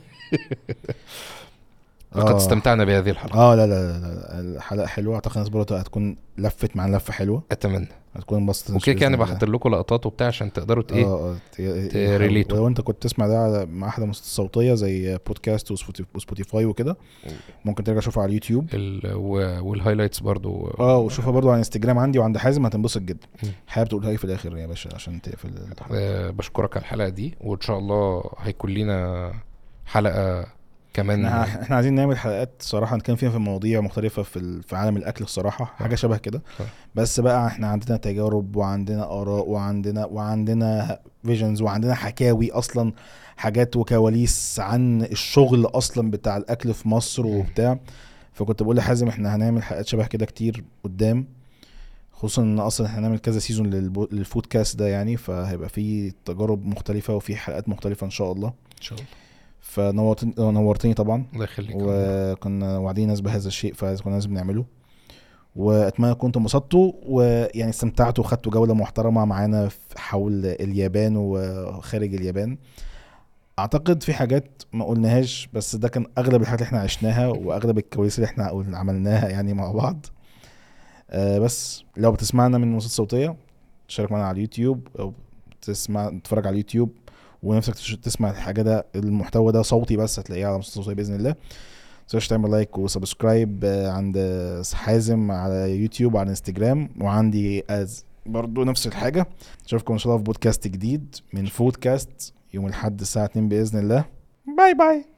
لقد اه استمتعنا بهذه الحلقه. اه لا لا لا, لا. الحلقه حلوه، اعتقد الناس برضه هتكون لفت معانا لفه حلوه، اتمنى. هتكون انبسطت وكده كده بإذن نبقى الله. حاطين لكم لقطات وبتاع عشان تقدروا ت- ايه اه اه ت- ي- تريليتوا. ولو انت كنت تسمع ده على- مع احد المنصات الصوتيه زي بودكاست وسبوتي- وسبوتيفاي وكده، ممكن ترجع شوفها على اليوتيوب. ال... و... والهايلايتس برضو. اه وشوفها برضو على انستجرام عندي وعند حازم، هتنبسط جدا. مم. حابب تقولها ايه في الاخر يا باشا عشان تقفل الحلقة؟ آه، بشكرك على الحلقه دي، وان شاء الله هيكون لنا حلقه كمان. احنا احنا عايزين نعمل حلقات صراحه نتكلم فيها في مواضيع مختلفه في ال- في عالم الاكل الصراحه، حاجه شبه كده. آه. بس بقى احنا عندنا تجارب وعندنا اراء وعندنا وعندنا فيجنز وعندنا حكاوي اصلا، حاجات وكواليس عن الشغل اصلا بتاع الاكل في مصر وبتاع. فكنت بقول لحازم احنا هنعمل حلقات شبه كده كتير قدام، خصوصا ان اصلا احنا هنعمل كذا سيزون للبو- للفودكاست ده يعني، فهيبقى فيه تجارب مختلفه وفي حلقات مختلفه ان شاء الله. ان شاء الله. فنورتني نورتني طبعا، الله يخليك. وكنا واعدين الناس بهذا الشيء فكنا لازم نعمله. واتمنى كنتم انبسطتوا ويعني استمتعتوا وخدتوا جوله محترمه معانا في حول اليابان وخارج اليابان. اعتقد في حاجات ما قلناهاش، بس ده كان اغلب الحاجات اللي احنا عشناها واغلب الكواليس اللي احنا قلنا- عملناها يعني مع بعض. آه بس لو بتسمعنا من منصات صوتيه تشارك معنا على اليوتيوب، او تسمع تتفرج على اليوتيوب ونفسك تش- تسمع الحاجه ده المحتوى ده صوتي بس، هتلاقيه على منصات صوتيه باذن الله. متنساش تعمل لايك وسبسكرايب آه، عند حازم على يوتيوب وعلى انستجرام، وعندي از برضو نفس الحاجه. اشوفكم ان شاء الله في بودكاست جديد من فودكاست يوم الاحد الساعه اتنين باذن الله. باي باي.